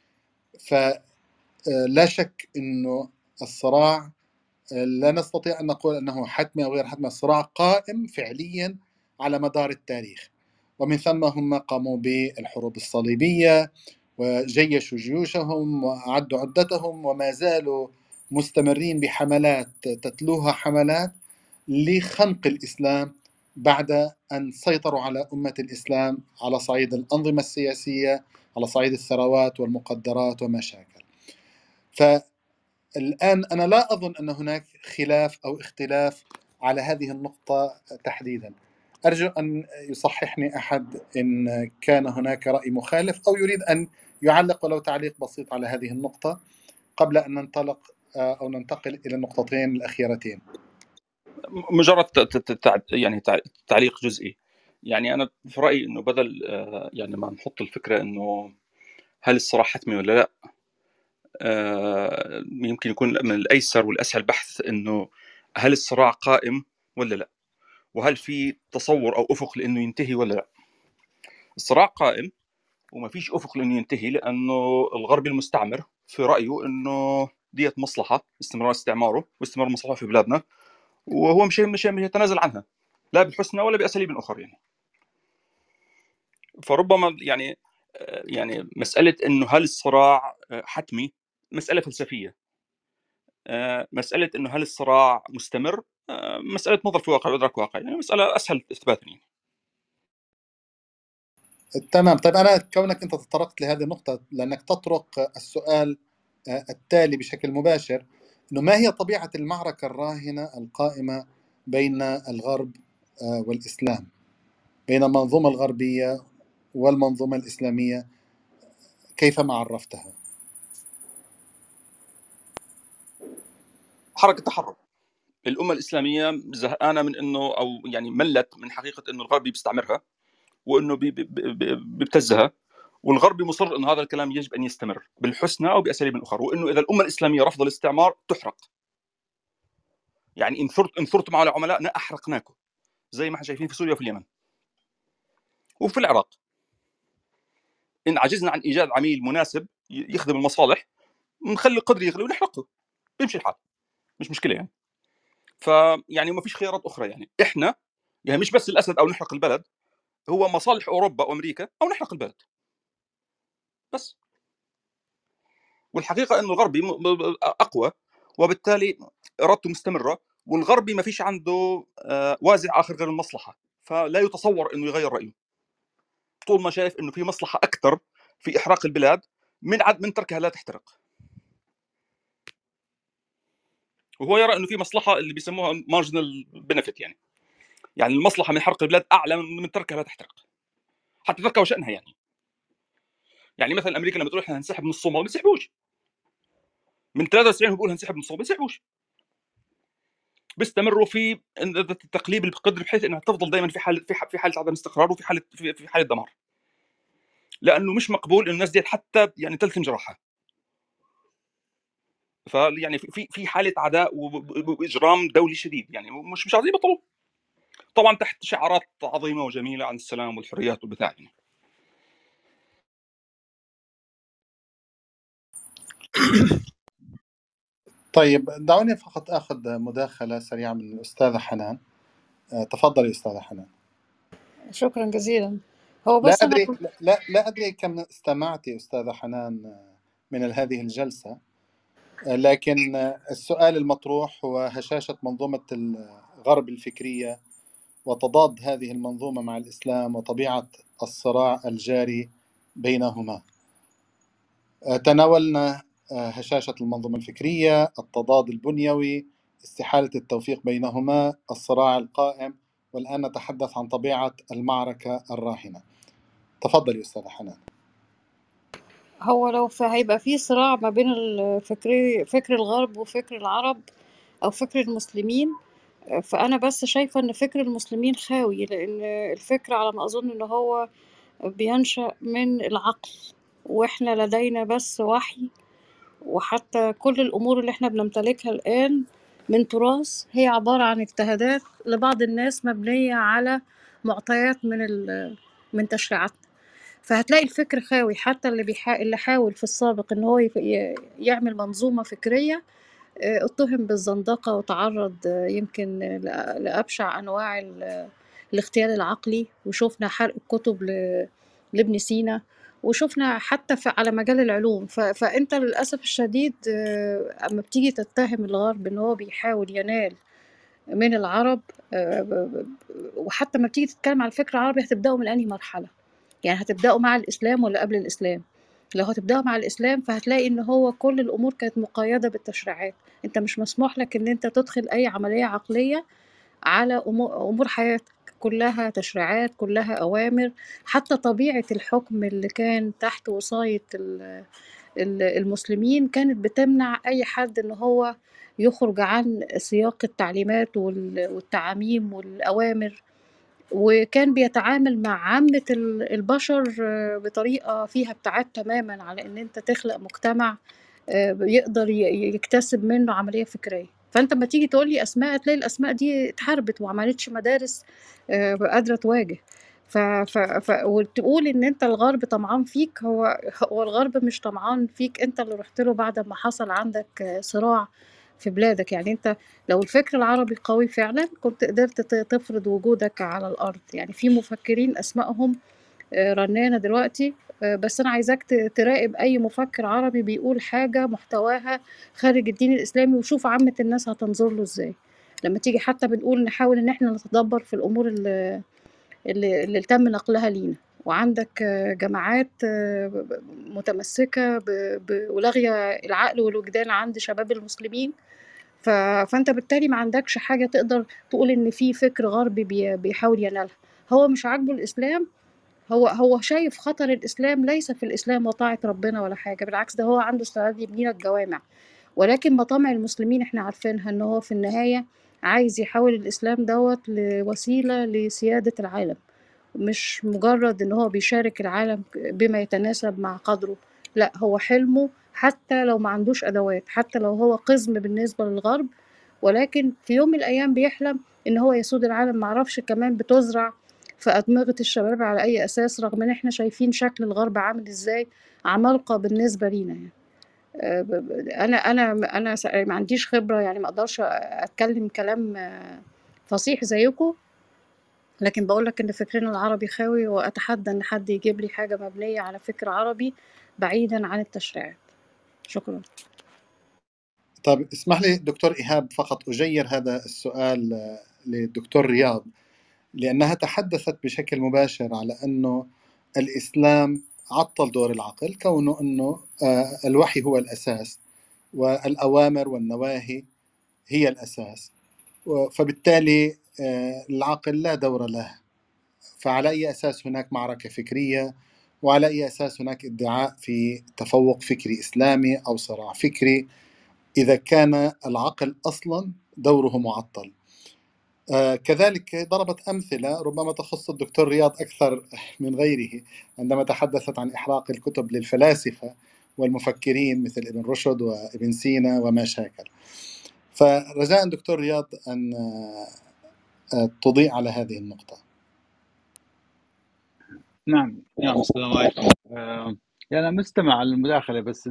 S1: فلا شك أنه الصراع لا نستطيع أن نقول أنه حتمي أو غير حتمي، الصراع قائم فعليا على مدار التاريخ، ومن ثم هم قاموا بالحروب الصليبية وجيشوا جيوشهم وأعدوا عدتهم، وما زالوا مستمرين بحملات تتلوها حملات لخنق الإسلام بعد أن سيطروا على أمة الإسلام على صعيد الأنظمة السياسية، على صعيد الثروات والمقدرات ومشاكل. فالآن أنا لا أظن أن هناك خلاف أو اختلاف على هذه النقطة تحديدا. أرجو أن يصححني أحد إن كان هناك رأي مخالف أو يريد أن يعلق ولو تعليق بسيط على هذه النقطة قبل أن ننطلق أو ننتقل إلى النقطتين الأخيرتين.
S4: مجرد يعني تعليق جزئي. يعني أنا في رأيي إنه بدل يعني ما نحط الفكرة إنه هل الصراع حتمي ولا لا، يمكن يكون من الأيسر والأسهل بحث إنه هل الصراع قائم ولا لا، وهل في تصور أو أفق لأنه ينتهي ولا لا. الصراع قائم وما فيش أفق لأنه ينتهي، لأنه الغرب المستعمر في رأيه إنه ديت مصلحة استمرار استعماره واستمرار مصلحة في بلادنا، وهو مش يتنازل عنها لا بالحسنى ولا بأساليب أخرى يعني. فربما يعني مسألة إنه هل الصراع حتمي مسألة فلسفية. مسألة إنه هل الصراع مستمر مسألة نظر في واقع وإدراك واقع، يعني مسألة أسهل إثباتا يعني.
S1: تمام. طيب أنا كونك أنت تطرقت لهذه النقطة لأنك تطرق السؤال التالي بشكل مباشر، إنه ما هي طبيعة المعركة الراهنة القائمة بين الغرب والإسلام، بين المنظومة الغربية والمنظومة الإسلامية، كيفما عرفتها؟
S4: حركة تحرر. الأمة الإسلامية زهقانة من إنه أو يعني ملت من حقيقة إنه الغربي بيستعمرها وإنه بيبتزها، والغربي مصر إنه هذا الكلام يجب أن يستمر بالحسنى أو بأساليب أخرى، وإنه إذا الأمة الإسلامية رفض الاستعمار تحرق. يعني إن ثرتم على عملائنا أحرقناكم، زي ما احنا شايفين في سوريا وفي اليمن وفي العراق. إن عجزنا عن إيجاد عميل مناسب يخدم المصالح نخلي القدر يغلي ونحرقه، بيمشي الحال، مش مشكلة يعني. فيعني ما فيش خيارات أخرى يعني. إحنا يعني مش بس الأسد أو نحرق البلد، هو مصالح أوروبا وأمريكا أو نحرق البلد بس. والحقيقة إنه الغربي أقوى وبالتالي إرادته مستمرة، والغربي ما فيش عنده وازع آخر غير المصلحة، فلا يتصور إنه يغير رأيه طول ما شايف إنه في مصلحة أكثر في إحراق البلاد من تركها لا تحترق. وهو يرى إنه في مصلحة اللي بيسموها marginal benefit، يعني المصلحة من حرق البلاد أعلى من تركها لا تحترق، حتى تركها وشأنها يعني مثلا أمريكا لما تقول إحنا هنسحب من الصومال ما بيسحبوش، من 93 بيقول هنسحب من الصومال ما بيسحبوش، بيستمروا في تقليب القدر بحيث انها تفضل دائما في حاله عدم استقرار وفي حاله في حاله دمار، لانه مش مقبول ان الناس دي حتى يعني تلتم جراحها. فيعني في حاله عداء واجرام دولي شديد، يعني مش عايزين يبطلوا، طبعا تحت شعارات عظيمه وجميله عن السلام والحريات والبتاع يعني.
S1: طيب دعوني فقط أخذ مداخلة سريعة من الأستاذة حنان. تفضلي أستاذة حنان.
S9: شكرا جزيلا. هو
S1: لا
S9: بس أنا
S1: أدري لا أدري كم استمعتي أستاذة حنان من هذه الجلسة، لكن السؤال المطروح هو هشاشة منظومة الغرب الفكرية وتضاد هذه المنظومة مع الإسلام وطبيعة الصراع الجاري بينهما. تناولنا هشاشة المنظومة الفكرية، التضاد البنيوي، استحالة التوفيق بينهما، الصراع القائم، والآن نتحدث عن طبيعة المعركة الراهنة. تفضلي أستاذة حنان.
S9: هو لو هيبقى في صراع ما بين فكر الغرب وفكر العرب أو فكر المسلمين، فأنا بس شايفة إن فكر المسلمين خاوي، لأن الفكر على ما أظن إن هو بينشأ من العقل، وإحنا لدينا بس وحي، وحتى كل الأمور اللي إحنا بنمتلكها الآن من تراث هي عبارة عن اجتهادات لبعض الناس مبنية على معطيات من تشريعاتنا. فهتلاقي الفكر خاوي، حتى اللي حاول في السابق إن هو يعمل منظومة فكرية اتهم بالزندقة وتعرض يمكن لأبشع أنواع الاغتيال العقلي، وشوفنا حرق الكتب لابن سينا، وشوفنا حتى على مجال العلوم. فأنت للأسف الشديد أما بتيجي تتهم الغرب إن هو بيحاول ينال من العرب، وحتى ما بتيجي تتكلم على الفكر العربي هتبدأوا من أنهي مرحلة؟ يعني هتبدأوا مع الإسلام ولا قبل الإسلام؟ لو هتبدأوا مع الإسلام فهتلاقي إن هو كل الأمور كانت مقيدة بالتشريعات، أنت مش مسموح لك إن أنت تدخل أي عملية عقلية على أمور حياتك، كلها تشريعات، كلها أوامر. حتى طبيعة الحكم اللي كان تحت وصاية المسلمين كانت بتمنع أي حد إن هو يخرج عن سياق التعليمات والتعاميم والأوامر، وكان بيتعامل مع عامة البشر بطريقة فيها ابتعاد تماما على إن أنت تخلق مجتمع يقدر يكتسب منه عملية فكرية. فأنت لما تيجي تقول لي أسماء تلاقي الأسماء دي اتحاربت وعملتش مدارس قادرة تواجه. وتقول إن أنت الغرب طمعان فيك، هو الغرب مش طمعان فيك، أنت اللي رحت له بعد ما حصل عندك صراع في بلادك. يعني أنت لو الفكر العربي قوي فعلا كنت قدرت تفرض وجودك على الأرض. يعني في مفكرين أسمائهم رنانة دلوقتي، بس أنا عايزاك تراقب أي مفكر عربي بيقول حاجة محتواها خارج الدين الإسلامي، وشوف عامة الناس هتنظر له إزاي لما تيجي حتى بنقول نحاول إن إحنا نتدبر في الأمور اللي تم نقلها لينا. وعندك جماعات متمسكة ولاغية العقل والوجدان عند شباب المسلمين. فأنت بالتالي ما عندكش حاجة تقدر تقول إن في فكر غربي بيحاول ينالها. هو مش عاجبه الإسلام، هو شايف خطر الإسلام ليس في الإسلام وطاعة ربنا ولا حاجة، بالعكس ده هو عنده استعداد يبني لك جوامع. ولكن مطامع المسلمين احنا عارفينها ان هو في النهاية عايز يحول الإسلام دوت لوسيلة لسيادة العالم، مش مجرد ان هو بيشارك العالم بما يتناسب مع قدره. لا، هو حلمه حتى لو ما عندوش أدوات، حتى لو هو قزم بالنسبة للغرب، ولكن في يوم من الأيام بيحلم إن هو يسود العالم. معرفش كمان بتزرع في أدمغة الشباب على أي أساس، رغم إن إحنا شايفين شكل الغرب عامل إزاي عمالقة بالنسبة لينا يعني. أنا ما عنديش خبرة، يعني ما أقدرش أتكلم كلام فصيح زيكم، لكن باقول لك إن فكرنا العربي خاوي، وأتحدى إن حد يجيب لي حاجة مبنية على فكر عربي بعيدًا عن التشريعات. شكرًا.
S1: طيب اسمح لي دكتور إيهاب فقط أجير هذا السؤال للدكتور رياض، لأنها تحدثت بشكل مباشر على أنه الإسلام عطل دور العقل، كونه أنه الوحي هو الأساس والأوامر والنواهي هي الأساس، فبالتالي العقل لا دور له. فعلى أي أساس هناك معركة فكرية، وعلى أي أساس هناك ادعاء في تفوق فكري إسلامي أو صراع فكري إذا كان العقل أصلا دوره معطل؟ كذلك ضربت أمثلة ربما تخص الدكتور رياض أكثر من غيره، عندما تحدثت عن إحراق الكتب للفلاسفة والمفكرين مثل ابن رشد وابن سينا وما شاكل. فرجاء دكتور رياض أن تضيء على هذه النقطة.
S5: نعم السلام عليكم. يعني أنا مستمع للمداخلة، بس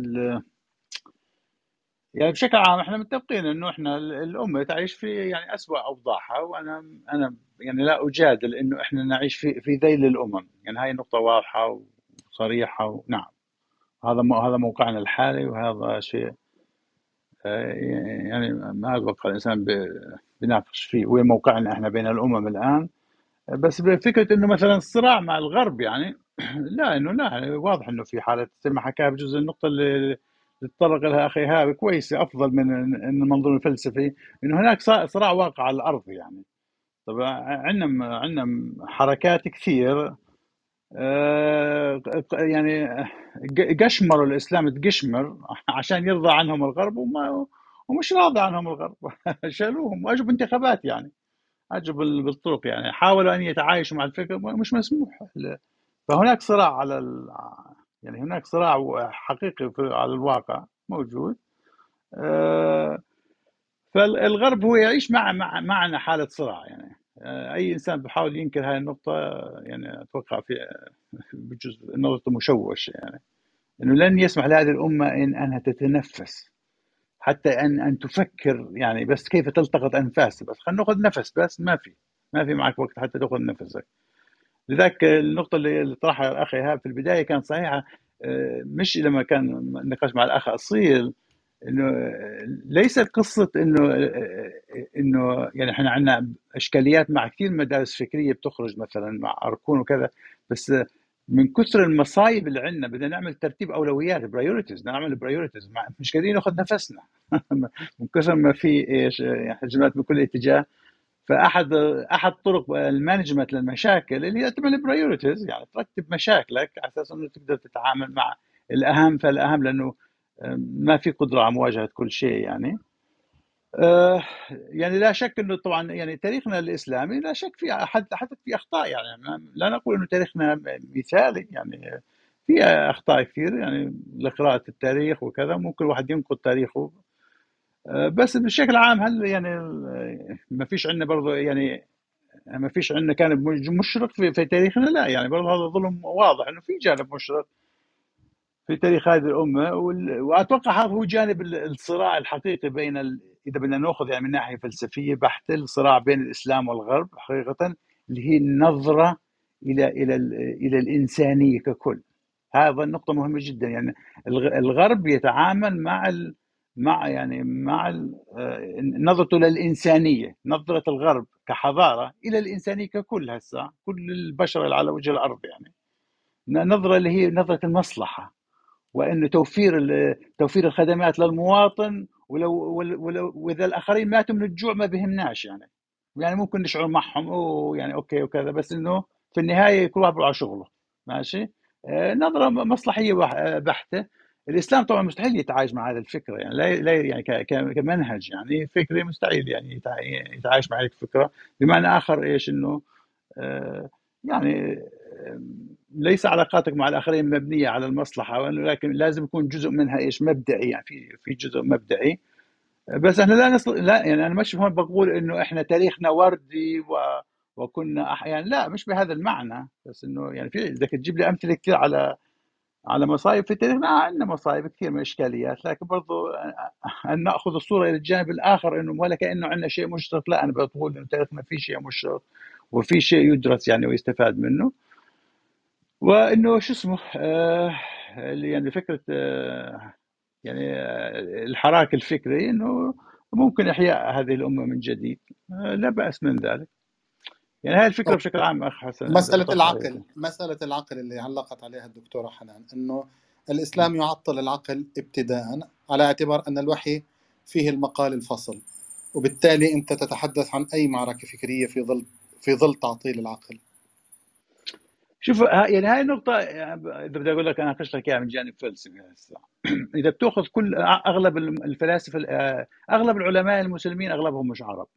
S5: يعني بشكل عام احنا متفقين انه احنا الامه تعيش في يعني اسوأ اوضاعها، وانا يعني لا اجادل انه احنا نعيش في ذيل الامم. يعني هاي نقطه واضحه وصريحه، ونعم هذا موقعنا الحالي، وهذا شيء يعني ما اتوقع الانسان بيناقش فيه وين موقعنا احنا بين الامم الان. بس بفكره انه مثلا الصراع مع الغرب يعني لا، انه لا، واضح انه في حاله زي ما حكاها بجزء النقطه اللي تطرق لها اخي هاوي كويسه، افضل من ان المنظور الفلسفي، انه هناك صراع واقع على الارض يعني. طبعا عندنا حركات كثير يعني قشمروا الاسلام، تقشمر عشان يرضى عنهم الغرب، ومش راضي عنهم الغرب شالوهم واجوا بانتخابات، يعني اجوا بالطرق، يعني حاولوا ان يتعايشوا مع الفكر، مش مسموح. فهناك صراع يعني هناك صراع حقيقي على الواقع موجود. فالغرب هو يعيش معنا حالة صراع يعني. أي إنسان بيحاول ينكر هاي النقطة يعني أتوقع في بجزء نظرته مشوش، يعني إنه لن يسمح لهذه الأمة أنها تتنفس، حتى أن تفكر يعني بس كيف تلتقط أنفاس. بس خلينا نأخذ نفس، بس ما في معك وقت حتى تأخذ نفسك. لذلك النقطة اللي طرحها الأخ إيهاب في البداية كانت صحيحة، مش لما كان النقاش مع الأخ أصيل، إنه ليست قصة إنه يعني إحنا عندنا إشكاليات مع كثير مدارس فكرية بتخرج مثلا مع أركون وكذا، بس من كثر المصايب اللي عندنا بدنا نعمل ترتيب أولويات، برايورتيز، نعمل برايورتيز، مش قادرين ناخذ نفسنا من كثر ما في إيش يعني هجمات من كل اتجاه. فاحد طرق المانجمنت للمشاكل اللي هي تعمل برايورتيز، يعني ترتب مشاكلك على اساس انه تقدر تتعامل مع الاهم فالاهم، لانه ما في قدره على مواجهه كل شيء يعني. يعني لا شك انه طبعا يعني تاريخنا الاسلامي لا شك في حتى في اخطاء، يعني لا نقول انه تاريخنا مثالي، يعني في اخطاء كثير يعني لقراءه التاريخ وكذا، ممكن الواحد ينقد تاريخه. بس بشكل عام هل يعني ما فيش عندنا برضه يعني ما فيش عندنا كان مشرق في تاريخنا؟ لا، يعني برضه هذا ظلم واضح انه في جانب مشرق في تاريخ هذه الامه، واتوقع هذا هو جانب الصراع الحقيقي بين اذا بدنا ناخذ يعني من ناحيه فلسفيه بحته الصراع بين الاسلام والغرب حقيقه اللي هي النظره الى الانسانيه ككل. هذا النقطه مهمه جدا. يعني الغرب يتعامل مع نظرته للانسانيه، نظره الغرب كحضاره الى الانسانيه ككل. هسه كل البشر على وجه الارض يعني نظره اللي هي نظره المصلحه، وانه توفير الخدمات للمواطن، واذا الاخرين ماتوا من الجوع ما بهمناش يعني ممكن نشعر معهم يعني اوكي وكذا، بس انه في النهايه كل واحد بيروح على شغله ماشي. نظره مصلحيه بحته. الاسلام طبعا مستحيل يتعايش مع هذه الفكره، يعني لا يعني كمنهج يعني فكري مستحيل يعني يتعايش مع هذه الفكره. بمعنى اخر ايش؟ انه يعني ليس علاقاتك مع الاخرين مبنيه على المصلحه، ولكن لازم يكون جزء منها ايش؟ مبدئي، يعني في جزء مبدئي. بس احنا لا يعني انا مش هون بقول انه احنا تاريخنا وردي وكنا احيانا، لا مش بهذا المعنى، بس انه يعني في بدك تجيب لي امثله كثير على مصايب في تاريخنا. عندنا مصايب كثير من الاشكاليات، لكن برضو ان ناخذ الصوره الى الجانب الاخر انه ولا كانه عندنا شيء مشترك، لا انا بقول انه تاريخنا في شيء مشترك وفي شيء يدرس يعني ويستفاد منه. وانه شو اسمه يعني فكره يعني الحراك الفكري انه ممكن احياء هذه الامه من جديد، لا باس من ذلك. يعني هاي الفكره بشكل عام اخ حسن اذا
S1: مسألة
S5: بطرحها هيك.
S1: العقل، مسألة العقل اللي علقت عليها الدكتورة حنان، أنه الإسلام يعطل العقل ابتداء على اعتبار أن الوحي فيه المقال الفصل، وبالتالي أنت تتحدث عن أي معركة فكرية في ظل تعطيل العقل.
S5: شوف يعني هاي النقطة إذا بدي أقول لك أنا أناقش لك إياها من جانب فلسفي هسه. إذا بتأخذ كل أغلب الفلاسفة أغلب العلماء المسلمين أغلبهم مش عرب.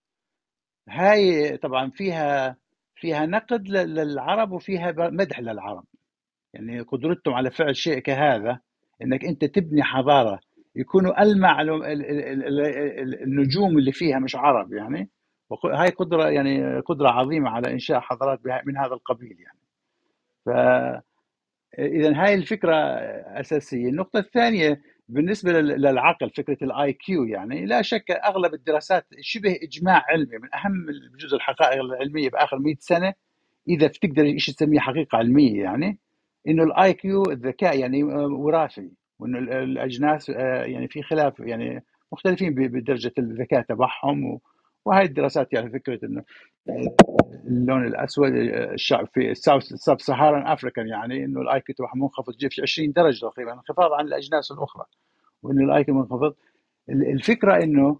S5: هاي طبعا فيها نقد للعرب وفيها مدح للعرب، يعني قدرتهم على فعل شيء كهذا، انك انت تبني حضاره يكونوا ألمع النجوم اللي فيها مش عرب يعني. هاي قدره يعني قدره عظيمه على انشاء حضارات من هذا القبيل يعني. فاذا هاي الفكره اساسيه. النقطه الثانيه بالنسبه للعقل، فكره الاي كيو، يعني لا شك اغلب الدراسات شبه اجماع علمي من اهم جزء الحقائق العلميه باخر 100 سنه، اذا بتقدر شيء تسميه حقيقه علميه، يعني انه الاي كيو الذكاء يعني وراثي، وانه الاجناس يعني في خلاف يعني مختلفين بدرجه الذكاء تبعهم. وهي الدراسات يعني فكره انه اللون الاسود الشعب في السب سهاران افريكان، يعني انه الاي كيو تبعهم منخفض في 20 درجه تقريبا انخفاض عن الاجناس الاخرى، وانه الاي كيو منخفض. الفكره انه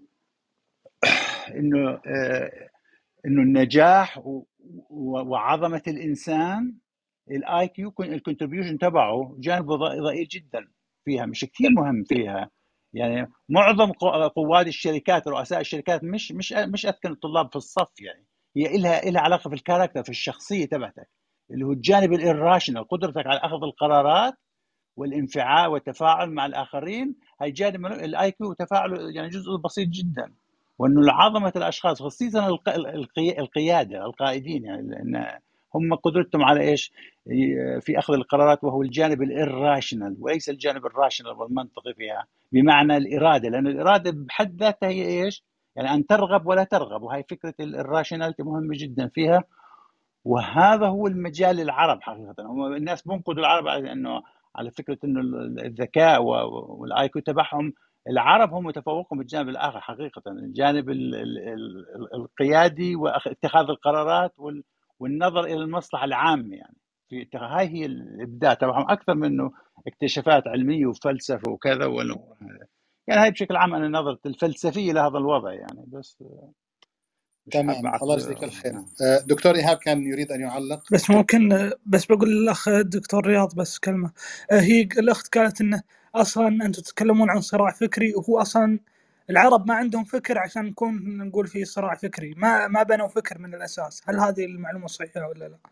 S5: النجاح وعظمه الانسان الاي كيو الكونتريبيوشن تبعه جانبه ضئيل جدا فيها، مش كثير مهم فيها. يعني معظم قواد الشركات رؤساء الشركات مش اذكى الطلاب في الصف، يعني هي لها علاقه في الكاركتر، في الشخصيه تبعتك اللي هو الجانب الراشنال، قدرتك على اخذ القرارات والانفعال والتفاعل مع الاخرين. هي جانب الاي كيو تفاعله يعني جزء بسيط جدا. وانه عظمه الاشخاص خصيصا القياده القائدين، يعني لان هم قدرتهم على ايش؟ في اخذ القرارات، وهو الجانب الراشنال وليس الجانب الراشنال والمنطقي فيها، بمعنى الاراده، لان الاراده بحد ذاتها هي ايش؟ يعني ان ترغب ولا ترغب، وهي فكره الراشناليتي مهمه جدا فيها. وهذا هو المجال للعرب حقيقه. هم الناس بينقدوا العرب على فكره انه الذكاء والاي كيو تبعهم، العرب هم متفوقون بالجانب الاخر حقيقه، الجانب القيادي واتخاذ القرارات والنظر الى المصلحه العامه، يعني هاي هي الابداع تبعهم اكثر منه اكتشافات علميه وفلسفه وكذا. يعني هاي بشكل عام انا نظرتي الفلسفيه لهذا الوضع يعني. بس مش حاب
S1: تمام، الله يجزيك الخير. دكتور إيهاب كان يريد أن يعلق.
S8: بس ممكن بس بقول للأخ الدكتور رياض بس كلمة. هي الأخت قالت إنه أصلا أنتم تتكلمون عن صراع فكري، وهو أصلا العرب ما عندهم فكر عشان نقول فيه صراع فكري، ما بنوا فكر من الأساس. هل هذه المعلومة صحيحة ولا لا؟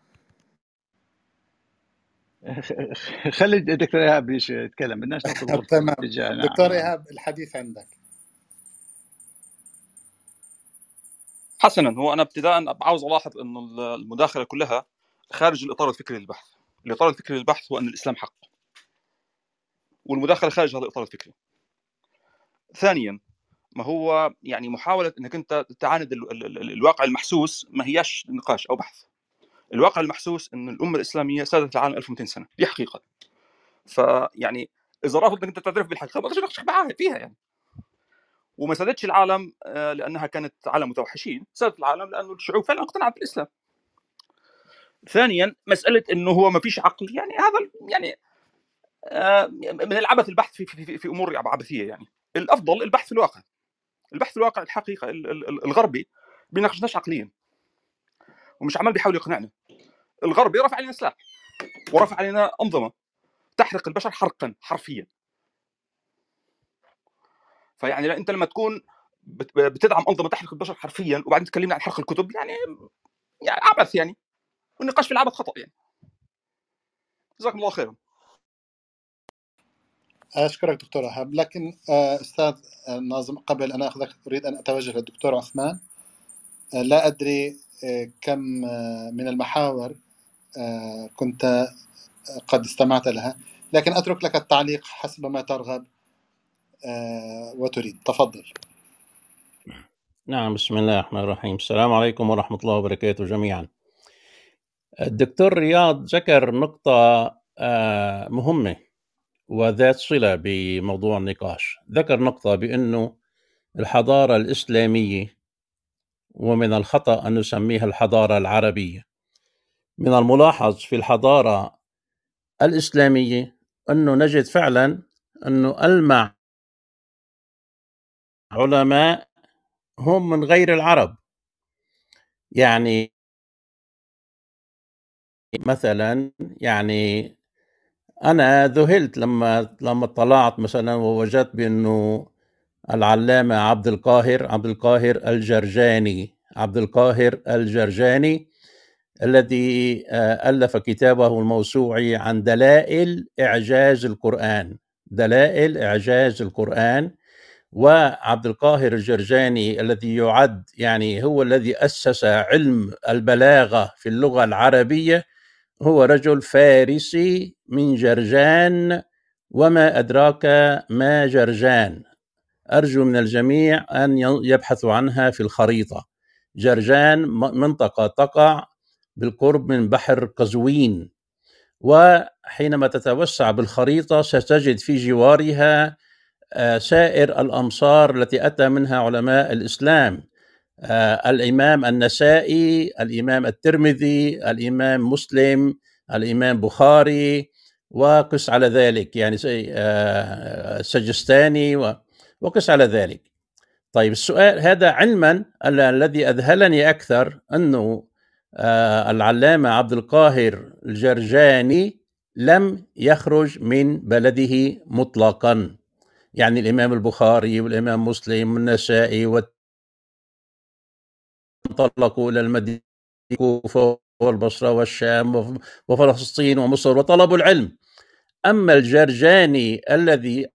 S5: خلي الدكتور إيهاب يتكلم، بدناش ناخذ غرفة
S1: تمام
S5: اتجاه.
S1: دكتور إيهاب الحديث عندك.
S4: حسنا، هو انا ابتداء عاوز الاحظ انه المداخله كلها خارج الاطار الفكري للبحث. الاطار الفكري للبحث هو ان الاسلام حق، والمداخله خارج هذا الاطار الفكري. ثانيا، ما هو يعني محاولة أنك أنت تعاند الواقع المحسوس ما هياش نقاش أو بحث. الواقع المحسوس أن الأمة الإسلامية سادت العالم 1200 سنة، دي حقيقة. فيعني إذا رافض أنك أنت تعترف بالحقيقة ما تقدرش معاها فيها يعني. وما سادتش العالم لأنها كانت عالم متوحشين، سادت العالم لأنه الشعوب فعلا اقتنعت بالإسلام. ثانيا مسألة أنه هو ما فيش عقل، يعني هذا يعني من العبث البحث في أمور عبثية. يعني الأفضل البحث في الواقع، البحث في الواقع. الحقيقة الغربي بيناقشناش عقليا ومش عمال بيحاول يقنعنا. الغربي رفع علينا سلاح ورفع علينا أنظمة تحرق البشر حرقا حرفيا. فيعني انت لما تكون بتدعم انظمه تحرق البشر حرفيا وبعدين تكلمنا عن حرق الكتب، يعني عبث يعني، والنقاش في العبث خطا يعني. جزاكم الله خيرا.
S1: أشكرك دكتور وهاب. لكن أستاذ ناظم، قبل أن أخذك أريد أن أتوجه للدكتور عثمان. لا أدري كم من المحاور كنت قد استمعت لها، لكن أترك لك التعليق حسب ما ترغب وتريد. تفضل.
S10: نعم، بسم الله الرحمن الرحيم. السلام عليكم ورحمة الله وبركاته جميعا. الدكتور رياض ذكر نقطة مهمة وذات صلة بموضوع النقاش. ذكر نقطة بأنه الحضارة الإسلامية، ومن الخطأ أن نسميها الحضارة العربية. من الملاحظ في الحضارة الإسلامية أنه نجد فعلا أنه ألمع علماء هم من غير العرب. يعني مثلا يعني أنا ذهلت لما اطلعت مثلا ووجدت بأنه العلامة عبد القاهر الجرجاني الذي ألف كتابه الموسوعي عن دلائل إعجاز القرآن. وعبد القاهر الجرجاني الذي يعد يعني هو الذي أسس علم البلاغة في اللغة العربية، هو رجل فارسي من جرجان، وما أدراك ما جرجان. أرجو من الجميع أن يبحثوا عنها في الخريطة. جرجان منطقة تقع بالقرب من بحر قزوين، وحينما تتوسع بالخريطة ستجد في جوارها سائر الأمصار التي أتى منها علماء الإسلام: الإمام النسائي، الإمام الترمذي، الإمام مسلم، الإمام بخاري، وقس على ذلك يعني سجستاني وقس على ذلك. طيب السؤال هذا علما الذي أذهلني أكثر أنه العلامة عبد القاهر الجرجاني لم يخرج من بلده مطلقا. يعني الإمام البخاري والإمام مسلم والنسائي انطلقوا إلى المدينة والكوفة والبصرة والشام وفلسطين ومصر وطلبوا العلم. أما الجرجاني الذي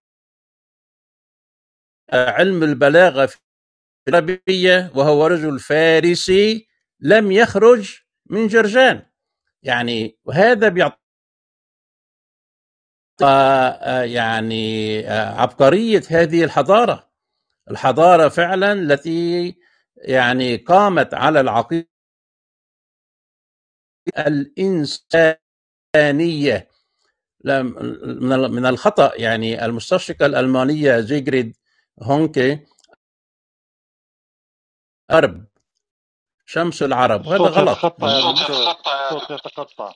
S10: علم البلاغة في العربية وهو رجل فارسي لم يخرج من جرجان. يعني وهذا بيعطي يعني عبقرية هذه الحضارة فعلا التي يعني قامت على العقيدة الإنسانية. من الخطأ يعني المستشرقة الألمانية زيغريد هونكي أرب شمس العرب، هذا غلط.
S3: الصوت يتقطع.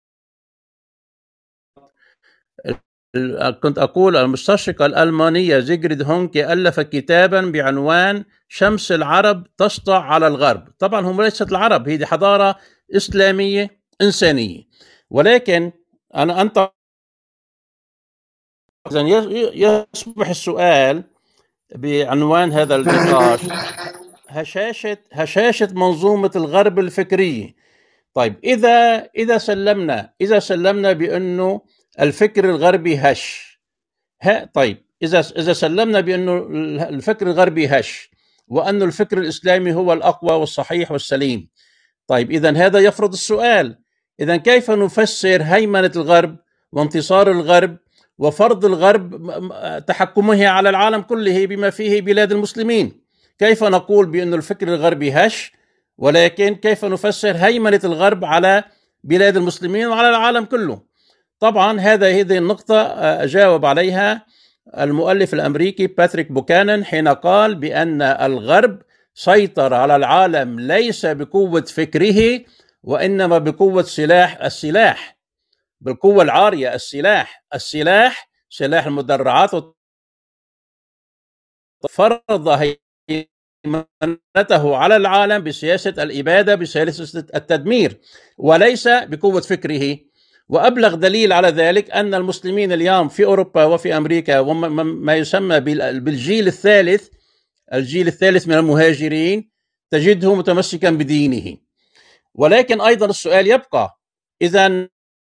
S10: كنت أقول المستشرقة الألمانية زيغريد هونكي ألف كتابا بعنوان شمس العرب تسطع على الغرب. طبعا هم ليست العرب، هي حضارة إسلامية إنسانية. ولكن إذن يصبح السؤال بعنوان هذا النقاش هشاشة منظومة الغرب الفكرية. طيب إذا سلمنا بأنه الفكر الغربي هش، طيب إذا سلمنا بأنه الفكر الغربي هش وأن الفكر الإسلامي هو الأقوى والصحيح والسليم، طيب إذن هذا يفرض السؤال: إذن كيف نفسر هيمنة الغرب وانتصار الغرب وفرض الغرب تحكمه على العالم كله بما فيه بلاد المسلمين. كيف نقول بأن الفكر الغربي هش، ولكن كيف نفسر هيمنة الغرب على بلاد المسلمين وعلى العالم كله؟ طبعا هذه النقطة جاوب عليها المؤلف الأمريكي باتريك بوكانان حين قال بأن الغرب سيطر على العالم ليس بقوة فكره وإنما بقوة السلاح، بالقوة العارية، السلاح سلاح المدرعات، فرض هيمنته على العالم بسياسة الإبادة، بسياسة التدمير، وليس بقوة فكره. وأبلغ دليل على ذلك أن المسلمين اليوم في أوروبا وفي أمريكا وما يسمى بالجيل الثالث، الجيل الثالث من المهاجرين، تجده متمسكا بدينه. ولكن أيضا السؤال يبقى، إذا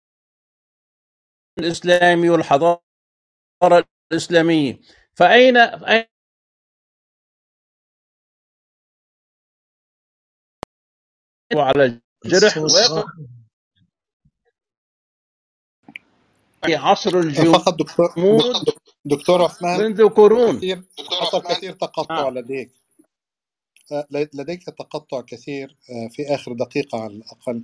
S10: الإسلامي والحضارة الإسلامية فأين على الجرح عصر الجمود
S1: فقط دكتور عثمان،
S10: منذ قرون.
S1: حصل كثير تقطع لديك، لديك تقطع كثير في آخر دقيقة على الأقل،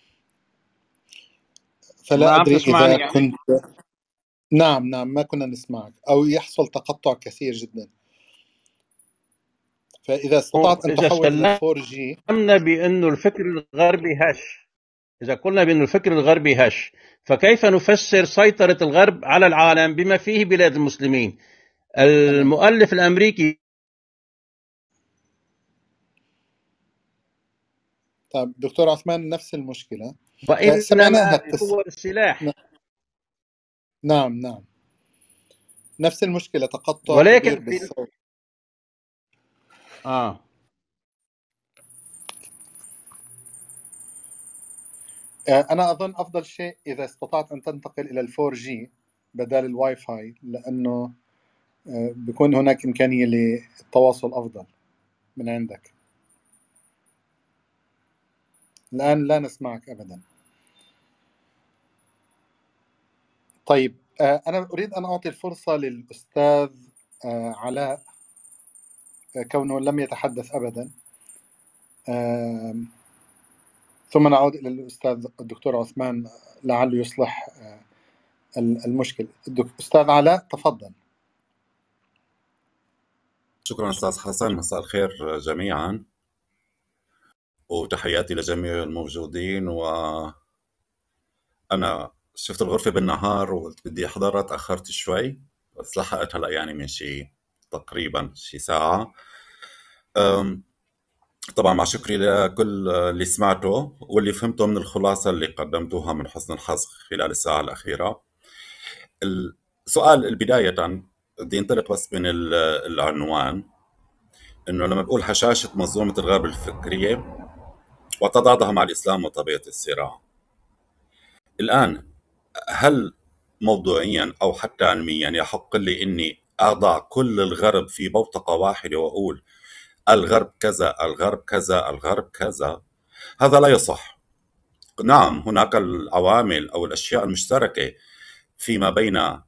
S1: فلا أدري إذا
S10: يعني.
S1: كنت نعم ما كنا نسمعك، أو يحصل تقطع كثير جدا. فإذا استطعت أن تحول إلى 4G.
S10: قلنا بأن الفكر الغربي هش، إذا قلنا بأن الفكر الغربي هش، فكيف نفسر سيطرة الغرب على العالم بما فيه بلاد المسلمين؟ المؤلف الأمريكي.
S1: طيب دكتور عثمان، نفس المشكلة،
S10: وإنما قوة السلاح.
S1: نعم نفس المشكلة، تقطع
S10: ولكن
S1: كبير بالصوت. أنا أظن أفضل شيء إذا استطعت أن تنتقل إلى 4G بدل الواي فاي، لأنه بيكون هناك إمكانية للتواصل أفضل من عندك. الآن لا نسمعك أبدا. طيب أنا أريد أن أعطي الفرصة للأستاذ علاء كونه لم يتحدث أبدا، ثم نعود إلى الأستاذ الدكتور عثمان لعله يصلح المشكلة. أستاذ علاء تفضل.
S11: شكرا أستاذ حسن، مساء الخير جميعا، وتحياتي لجميع الموجودين. وأنا شفت الغرفة بالنهار وبدي أحضرها، تأخرت شوي بس لحقت هلأ، يعني من تقريبا شي ساعة. طبعا مع شكري لكل اللي سمعته واللي فهمته من الخلاصة اللي قدمتوها من حسن الحظ خلال الساعة الأخيرة. السؤال البداية بدي انطلق بس من العنوان، إنه لما بقول هشاشة منظومة الغرب الفكرية وتضادها مع الإسلام وطبيعة الصراع، الآن هل موضوعيا أو حتى علميا يحق لي إني أضع كل الغرب في بوتقة واحدة وأقول الغرب كذا الغرب كذا الغرب كذا؟ هذا لا يصح. نعم هناك العوامل أو الأشياء المشتركة فيما بين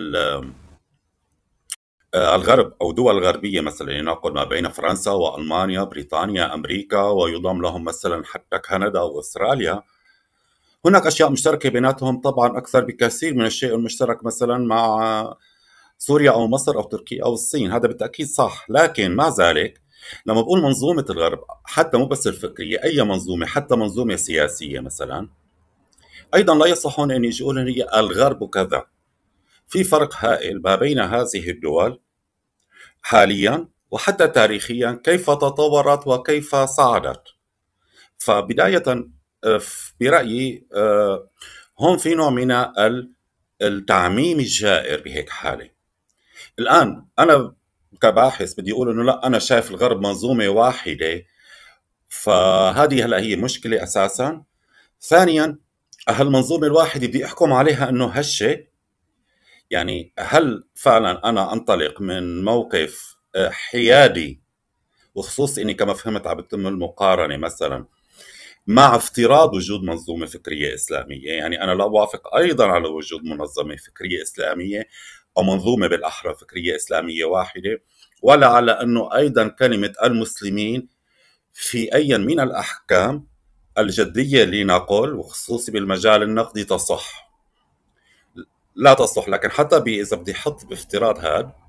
S11: الغرب أو دول غربية، مثلا يناقض ما بين فرنسا وألمانيا، بريطانيا، أمريكا، ويضم لهم مثلا حتى كندا وأستراليا. هناك أشياء مشتركة بيناتهم طبعا أكثر بكثير من الشيء المشترك مثلا مع سوريا أو مصر أو تركيا أو الصين، هذا بالتأكيد صح. لكن مع ذلك لما بقول منظومة الغرب، حتى مو بس الفكرية، أي منظومة حتى منظومة سياسية مثلا، أيضا لا يصح هون أن يقولون هي الغرب وكذا. في فرق هائل ما بين هذه الدول حاليا وحتى تاريخيا، كيف تطورت وكيف صعدت. فبداية برأيي هون في نوع من التعميم الجائر بهيك حالة. الآن أنا كباحث بدي أقول إنه لا، أنا شايف الغرب منظومة واحدة، فهذه هلا هي مشكلة أساسا. ثانيا، هالمنظومة الواحدة بدي أحكم عليها إنه هشة؟ يعني هل فعلا أنا أنطلق من موقف حيادي، وخصوص إني كما فهمت عم بتم المقارنة مثلا مع افتراض وجود منظومة فكرية إسلامية. يعني أنا لا أوافق أيضا على وجود منظمة فكرية إسلامية أو منظومة بالأحرى فكرية إسلامية واحدة، ولا على أنه أيضا كلمة المسلمين في أي من الأحكام الجدية لنقل وخصوصي بالمجال النقدي تصح، لا تصح. لكن حتى إذا بدي أحط بافتراض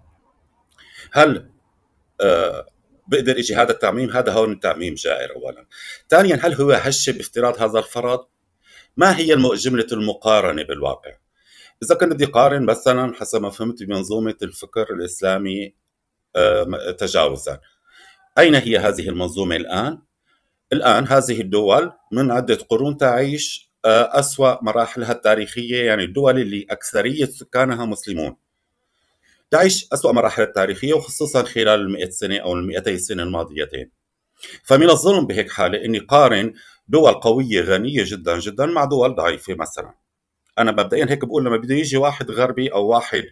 S11: هل بقدر يجي هذا التعميم؟ هذا هون التعميم جائر أولا. ثانيا، هل هو هشة بافتراض هذا الفرض؟ ما هي جملة المقارنة بالواقع؟ إذا كنت بدي قارن مثلا حسب ما فهمت بمنظومة الفكر الإسلامي تجاوزا، أين هي هذه المنظومة الآن هذه الدول من عدة قرون تعيش أسوأ مراحلها التاريخية، يعني الدول اللي أكثرية سكانها مسلمون تعيش أسوأ مراحل التاريخية، وخصوصا خلال 100 سنة أو 200 سنة الماضيتين. فمن الظلم بهيك حالة إني قارن دول قوية غنية جدا جدا مع دول ضعيفة. مثلا أنا مبدئيا هيك بقول لما بده يجي واحد غربي أو واحد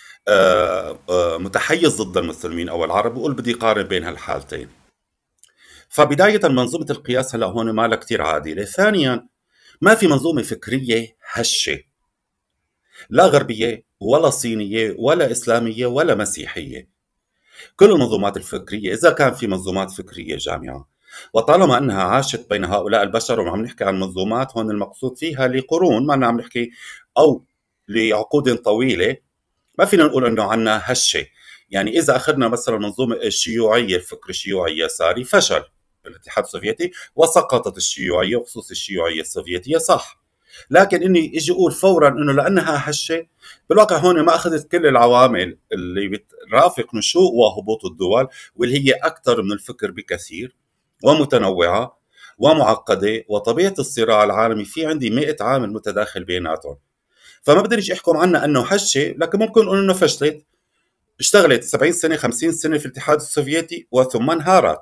S11: متحيز ضد المسلمين أو العرب بقول بدي قارن بين هالحالتين. فبداية منظومة القياس هلا هون ما لها كتير عادلة. ثانيا، ما في منظومة فكرية هشة، لا غربية ولا صينية ولا إسلامية ولا مسيحية. كل المنظومات الفكرية، إذا كان في منظومات فكرية جامعة وطالما أنها عاشت بين هؤلاء البشر، وعم نحكي عن منظومات هون المقصود فيها لقرون، ما عم نحكي أو لعقود طويلة، ما فينا نقول أنه عنا هشة. يعني إذا أخذنا مثلا منظومة الشيوعية، الفكر الشيوعي يساري فشل الاتحاد السوفيتي وسقطت الشيوعية وخصوص الشيوعية السوفيتية، صح. لكن إني يجي أقول فورا إنه لأنها هشة، بالواقع هون ما أخذت كل العوامل اللي بترافق نشوء وهبوط الدول، واللي هي أكثر من الفكر بكثير ومتنوعة ومعقدة، وطبيعة الصراع العالمي في عندي 100 عامل متداخل بيناتهم. فما بدي يجي أحكم عنها أنه هشة، لكن ممكن نقول أنه فشلت، اشتغلت 70 سنة 50 سنة في الاتحاد السوفيتي وثم انهارت.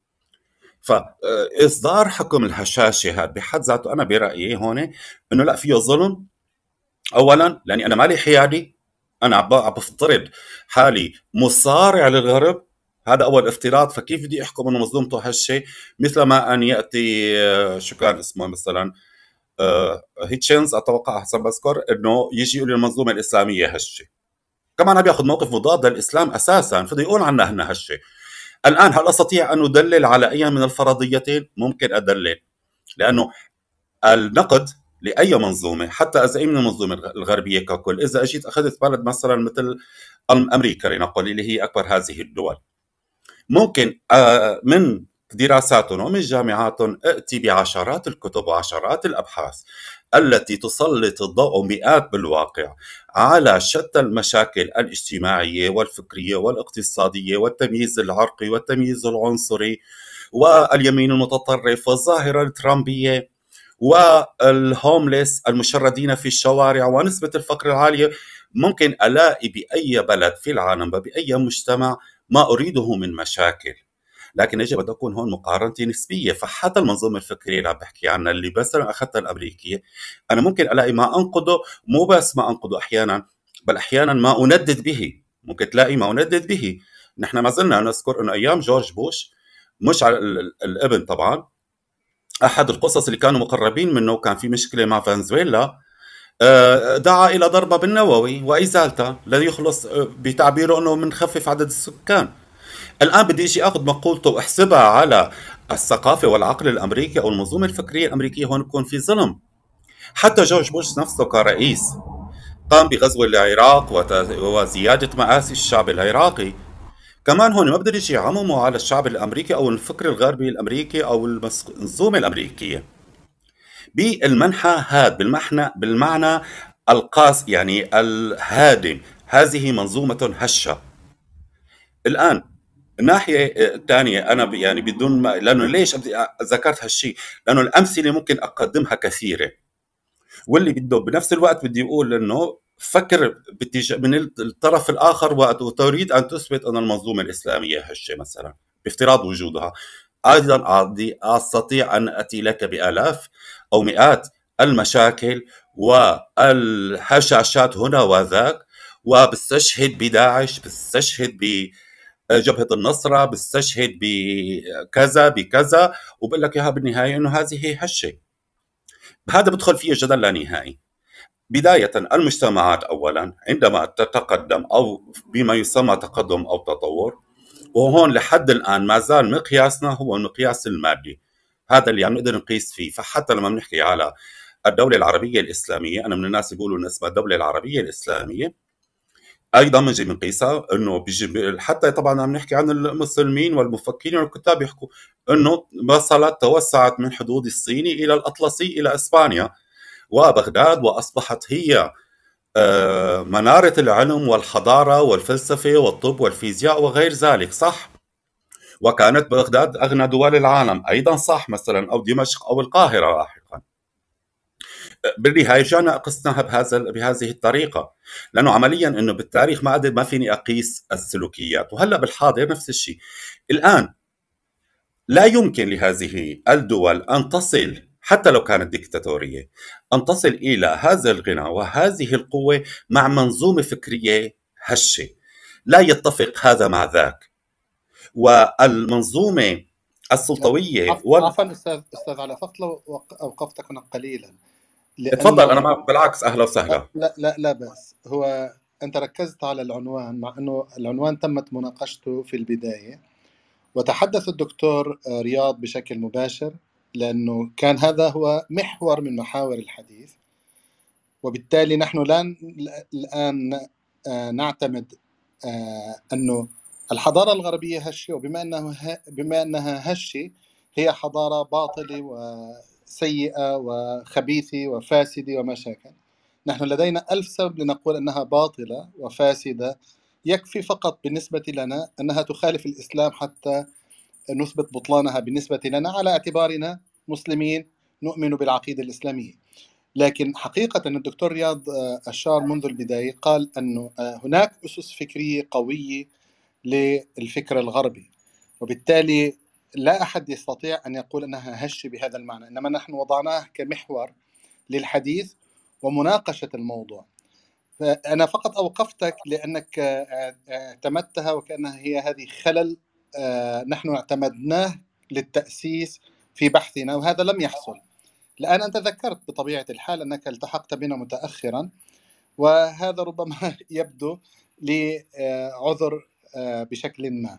S11: فإصدار حكم الهشاشة هذا بحد ذاته أنا برأيي هون إنه لا، فيه ظلم. أولا لأني أنا مالي حيادي، أنا عم بفترض حالي مصارع للغرب، هذا أول افتراض. فكيف بدي أحكم إنه منظومته هشة؟ مثل ما أن يأتي شو كان اسمه مثلا هيتشنز أتوقع حسب بذكر، إنه يجي يقول المنظومة الإسلامية هشة، كمان عم ياخذ موقف مضاد للإسلام أساسا، فده يقول عنها إنها هشة. الآن هل أستطيع أن أدلل على أي من الفرضيتين؟ ممكن أدلل، لأنه النقد لأي منظومة حتى إذا من المنظومة الغربية ككل، إذا أجيت أخذت بلد مثلا مثل أمريكا لنقل اللي هي أكبر هذه الدول، ممكن من دراساتهم ومن جامعاتهم أتي بعشرات الكتب وعشرات الأبحاث التي تسلط الضوء مئات بالواقع على شتى المشاكل الاجتماعية والفكرية والاقتصادية والتمييز العرقي والتمييز العنصري واليمين المتطرف والظاهرة الترامبية والهومليس المشردين في الشوارع ونسبة الفقر العالية. ممكن ألاقي بأي بلد في العالم بأي مجتمع ما أريده من مشاكل، لكن يجب أن تكون هون مقارنة نسبية. فحتى المنظومة الفكرية اللي عم بحكي عنها اللي بس أنا أخذتها الأمريكية، أنا ممكن ألاقي ما أنقده، مو بس ما أنقده أحيانا، بل أحيانا ما أندد به. ممكن تلاقي ما أندد به. نحن ما زلنا نذكر أنه أيام جورج بوش، مش على الابن طبعا، أحد القصص اللي كانوا مقربين منه كان في مشكلة مع فنزويلا، دعا إلى ضربة بالنووي وإزالتها ليخلص بتعبيره أنه منخفف عدد السكان. الآن بدي أجي أخذ مقولته وأحسبها على الثقافة والعقل الأمريكي أو المنظومة الفكرية الأمريكية، هون بكون في ظلم. حتى جورج بوش نفسه كرئيس قام بغزو العراق وزيادة مآسي الشعب العراقي. كمان هون ما بدي يجي عممه على الشعب الأمريكي أو الفكر الغربي الأمريكي أو المنظومة الأمريكية بالمنحى هذا، بالمعنى القاس يعني الهادم. هذه منظومة هشة. الآن الناحية الثانية أنا يعني بدون ما، لأنه ليش ذكرت هالشيء؟ لأنه الأمثلة ممكن أقدمها كثيرة، واللي بده بنفس الوقت بدي أقول إنه فكر من الطرف الآخر وتريد أن تثبت أن المنظومة الإسلامية هشة مثلا بافتراض وجودها. أيضا أستطيع أن أتي لك بآلاف أو مئات المشاكل والهشاشات هنا وذاك، وبستشهد بداعش، بستشهد جبهة النصرة بتستشهد بكذا بكذا، وبقول لك إياها بالنهاية إنه هذه هي هالشيء. هذا بدخل فيه جدل لا نهائي. بداية المجتمعات أولا عندما تتقدم أو بما يسمى تقدم أو تطور، وهون لحد الآن ما زال مقياسنا هو المقياس المادي، هذا اللي عم نقدر نقيس فيه. فحتى لما بنحكي على الدولة العربية الإسلامية، أنا من الناس يقولوا إن اسمها الدولة العربية الإسلامية، أيضا بنجي بنقيسها إنه بيجي حتى طبعا عم نحكي عن المسلمين والمفكرين والكتاب يحكوا إنه وصلت توسعت من حدود الصيني إلى الأطلسي إلى إسبانيا وبغداد، وأصبحت هي منارة العلم والحضارة والفلسفة والطب والفيزياء وغير ذلك، صح؟ وكانت بغداد أغنى دول العالم أيضا، صح؟ مثلا أو دمشق أو القاهرة لاحقا. بالنهاية رجعنا قسناها بهذه الطريقة، لأنه عمليا أنه بالتاريخ ما فيني أقيس السلوكيات، وهلأ بالحاضر نفس الشيء. الآن لا يمكن لهذه الدول أن تصل حتى لو كانت ديكتاتورية أن تصل إلى هذا الغنى وهذه القوة مع منظومة فكرية هشة لا يتفق هذا مع ذاك. والمنظومة السلطوية
S1: عفوا أستاذ علاء، فقط لو أوقفتك هنا قليلا.
S11: تفضل. أنا بالعكس أهلا وسهلا.
S1: لا بس هو أنت ركزت على العنوان، مع أنه العنوان تمت مناقشته في البداية وتحدث الدكتور رياض بشكل مباشر، لأنه كان هذا هو محور من محاور الحديث. وبالتالي نحن الآن نعتمد أنه الحضارة الغربية هشة، بما أنها هشة هي حضارة باطلة وسيئة وخبيثة وفاسدة وما شاكل. نحن لدينا 1000 سبب لنقول أنها باطلة وفاسدة، يكفي فقط بالنسبة لنا أنها تخالف الإسلام حتى نثبت بطلانها بالنسبة لنا على اعتبارنا مسلمين نؤمن بالعقيدة الإسلامية. لكن حقيقة أن الدكتور رياض أشار منذ البداية، قال أنه هناك أسس فكرية قوية للفكر الغربي، وبالتالي لا أحد يستطيع أن يقول أنها هشة بهذا المعنى، إنما نحن وضعناه كمحور للحديث ومناقشة الموضوع. فأنا فقط أوقفتك لأنك اعتمدتها وكأنها هي هذه خلل نحن اعتمدناه للتأسيس في بحثنا، وهذا لم يحصل. الآن أنت ذكرت بطبيعة الحال أنك التحقت بنا متأخرا، وهذا ربما يبدو لعذر بشكل ما.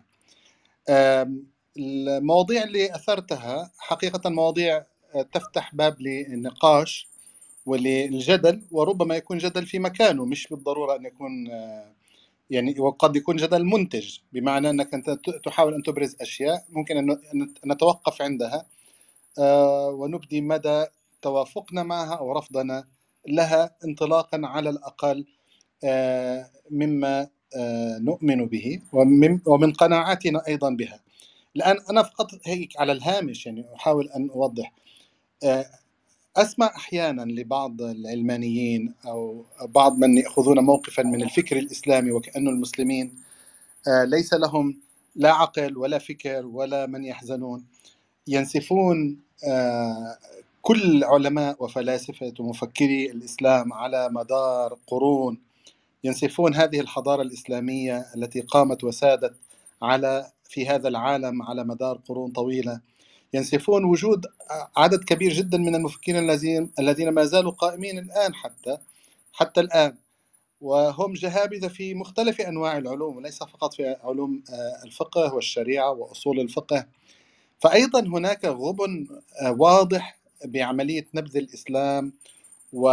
S1: المواضيع اللي أثرتها حقيقة مواضيع تفتح باب للنقاش وللجدل، وربما يكون جدل في مكانه، مش بالضرورة أن يكون يعني، وقد يكون جدل منتج، بمعنى أنك أنت تحاول أن تبرز أشياء ممكن أن نتوقف عندها ونبدي مدى توافقنا معها أو رفضنا لها، انطلاقا على الأقل مما نؤمن به ومن قناعاتنا أيضا بها. الآن أنا فقط هيك على الهامش يعني أحاول أن أوضح. أسمع أحيانا لبعض العلمانيين أو بعض من يأخذون موقفا من الفكر الإسلامي وكأن المسلمين ليس لهم لا عقل ولا فكر ولا من يحزنون، ينسفون كل علماء وفلاسفة ومفكري الإسلام على مدار قرون، ينسفون هذه الحضارة الإسلامية التي قامت وسادت في هذا العالم على مدار قرون طويلة، ينسفون وجود عدد كبير جدا من المفكرين الذين ما زالوا قائمين الآن حتى الآن، وهم جهابذة في مختلف أنواع العلوم وليس فقط في علوم الفقه والشريعة وأصول الفقه. فأيضا هناك غبن واضح بعملية نبذ الإسلام و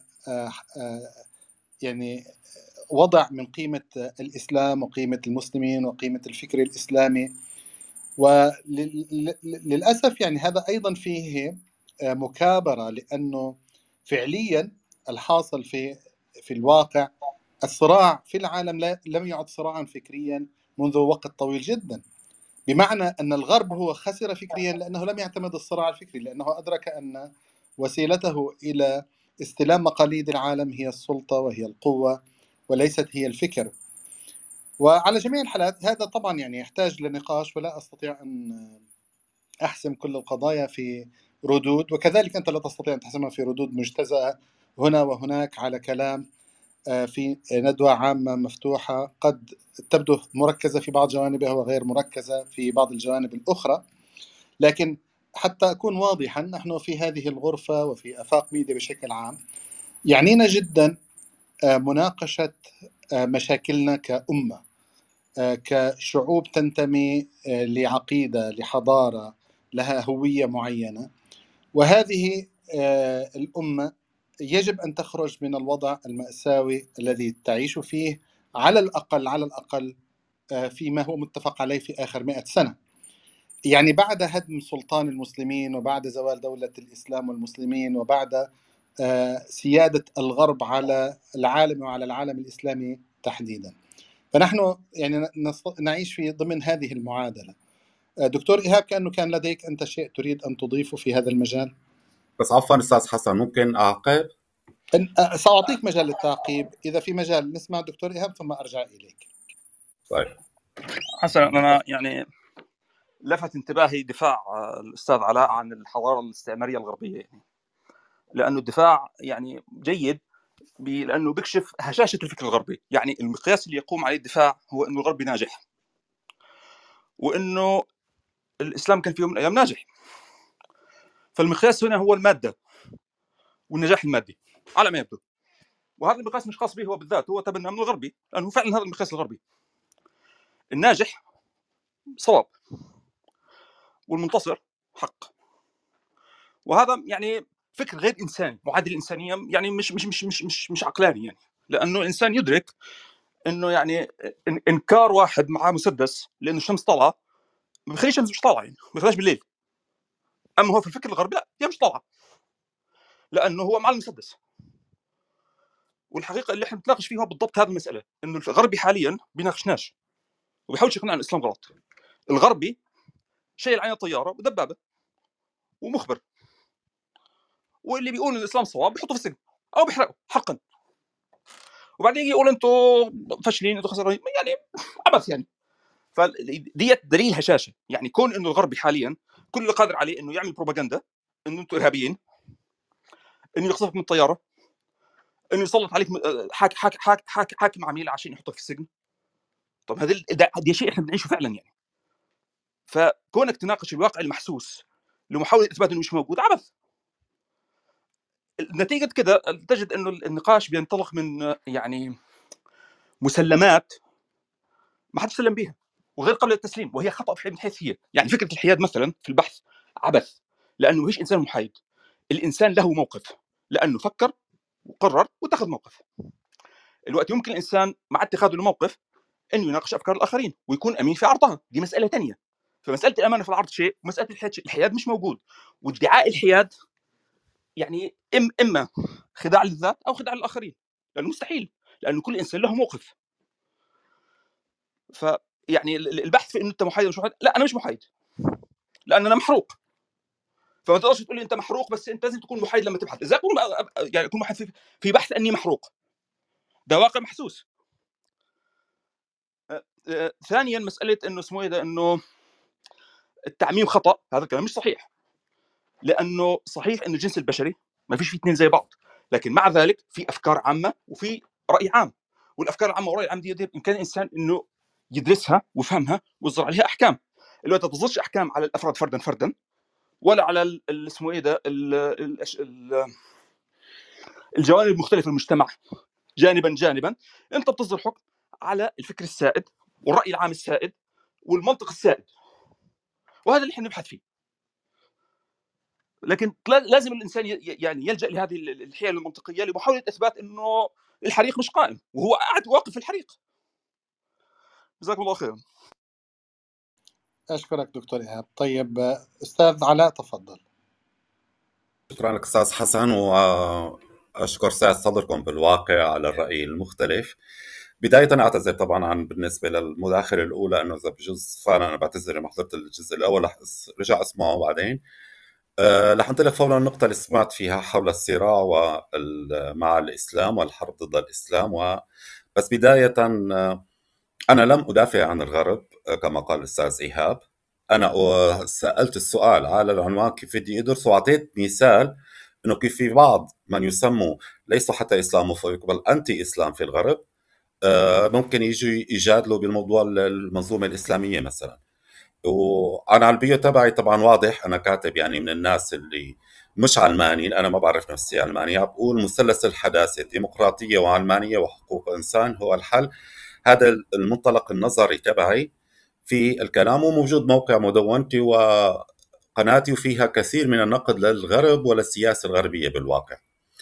S1: يعني وضع من قيمة الإسلام وقيمة المسلمين وقيمة الفكر الإسلامي. وللأسف يعني هذا أيضا فيه مكابرة، لأنه فعليا الحاصل في الواقع الصراع في العالم لم يعد صراعا فكريا منذ وقت طويل جدا، بمعنى أن الغرب هو خسر فكريا لأنه لم يعتمد الصراع الفكري، لأنه أدرك أن وسيلته إلى استلام مقاليد العالم هي السلطة وهي القوة وليست هي الفكر. وعلى جميع الحالات هذا طبعا يعني يحتاج لنقاش، ولا أستطيع أن أحسم كل القضايا في ردود، وكذلك أنت لا تستطيع أن تحسمها في ردود مجتزأة هنا وهناك على كلام في ندوة عامة مفتوحة قد تبدو مركزة في بعض جوانبها وغير مركزة في بعض الجوانب الأخرى، لكن حتى أكون واضحا، نحن في هذه الغرفة وفي آفاق ميديا بشكل عام يعنينا جدا مناقشة مشاكلنا كأمة، كشعوب تنتمي لعقيدة، لحضارة، لها هوية معينة، وهذه الأمة يجب أن تخرج من الوضع المأساوي الذي تعيش فيه على الأقل فيما هو متفق عليه في آخر 100 سنة. يعني بعد هدم سلطان المسلمين وبعد زوال دولة الإسلام والمسلمين وبعد سيادة الغرب على العالم وعلى العالم الإسلامي تحديدا، فنحن يعني نعيش في ضمن هذه المعادلة. دكتور إيهاب، كأنه كان لديك أنت شيء تريد أن تضيفه في هذا المجال.
S11: بس عفوا أستاذ حسن، ممكن أعقب؟
S1: سأعطيك مجال للتعقيب إذا في مجال. نسمع دكتور إيهاب ثم أرجع إليك.
S11: طيب
S4: حسن، أنا يعني لفت انتباهي دفاع الأستاذ علاء عن الحضارة الاستعمارية الغربية، يعني لأنه الدفاع يعني جيد لأنه بيكشف هشاشة الفكر الغربي. يعني المقياس اللي يقوم عليه الدفاع هو أنه الغربي ناجح، وأنه الإسلام كان في يوم من الأيام ناجح. فالمقياس هنا هو المادة والنجاح المادي على ما يبدو، وهذا المقياس مش خاص به هو بالذات، هو تبنى من الغربي، لأنه فعلا هذا المقياس الغربي. الناجح صواب والمنتصر حق، وهذا يعني فكر غير إنساني، معادل الإنسانية يعني مش عقلاني، يعني لأنه الإنسان يدرك إنه يعني إنكار واحد معاه مسدس لأنه الشمس طالعة ما بيخليش الشمس مش طالعة، يعني ما بيخليش بالليل. أما هو في الفكر الغربي لا، هي مش طالعة لأنه هو مع المسدس. والحقيقة اللي احنا بنتناقش فيها بالضبط هذه المسألة، إنه الغربي حاليا بيناقشناش وبيحاولش يقنعنا الإسلام غلط. الغربي شايل عين طيارة ودبابة ومخبر، واللي بيقول الإسلام صواب بيحطه في السجن أو بيحرقه حقا، وبعدين يجي يقول أنتوا فاشلين أنتوا خسرانين، يعني عبث يعني. فديت دليل هشاشة، يعني كون إنه الغربي حاليا كل اللي قادر عليه إنه يعمل بروباغندا إنه أنتوا إرهابيين، إنه يقصفك من الطيارة، إنه يسلط عليك حاكم عميل عشان يحطك في السجن. طب هذا دي شيء إحنا بنعيشه فعلا يعني. فكونك تناقش الواقع المحسوس لمحاولة إثبات إنه مش موجود عبث. نتيجة كده تجد إنه النقاش بينطلق من يعني مسلمات ما حد سلم بها وغير قابل للتسليم، وهي خطأ من حيث هي. يعني فكرة الحياد مثلا في البحث عبث، لأنه مش إنسان محايد. الإنسان له موقف لأنه فكر وقرر واتخذ موقف. الوقت يمكن الإنسان مع اتخاذه الموقف أنه يناقش أفكار الآخرين ويكون أمين في عرضها، دي مسألة تانية. فمسألة الأمانة في العرض شيء، ومسألة الحياد مش موجود. وادعاء الحياد يعني إما خداع للذات أو خداع للآخرين، لأنه مستحيل، لأنه كل إنسان له موقف. فيعني البحث في إنه أنت محايد مش محايد، لا أنا مش محايد لأن أنا محروق. فما تقدرش تقول لي أنت محروق، بس أنت لازم تكون محايد لما تبحث. إذا أكون محايد في بحث أني محروق، ده واقع محسوس. ثانيا مسألة إنه اسمه إيه ده، إنه التعميم خطأ، هذا الكلام مش صحيح. لأنه صحيح إنه الجنس البشري ما فيش فيه اثنين زي بعض، لكن مع ذلك في أفكار عامة وفي رأي عام، والأفكار العامة والرأي العام دي بإمكان الإنسان إنه يدرسها ويفهمها ويصدر عليها أحكام. اللي ما تصدرش أحكام على الأفراد فردا ولا على اسمه إيه ده الجوانب المختلفة في المجتمع جانبا. أنت بتصدر حكم على الفكر السائد والرأي العام السائد والمنطق السائد، وهذا اللي احنا نبحث فيه. لكن لازم الإنسان يعني يلجأ لهذه الحيل المنطقية لمحاولة إثبات إنه الحريق مش قائم وهو قاعد واقف في الحريق. جزاكم الله خيرا.
S1: أشكرك دكتور إيهاب. طيب أستاذ علاء تفضل.
S11: شكرا لك أستاذ حسن، وأشكر سعة صدركم بالواقع على الرأي المختلف. بداية أعتذر طبعا بالنسبة للمداخلة الأولى، أنه إذا بجوز فعلا أنا بعتذر ما حضرت الجزء الأول، رجع أسمعه بعدين. رح أنطلق فورا النقطة اللي سمعت فيها حول الصراع مع الإسلام والحرب ضد الإسلام. بس بداية أنا لم أدافع عن الغرب كما قال الأستاذ إيهاب. أنا سألت السؤال على العنوان كيف بدي أدرس، وأعطيت مثال إنه كيف في بعض من يسموا ليسوا حتى إسلاموفوبيك بل أنتي إسلام في الغرب ممكن يجوا يجادلوا بالموضوع المنظومة الإسلامية مثلا. وأنا على البيو تبعي طبعا واضح، أنا كاتب يعني من الناس اللي مش علماني، أنا ما بعرف نفسي علماني، بقول مثلث الحداثة ديمقراطية وعلمانية وحقوق إنسان هو الحل. هذا المنطلق النظري تبعي في الكلام، وموجود موقع مدونتي وقناتي وفيها كثير من النقد للغرب وللسياسة الغربية بالواقع.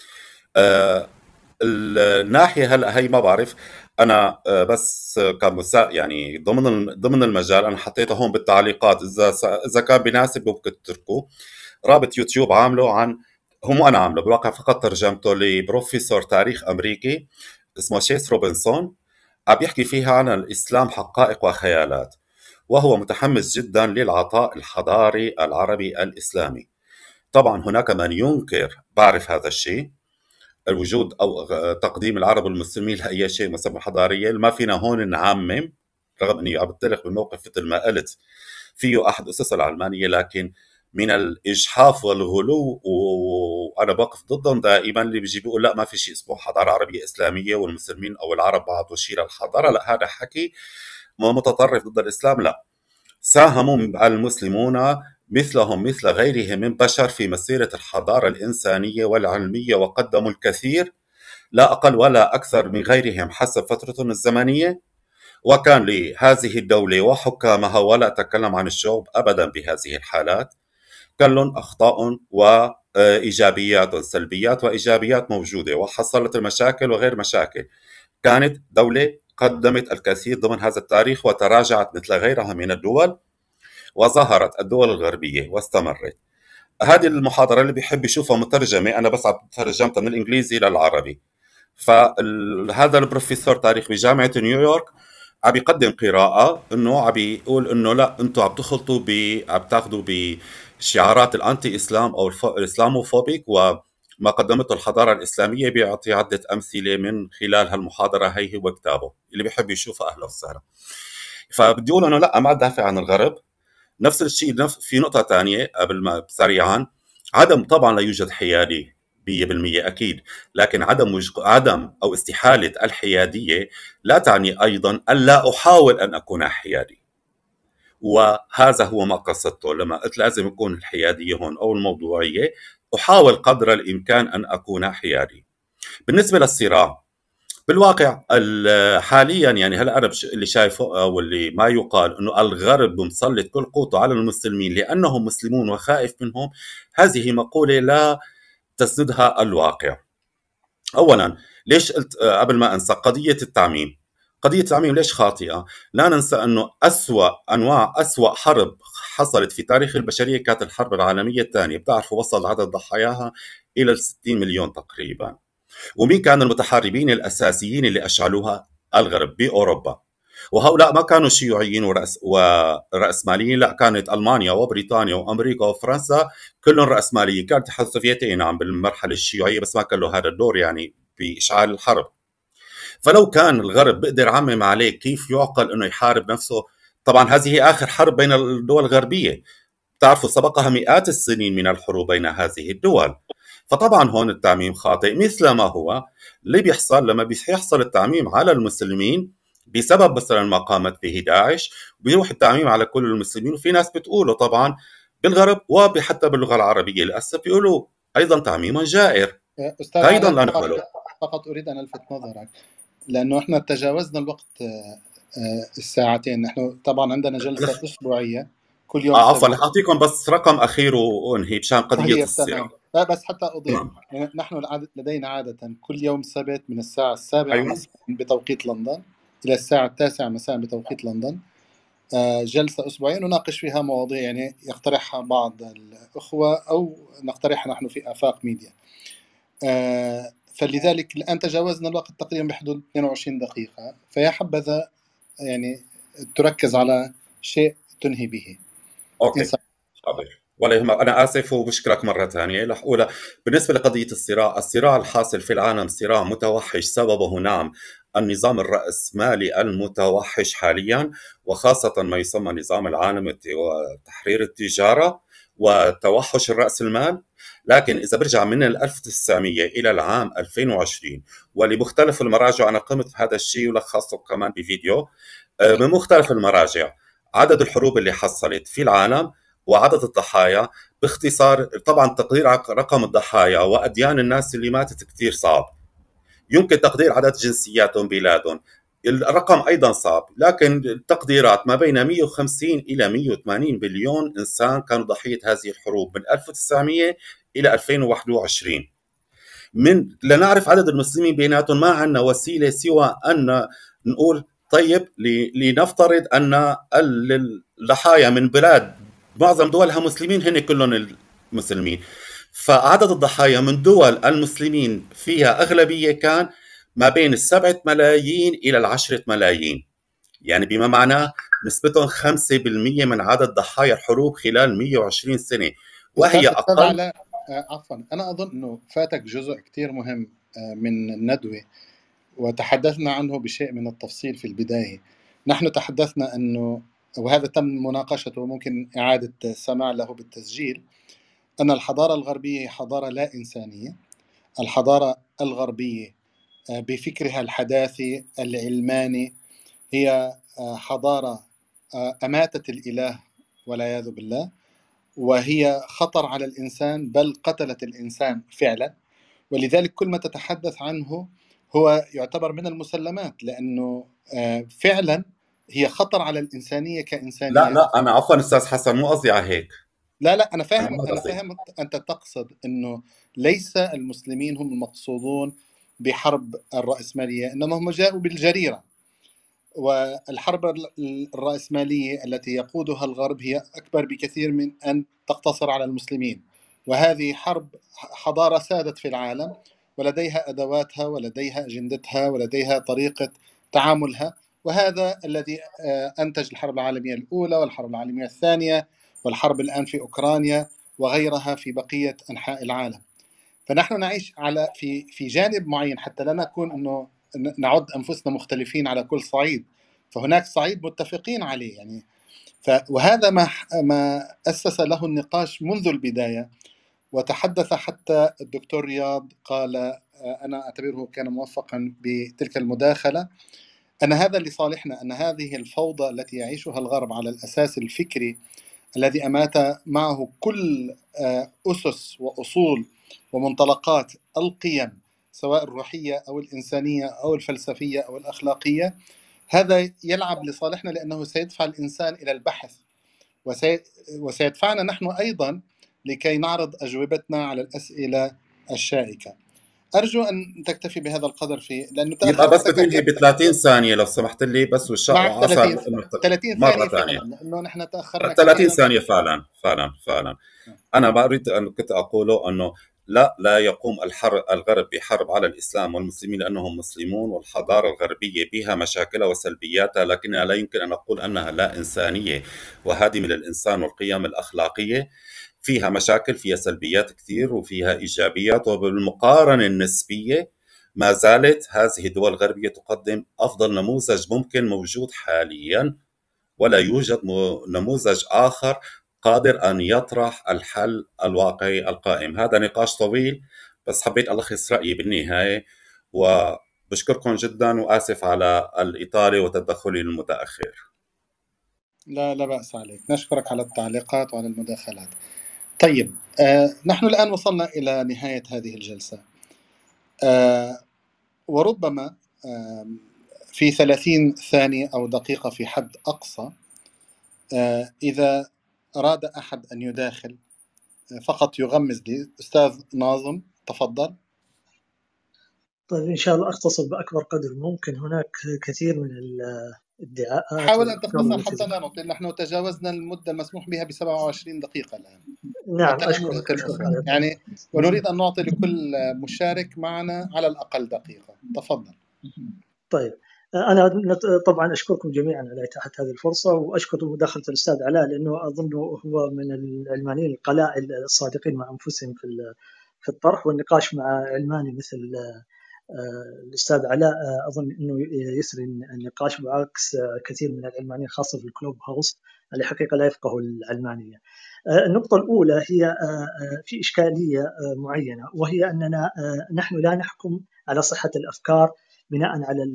S11: الناحية هلا هي ما بعرف أنا بس يعني ضمن المجال أنا حطيته هون بالتعليقات، إذا كان بيناسب ممكن تتركوه. رابط يوتيوب عامله عن، هو مو أنا عامله بالواقع، فقط ترجمته لبروفيسور تاريخ أمريكي اسمه شيس روبنسون، عم يحكي فيها عن الإسلام حقائق وخيالات، وهو متحمس جدا للعطاء الحضاري العربي الإسلامي. طبعا هناك من ينكر، بعرف هذا الشيء، الوجود أو تقديم العرب والمسلمين لأي شيء مسمى حضارية. ما فينا هون نعمم، رغم أني عم بتلخ بالموقف مثل ما قلت فيه أحد أسس العلمانية، لكن من الإجحاف والغلو، وأنا بقف ضدهم دائما، اللي بيجي بيقول لا ما في شيء اسمه حضارة عربية إسلامية والمسلمين أو العرب بعض شيء للحضارة، لا هذا حكي متطرف ضد الإسلام. لا، ساهموا المسلمون مثلهم مثل غيرهم من بشر في مسيرة الحضارة الإنسانية والعلمية، وقدموا الكثير لا أقل ولا أكثر من غيرهم حسب فترتهم الزمنية. وكان لهذه الدولة وحكامها، ولا أتكلم عن الشعوب أبدا بهذه الحالات، كان لهم أخطاء وإيجابيات وسلبيات، وإيجابيات موجودة وحصلت المشاكل وغير مشاكل. كانت دولة قدمت الكثير ضمن هذا التاريخ وتراجعت مثل غيرها من الدول، وظهرت الدول الغربية واستمرت. هذه المحاضرة اللي بيحب يشوفها مترجمة، أنا بس ترجمتها من الإنجليزي للعربي. فهذا البروفيسور تاريخ بجامعة نيويورك عم يقدم قراءة إنه عم يقول إنه لا، أنتم عم تخلطوا عم تاخذوا بشعارات الأنتي إسلام أو الإسلاموفوبيك، وما قدمته الحضارة الإسلامية. بيعطي عدة أمثلة من خلال هالمحاضرة، هي هو كتابه اللي بيحب يشوفه أهلا وسهلا. فبدي أقول إنه لا، ما دافع عن الغرب. نفس الشيء في نقطة تانية قبل ما سريعا، طبعا لا يوجد حيادي 100% أكيد، لكن عدم أو استحالة الحيادية لا تعني أيضا ألا أحاول أن أكون حيادي. وهذا هو ما قصدته لما قلت لازم يكون الحيادية هون أو الموضوعية، أحاول قدر الإمكان أن أكون حيادي. بالنسبة للصراع بالواقع حاليا، يعني هلا انا اللي شايفه او اللي ما يقال انه الغرب مسلط كل قوته على المسلمين لانهم مسلمون وخائف منهم، هذه مقوله لا تسندها الواقع. اولا ليش قلت قبل ما انسى قضيه التعميم ليش خاطئه؟ لا ننسى انه اسوأ حرب حصلت في تاريخ البشريه كانت الحرب العالميه الثانيه، بتعرفوا وصل عدد ضحاياها الى 60 مليون تقريبا. ومين كان المتحاربين الأساسيين اللي أشعلوها؟ الغرب بأوروبا. وهؤلاء ما كانوا شيوعيين ورأسماليين، لا، كانت ألمانيا وبريطانيا وأمريكا وفرنسا كلهم رأسماليين. كانت الاتحاد السوفيتي نعم بالمرحلة الشيوعية، بس ما كان له هذا الدور يعني بإشعال الحرب. فلو كان الغرب بقدر عمم عليه كيف يعقل أنه يحارب نفسه. طبعا هذه آخر حرب بين الدول الغربية، تعرفوا سبقها مئات السنين من الحروب بين هذه الدول. فطبعا هون التعميم خاطئ، مثل ما هو اللي بيحصل لما بيحصل التعميم على المسلمين بسبب مثلا ما قامت به داعش، بيروح التعميم على كل المسلمين. وفي ناس بتقوله طبعا بالغرب وحتى باللغة العربية للأسف بيقولوا أيضا تعميما جائر،
S1: أستاذ
S11: أيضا
S1: علاء،
S11: لا نقبله.
S1: فقط أريد أن ألفت نظرك لأنه إحنا تجاوزنا الوقت الساعتين. نحن طبعا عندنا جلسة أسبوعية كل يوم
S11: عفوا،
S1: سبت.
S11: أعطيكم بس رقم أخير وأنهي مشان قضية الصراع.
S1: لا بس حتى أضيف، يعني نحن لدينا عادة كل يوم سبت من الساعة 7 مساء بتوقيت لندن إلى الساعة 9 مساء بتوقيت لندن جلسة أسبوعية نناقش فيها مواضيع يعني يقترحها بعض الأخوة أو نقترحها نحن في آفاق ميديا. فلذلك الآن تجاوزنا الوقت تقريبا بحدود 22 دقيقة، فيا حبذا يعني تركز على شيء تنهي به.
S11: أوكي حاضر، ولا يهمك، أنا آسف وبشكرك مرة ثانية. رح أقولها بالنسبة لقضية الصراع الحاصل في العالم صراع متوحش، سببه نعم النظام الرأسمالي المتوحش حاليا، وخاصة ما يسمى نظام العالم وتحرير التجارة وتوحش الرأس المال. لكن إذا برجع من 1900 إلى العام 2020 ولمختلف المراجع، أنا قمت بهذا الشيء ولخصته كمان بفيديو من مختلف المراجع، عدد الحروب اللي حصلت في العالم وعدد الضحايا. باختصار طبعا تقدير رقم الضحايا وأديان الناس اللي ماتت كتير صعب، يمكن تقدير عدد جنسياتهم بلادهم، الرقم أيضا صعب، لكن التقديرات ما بين 150 إلى 180 مليون إنسان كانوا ضحية هذه الحروب من 1900 إلى 2021. لنعرف عدد المسلمين بيناتهم ما عندنا وسيلة سوى أن نقول طيب لنفترض أن الضحايا من بلاد معظم دولها مسلمين هن كلهم المسلمين، فعدد الضحايا من دول المسلمين فيها أغلبية كان ما بين 7 ملايين إلى 10 ملايين، يعني بما معناه نسبتهم 5% من عدد ضحايا الحروب خلال 120 سنة، وهي أقل.
S1: عفوا، أنا أظن أنه فاتك جزء كتير مهم من الندوة وتحدثنا عنه بشيء من التفصيل في البداية. نحن تحدثنا أنه، وهذا تم مناقشته وممكن إعادة سماع له بالتسجيل، أن الحضارة الغربية حضارة لا إنسانية. الحضارة الغربية بفكرها الحداثي العلماني هي حضارة أماتت الإله والعياذ بالله، وهي خطر على الإنسان، بل قتلت الإنسان فعلا. ولذلك كل ما تتحدث عنه هو يعتبر من المسلمات، لأنه فعلا هي خطر على الإنسانية كإنسانية.
S11: لا أنا عفوا أستاذ حسن، مو قصدي على هيك.
S1: لا أنا فاهم أنت تقصد أنه ليس المسلمين هم المقصودون بحرب الرأسمالية، إنما هم جاءوا بالجريرة. والحرب الرأسمالية التي يقودها الغرب هي أكبر بكثير من أن تقتصر على المسلمين، وهذه حرب حضارة سادت في العالم ولديها أدواتها ولديها أجندتها ولديها طريقة تعاملها، وهذا الذي أنتج الحرب العالمية الأولى والحرب العالمية الثانية والحرب الآن في أوكرانيا وغيرها في بقية أنحاء العالم. فنحن نعيش على في جانب معين حتى لا نكون أنه نعد أنفسنا مختلفين على كل صعيد، فهناك صعيد متفقين عليه يعني. وهذا ما أسس له النقاش منذ البداية. وتحدث حتى الدكتور رياض، قال أنا أعتبره كان موفقا بتلك المداخلة، أن هذا لصالحنا، أن هذه الفوضى التي يعيشها الغرب على الأساس الفكري الذي أمات معه كل أسس وأصول ومنطلقات القيم، سواء الروحية أو الإنسانية أو الفلسفية أو الأخلاقية، هذا يلعب لصالحنا، لأنه سيدفع الإنسان إلى البحث وسيدفعنا نحن أيضا لكي نعرض أجوبتنا على الأسئلة الشائكة. أرجو أن تكتفي بهذا القدر لأنه
S11: يبقى بس بتنهي ب 30 ثانية لو سمحت لي، بس
S1: مع 30
S11: مرة ثانية.
S1: لأنه نحن تأخرنا
S11: 30 ثانية فعلا. أنا ما أريد أن كنت أقوله أنه لا يقوم الغرب بحرب على الإسلام والمسلمين لأنهم مسلمون، والحضارة الغربية بها مشاكلها وسلبياتها، لكنها لا يمكن أن أقول أنها لا إنسانية وهادمة للإنسان والقيم الأخلاقية. فيها مشاكل، فيها سلبيات كثير وفيها إيجابيات، وبالمقارنة النسبية ما زالت هذه الدول الغربية تقدم أفضل نموذج ممكن موجود حاليا، ولا يوجد نموذج آخر قادر أن يطرح الحل الواقعي القائم. هذا نقاش طويل، بس حبيت ألخص رأيي بالنهاية، وبشكركم جدا وآسف على الإطالة وتدخلي المتأخر.
S1: لا بأس عليك، نشكرك على التعليقات وعلى المداخلات. طيب، نحن الآن وصلنا إلى نهاية هذه الجلسة، وربما في 30 ثانية أو دقيقة في حد أقصى، إذا أراد أحد أن يداخل فقط يغمز لي. أستاذ ناظم تفضل.
S7: طيب إن شاء الله أختصر بأكبر قدر ممكن. هناك كثير من الادعاءات،
S1: حاول أن تختصر حتى لا نطيل، نحن تجاوزنا المدة المسموح بها ب27 دقيقة الآن.
S7: نعم أشكرك
S1: يعني، ونريد أن نعطي لكل مشارك معنا على الأقل دقيقة. تفضل.
S7: طيب، أنا طبعا أشكركم جميعا على إتاحة هذه الفرصة، وأشكر مداخلة الأستاذ علاء، لأنه أظن هو من العلمانيين القلائل الصادقين مع أنفسهم في الطرح والنقاش مع علماني مثل الأستاذ علاء. أظن أنه يسري النقاش، بعكس كثير من العلمانيين خاصة في الكلوب هاوس اللي حقيقة لا يفقه العلمانية. النقطة الأولى هي في إشكالية معينة، وهي أننا نحن لا نحكم على صحة الأفكار بناء على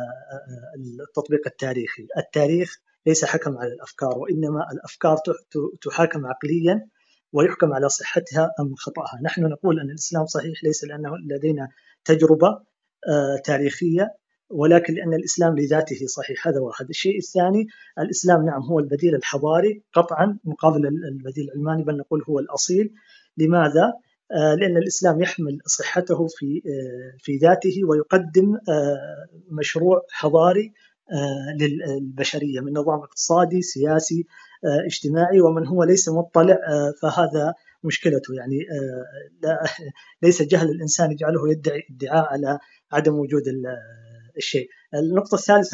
S7: التطبيق التاريخي. التاريخ ليس حكم على الأفكار، وإنما الأفكار تحاكم عقليا ويحكم على صحتها أم خطأها. نحن نقول أن الإسلام صحيح ليس لأنه لدينا تجربة تاريخية، ولكن لأن الإسلام لذاته صحيح. هذا واحد. الشيء الثاني، الإسلام نعم هو البديل الحضاري قطعا مقابل البديل العلماني، بل نقول هو الأصيل. لماذا؟ لأن الإسلام يحمل صحته في ذاته، ويقدم مشروع حضاري للبشرية من نظام اقتصادي سياسي اجتماعي. ومن هو ليس مطلع فهذا مشكلته، يعني ليس جهل الإنسان يجعله يدعي ادعاء على عدم وجود الشيء. النقطة الثالثة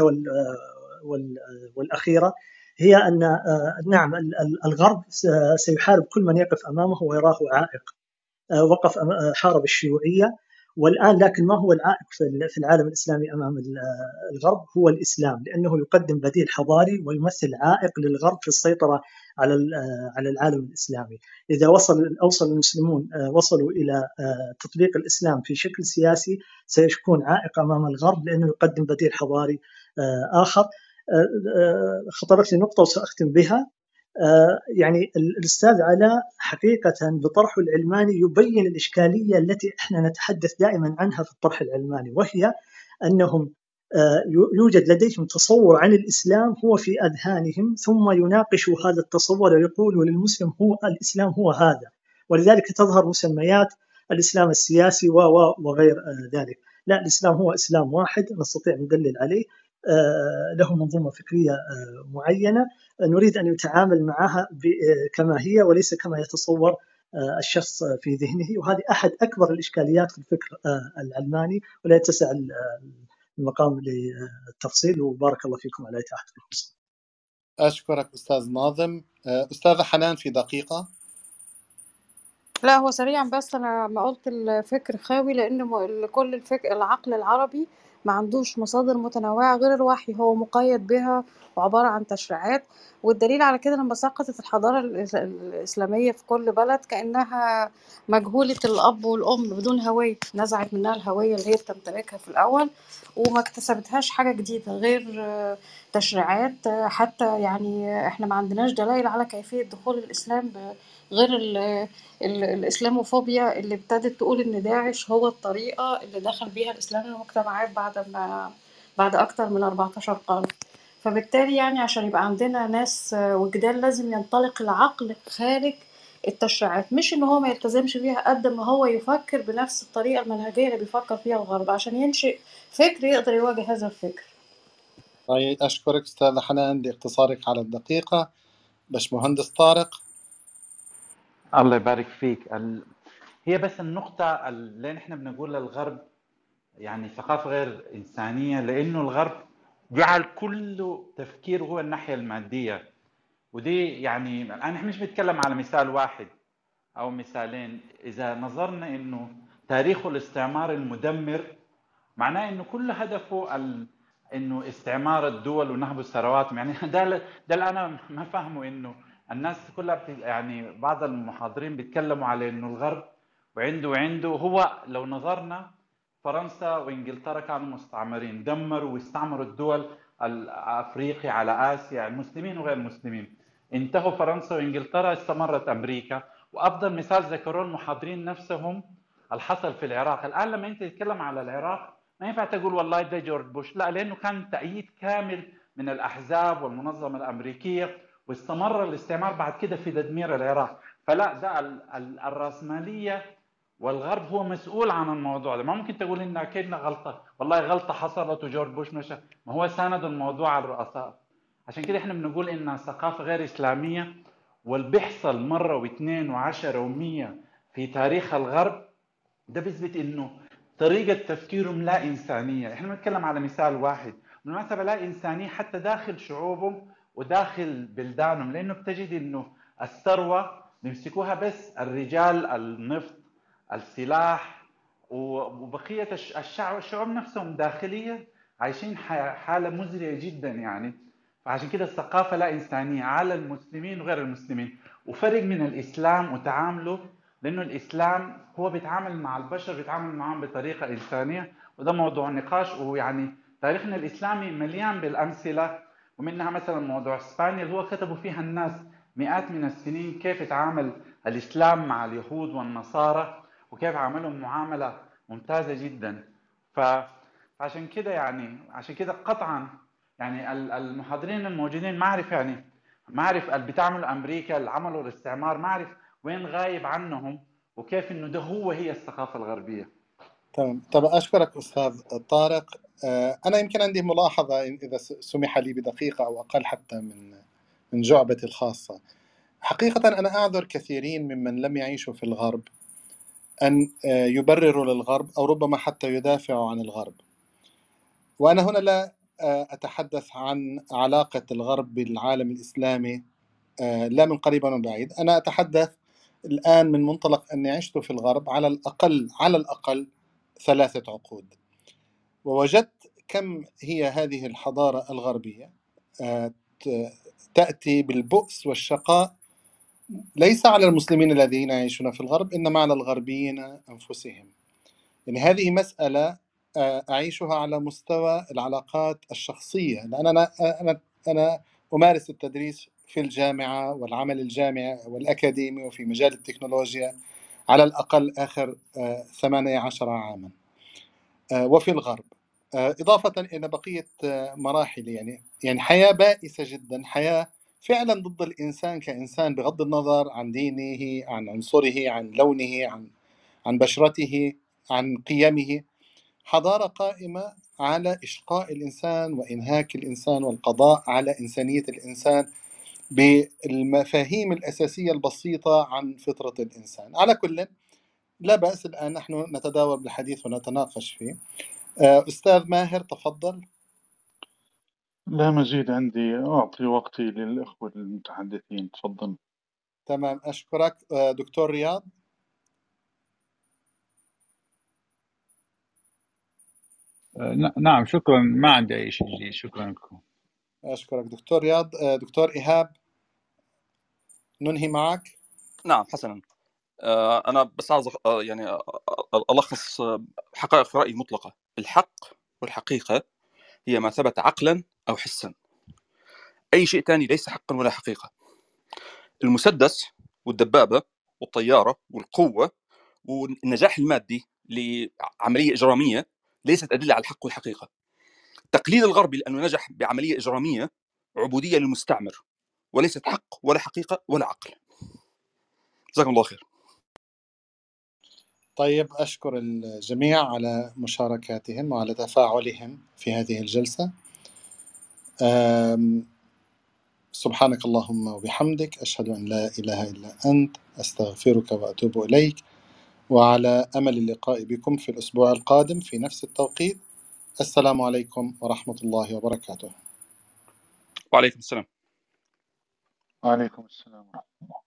S7: والأخيرة هي أن نعم الغرب سيحارب كل من يقف أمامه ويراه عائق. وقف حارب الشيوعية والآن، لكن ما هو العائق في العالم الإسلامي أمام الغرب؟ هو الإسلام، لأنه يقدم بديل حضاري ويمثل عائق للغرب في السيطرة على العالم الإسلامي. إذا أوصل المسلمون وصلوا إلى تطبيق الإسلام في شكل سياسي، سيكون عائق أمام الغرب لأنه يقدم بديل حضاري آخر. خطرت لي نقطة وسأختم بها. يعني الأستاذ علاء حقيقة بطرحه العلماني يبين الإشكالية التي احنا نتحدث دائما عنها في الطرح العلماني، وهي أنهم يوجد لديهم تصور عن الإسلام هو في أذهانهم، ثم يناقشوا هذا التصور ويقولوا للمسلم هو الإسلام هو هذا، ولذلك تظهر مسميات الإسلام السياسي وغير ذلك. لا، الإسلام هو إسلام واحد نستطيع ندلل عليه، له منظومة فكرية معينة نريد أن يتعامل معها كما هي وليس كما يتصور الشخص في ذهنه. وهذه أحد أكبر الإشكاليات في الفكر العلماني، ولا يتسع المقام للتفصيل. وبارك الله فيكم على إتاحة الفرصة.
S1: أشكرك أستاذ ناظم. أستاذة حنان في دقيقة.
S9: لا، هو سريعا بس انا ما قلت الفكر خاوي لان كل العقل العربي ما عندوش مصادر متنوعة غير الوحي، هو مقيد بها وعبارة عن تشريعات. والدليل على كده لما سقطت الحضارة الإسلامية في كل بلد كأنها مجهولة الأب والأم بدون هوية، نزعت منها الهوية اللي هي بتمتلكها في الأول وما اكتسبتهاش حاجة جديدة غير تشريعات. حتى يعني احنا ما عندناش دلائل على كيفية دخول الإسلام غير الإسلاموفوبيا اللي ابتدت تقول إن داعش هو الطريقة اللي دخل بيها الإسلام المجتمعات بعد أكتر من 14 قرن. فبالتالي يعني عشان يبقى عندنا ناس وجدان لازم ينطلق العقل خارج التشريعات، مش إن هو ما يلتزمش بيها قد ما هو يفكر بنفس الطريقة المنهجية اللي بيفكر فيها الغرب عشان ينشئ فكر يقدر يواجه هذا الفكر.
S1: طيب أشكرك أستاذة حنان لاقتصارك على الدقيقة. باشمهندس طارق.
S6: الله يبارك فيك. هي بس النقطة اللي نحن بنقول للغرب يعني ثقافة غير إنسانية، لأنه الغرب جعل كل تفكير هو الناحية المادية. ودي يعني نحن مش بنتكلم على مثال واحد أو مثالين. إذا نظرنا إنه تاريخ الاستعمار المدمر معناه إنه كل هدفه إنه استعمار الدول ونهب الثروات. يعني ده اللي أنا ما فهمه، إنه الناس كلها يعني بعض المحاضرين بيتكلموا على إنه الغرب وعنده هو لو نظرنا فرنسا وإنجلترا كانوا مستعمرين، دمروا واستعمروا الدول الأفريقية على آسيا، المسلمين وغير المسلمين. انتهوا فرنسا وإنجلترا، استمرت أمريكا. وأفضل مثال ذكروا المحاضرين نفسهم الحصل في العراق. الآن لما أنت تتكلم على العراق ما ينفع تقول والله ده جورج بوش، لا، لأنه كان تأييد كامل من الأحزاب والمنظمة الأمريكية، واستمر الاستعمار بعد كده في تدمير العراق. فلا، ده الرأسمالية والغرب هو مسؤول عن الموضوع ده. ما ممكن تقول إن أكيد غلطة، والله غلطة حصلت وجورج بوش مشى، ما هو ساند الموضوع على الرؤساء. عشان كده احنا بنقول إنها ثقافة غير إسلامية، واللي بيحصل مرة واثنين وعشرة ومية في تاريخ الغرب ده بيثبت إنه طريقة تفكيرهم لا إنسانية. احنا بنتكلم على مثال واحد، بالمناسبة لا إنسانية حتى داخل شعوبهم وداخل بلدانهم، لأنه بتجد إنه الثروة بيمسكوها بس الرجال، النفط، السلاح، وبقية الشعوب نفسهم داخليا عايشين حالة مزرية جدا يعني. فعشان كده الثقافة لا إنسانية على المسلمين وغير المسلمين. وفرق من الإسلام وتعامله، لأنه الإسلام هو بيتعامل مع البشر، بيتعامل معهم بطريقة إنسانية، وده موضوع نقاش. ويعني تاريخنا الإسلامي مليان بالأمثلة، ومنها مثلا موضوع إسبانيا اللي هو كتبوا فيها الناس مئات من السنين كيف تعامل الإسلام مع اليهود والنصارى، وكيف عاملهم معاملة ممتازة جدا. فعشان كده يعني عشان كده قطعا يعني المحاضرين الموجودين ما اعرف اللي بتعملوا امريكا، اللي عملوا الاستعمار، ما اعرف وين غايب عنهم، وكيف انه ده هي الثقافه الغربيه.
S1: تمام. طب أشكرك أستاذ طارق. أنا يمكن عندي ملاحظة إذا سمح لي بدقيقة أو أقل حتى من جعبتي الخاصة. حقيقة أنا أعذر كثيرين ممن لم يعيشوا في الغرب أن يبرروا للغرب أو ربما حتى يدافعوا عن الغرب. وأنا هنا لا أتحدث عن علاقة الغرب بالعالم الإسلامي لا من قريب ولا من بعيد. أنا أتحدث الآن من منطلق أني عشت في الغرب على الأقل 3 عقود، ووجدت كم هي هذه الحضارة الغربية تأتي بالبؤس والشقاء ليس على المسلمين الذين يعيشون في الغرب، إنما على الغربيين أنفسهم. يعني هذه مسألة أعيشها على مستوى العلاقات الشخصية، لأن أنا أمارس التدريس في الجامعة والعمل الجامعي والأكاديمي وفي مجال التكنولوجيا على الأقل آخر 18 عاما وفي الغرب، إضافة إلى بقية مراحل. يعني حياة بائسة جدا، حياة فعلا ضد الإنسان كإنسان بغض النظر عن دينه، عن عنصره، عن لونه، عن بشرته، عن قيمه. حضارة قائمة على إشقاء الإنسان وإنهاك الإنسان والقضاء على إنسانية الإنسان بالمفاهيم الأساسية البسيطة عن فطرة الإنسان. على كل لا بأس، الآن نحن نتداول بالحديث ونتناقش فيه. أستاذ ماهر تفضل.
S3: لا مزيد عندي، أعطي وقتي للإخوة المتحدثين. تفضل.
S1: تمام، أشكرك. دكتور رياض.
S5: نعم شكرا، ما عندي أي شيء جديد، شكرا لكم.
S1: أشكرك دكتور رياض. دكتور إيهاب ننهي معك.
S4: نعم حسنا. أنا بس عاوز يعني ألخص حقائق في رأيي مطلقة. الحق والحقيقة هي ما ثبت عقلا أو حسا، أي شيء ثاني ليس حقا ولا حقيقة. المسدس والدبابة والطيارة والقوة والنجاح المادي لعملية إجرامية ليست أدلة على الحق والحقيقة. تقليد الغربي لأنه نجح بعملية إجرامية عبودية للمستعمر، وليست حق ولا حقيقة ولا عقل. جزاكم الله خير.
S1: طيب، أشكر الجميع على مشاركاتهم وعلى تفاعلهم في هذه الجلسة. سبحانك اللهم وبحمدك، أشهد أن لا إله إلا أنت، أستغفرك وأتوب إليك، وعلى أمل اللقاء بكم في الأسبوع القادم في نفس التوقيت. السلام عليكم ورحمة الله وبركاته.
S4: وعليكم السلام.
S3: وعليكم السلام ورحمة الله.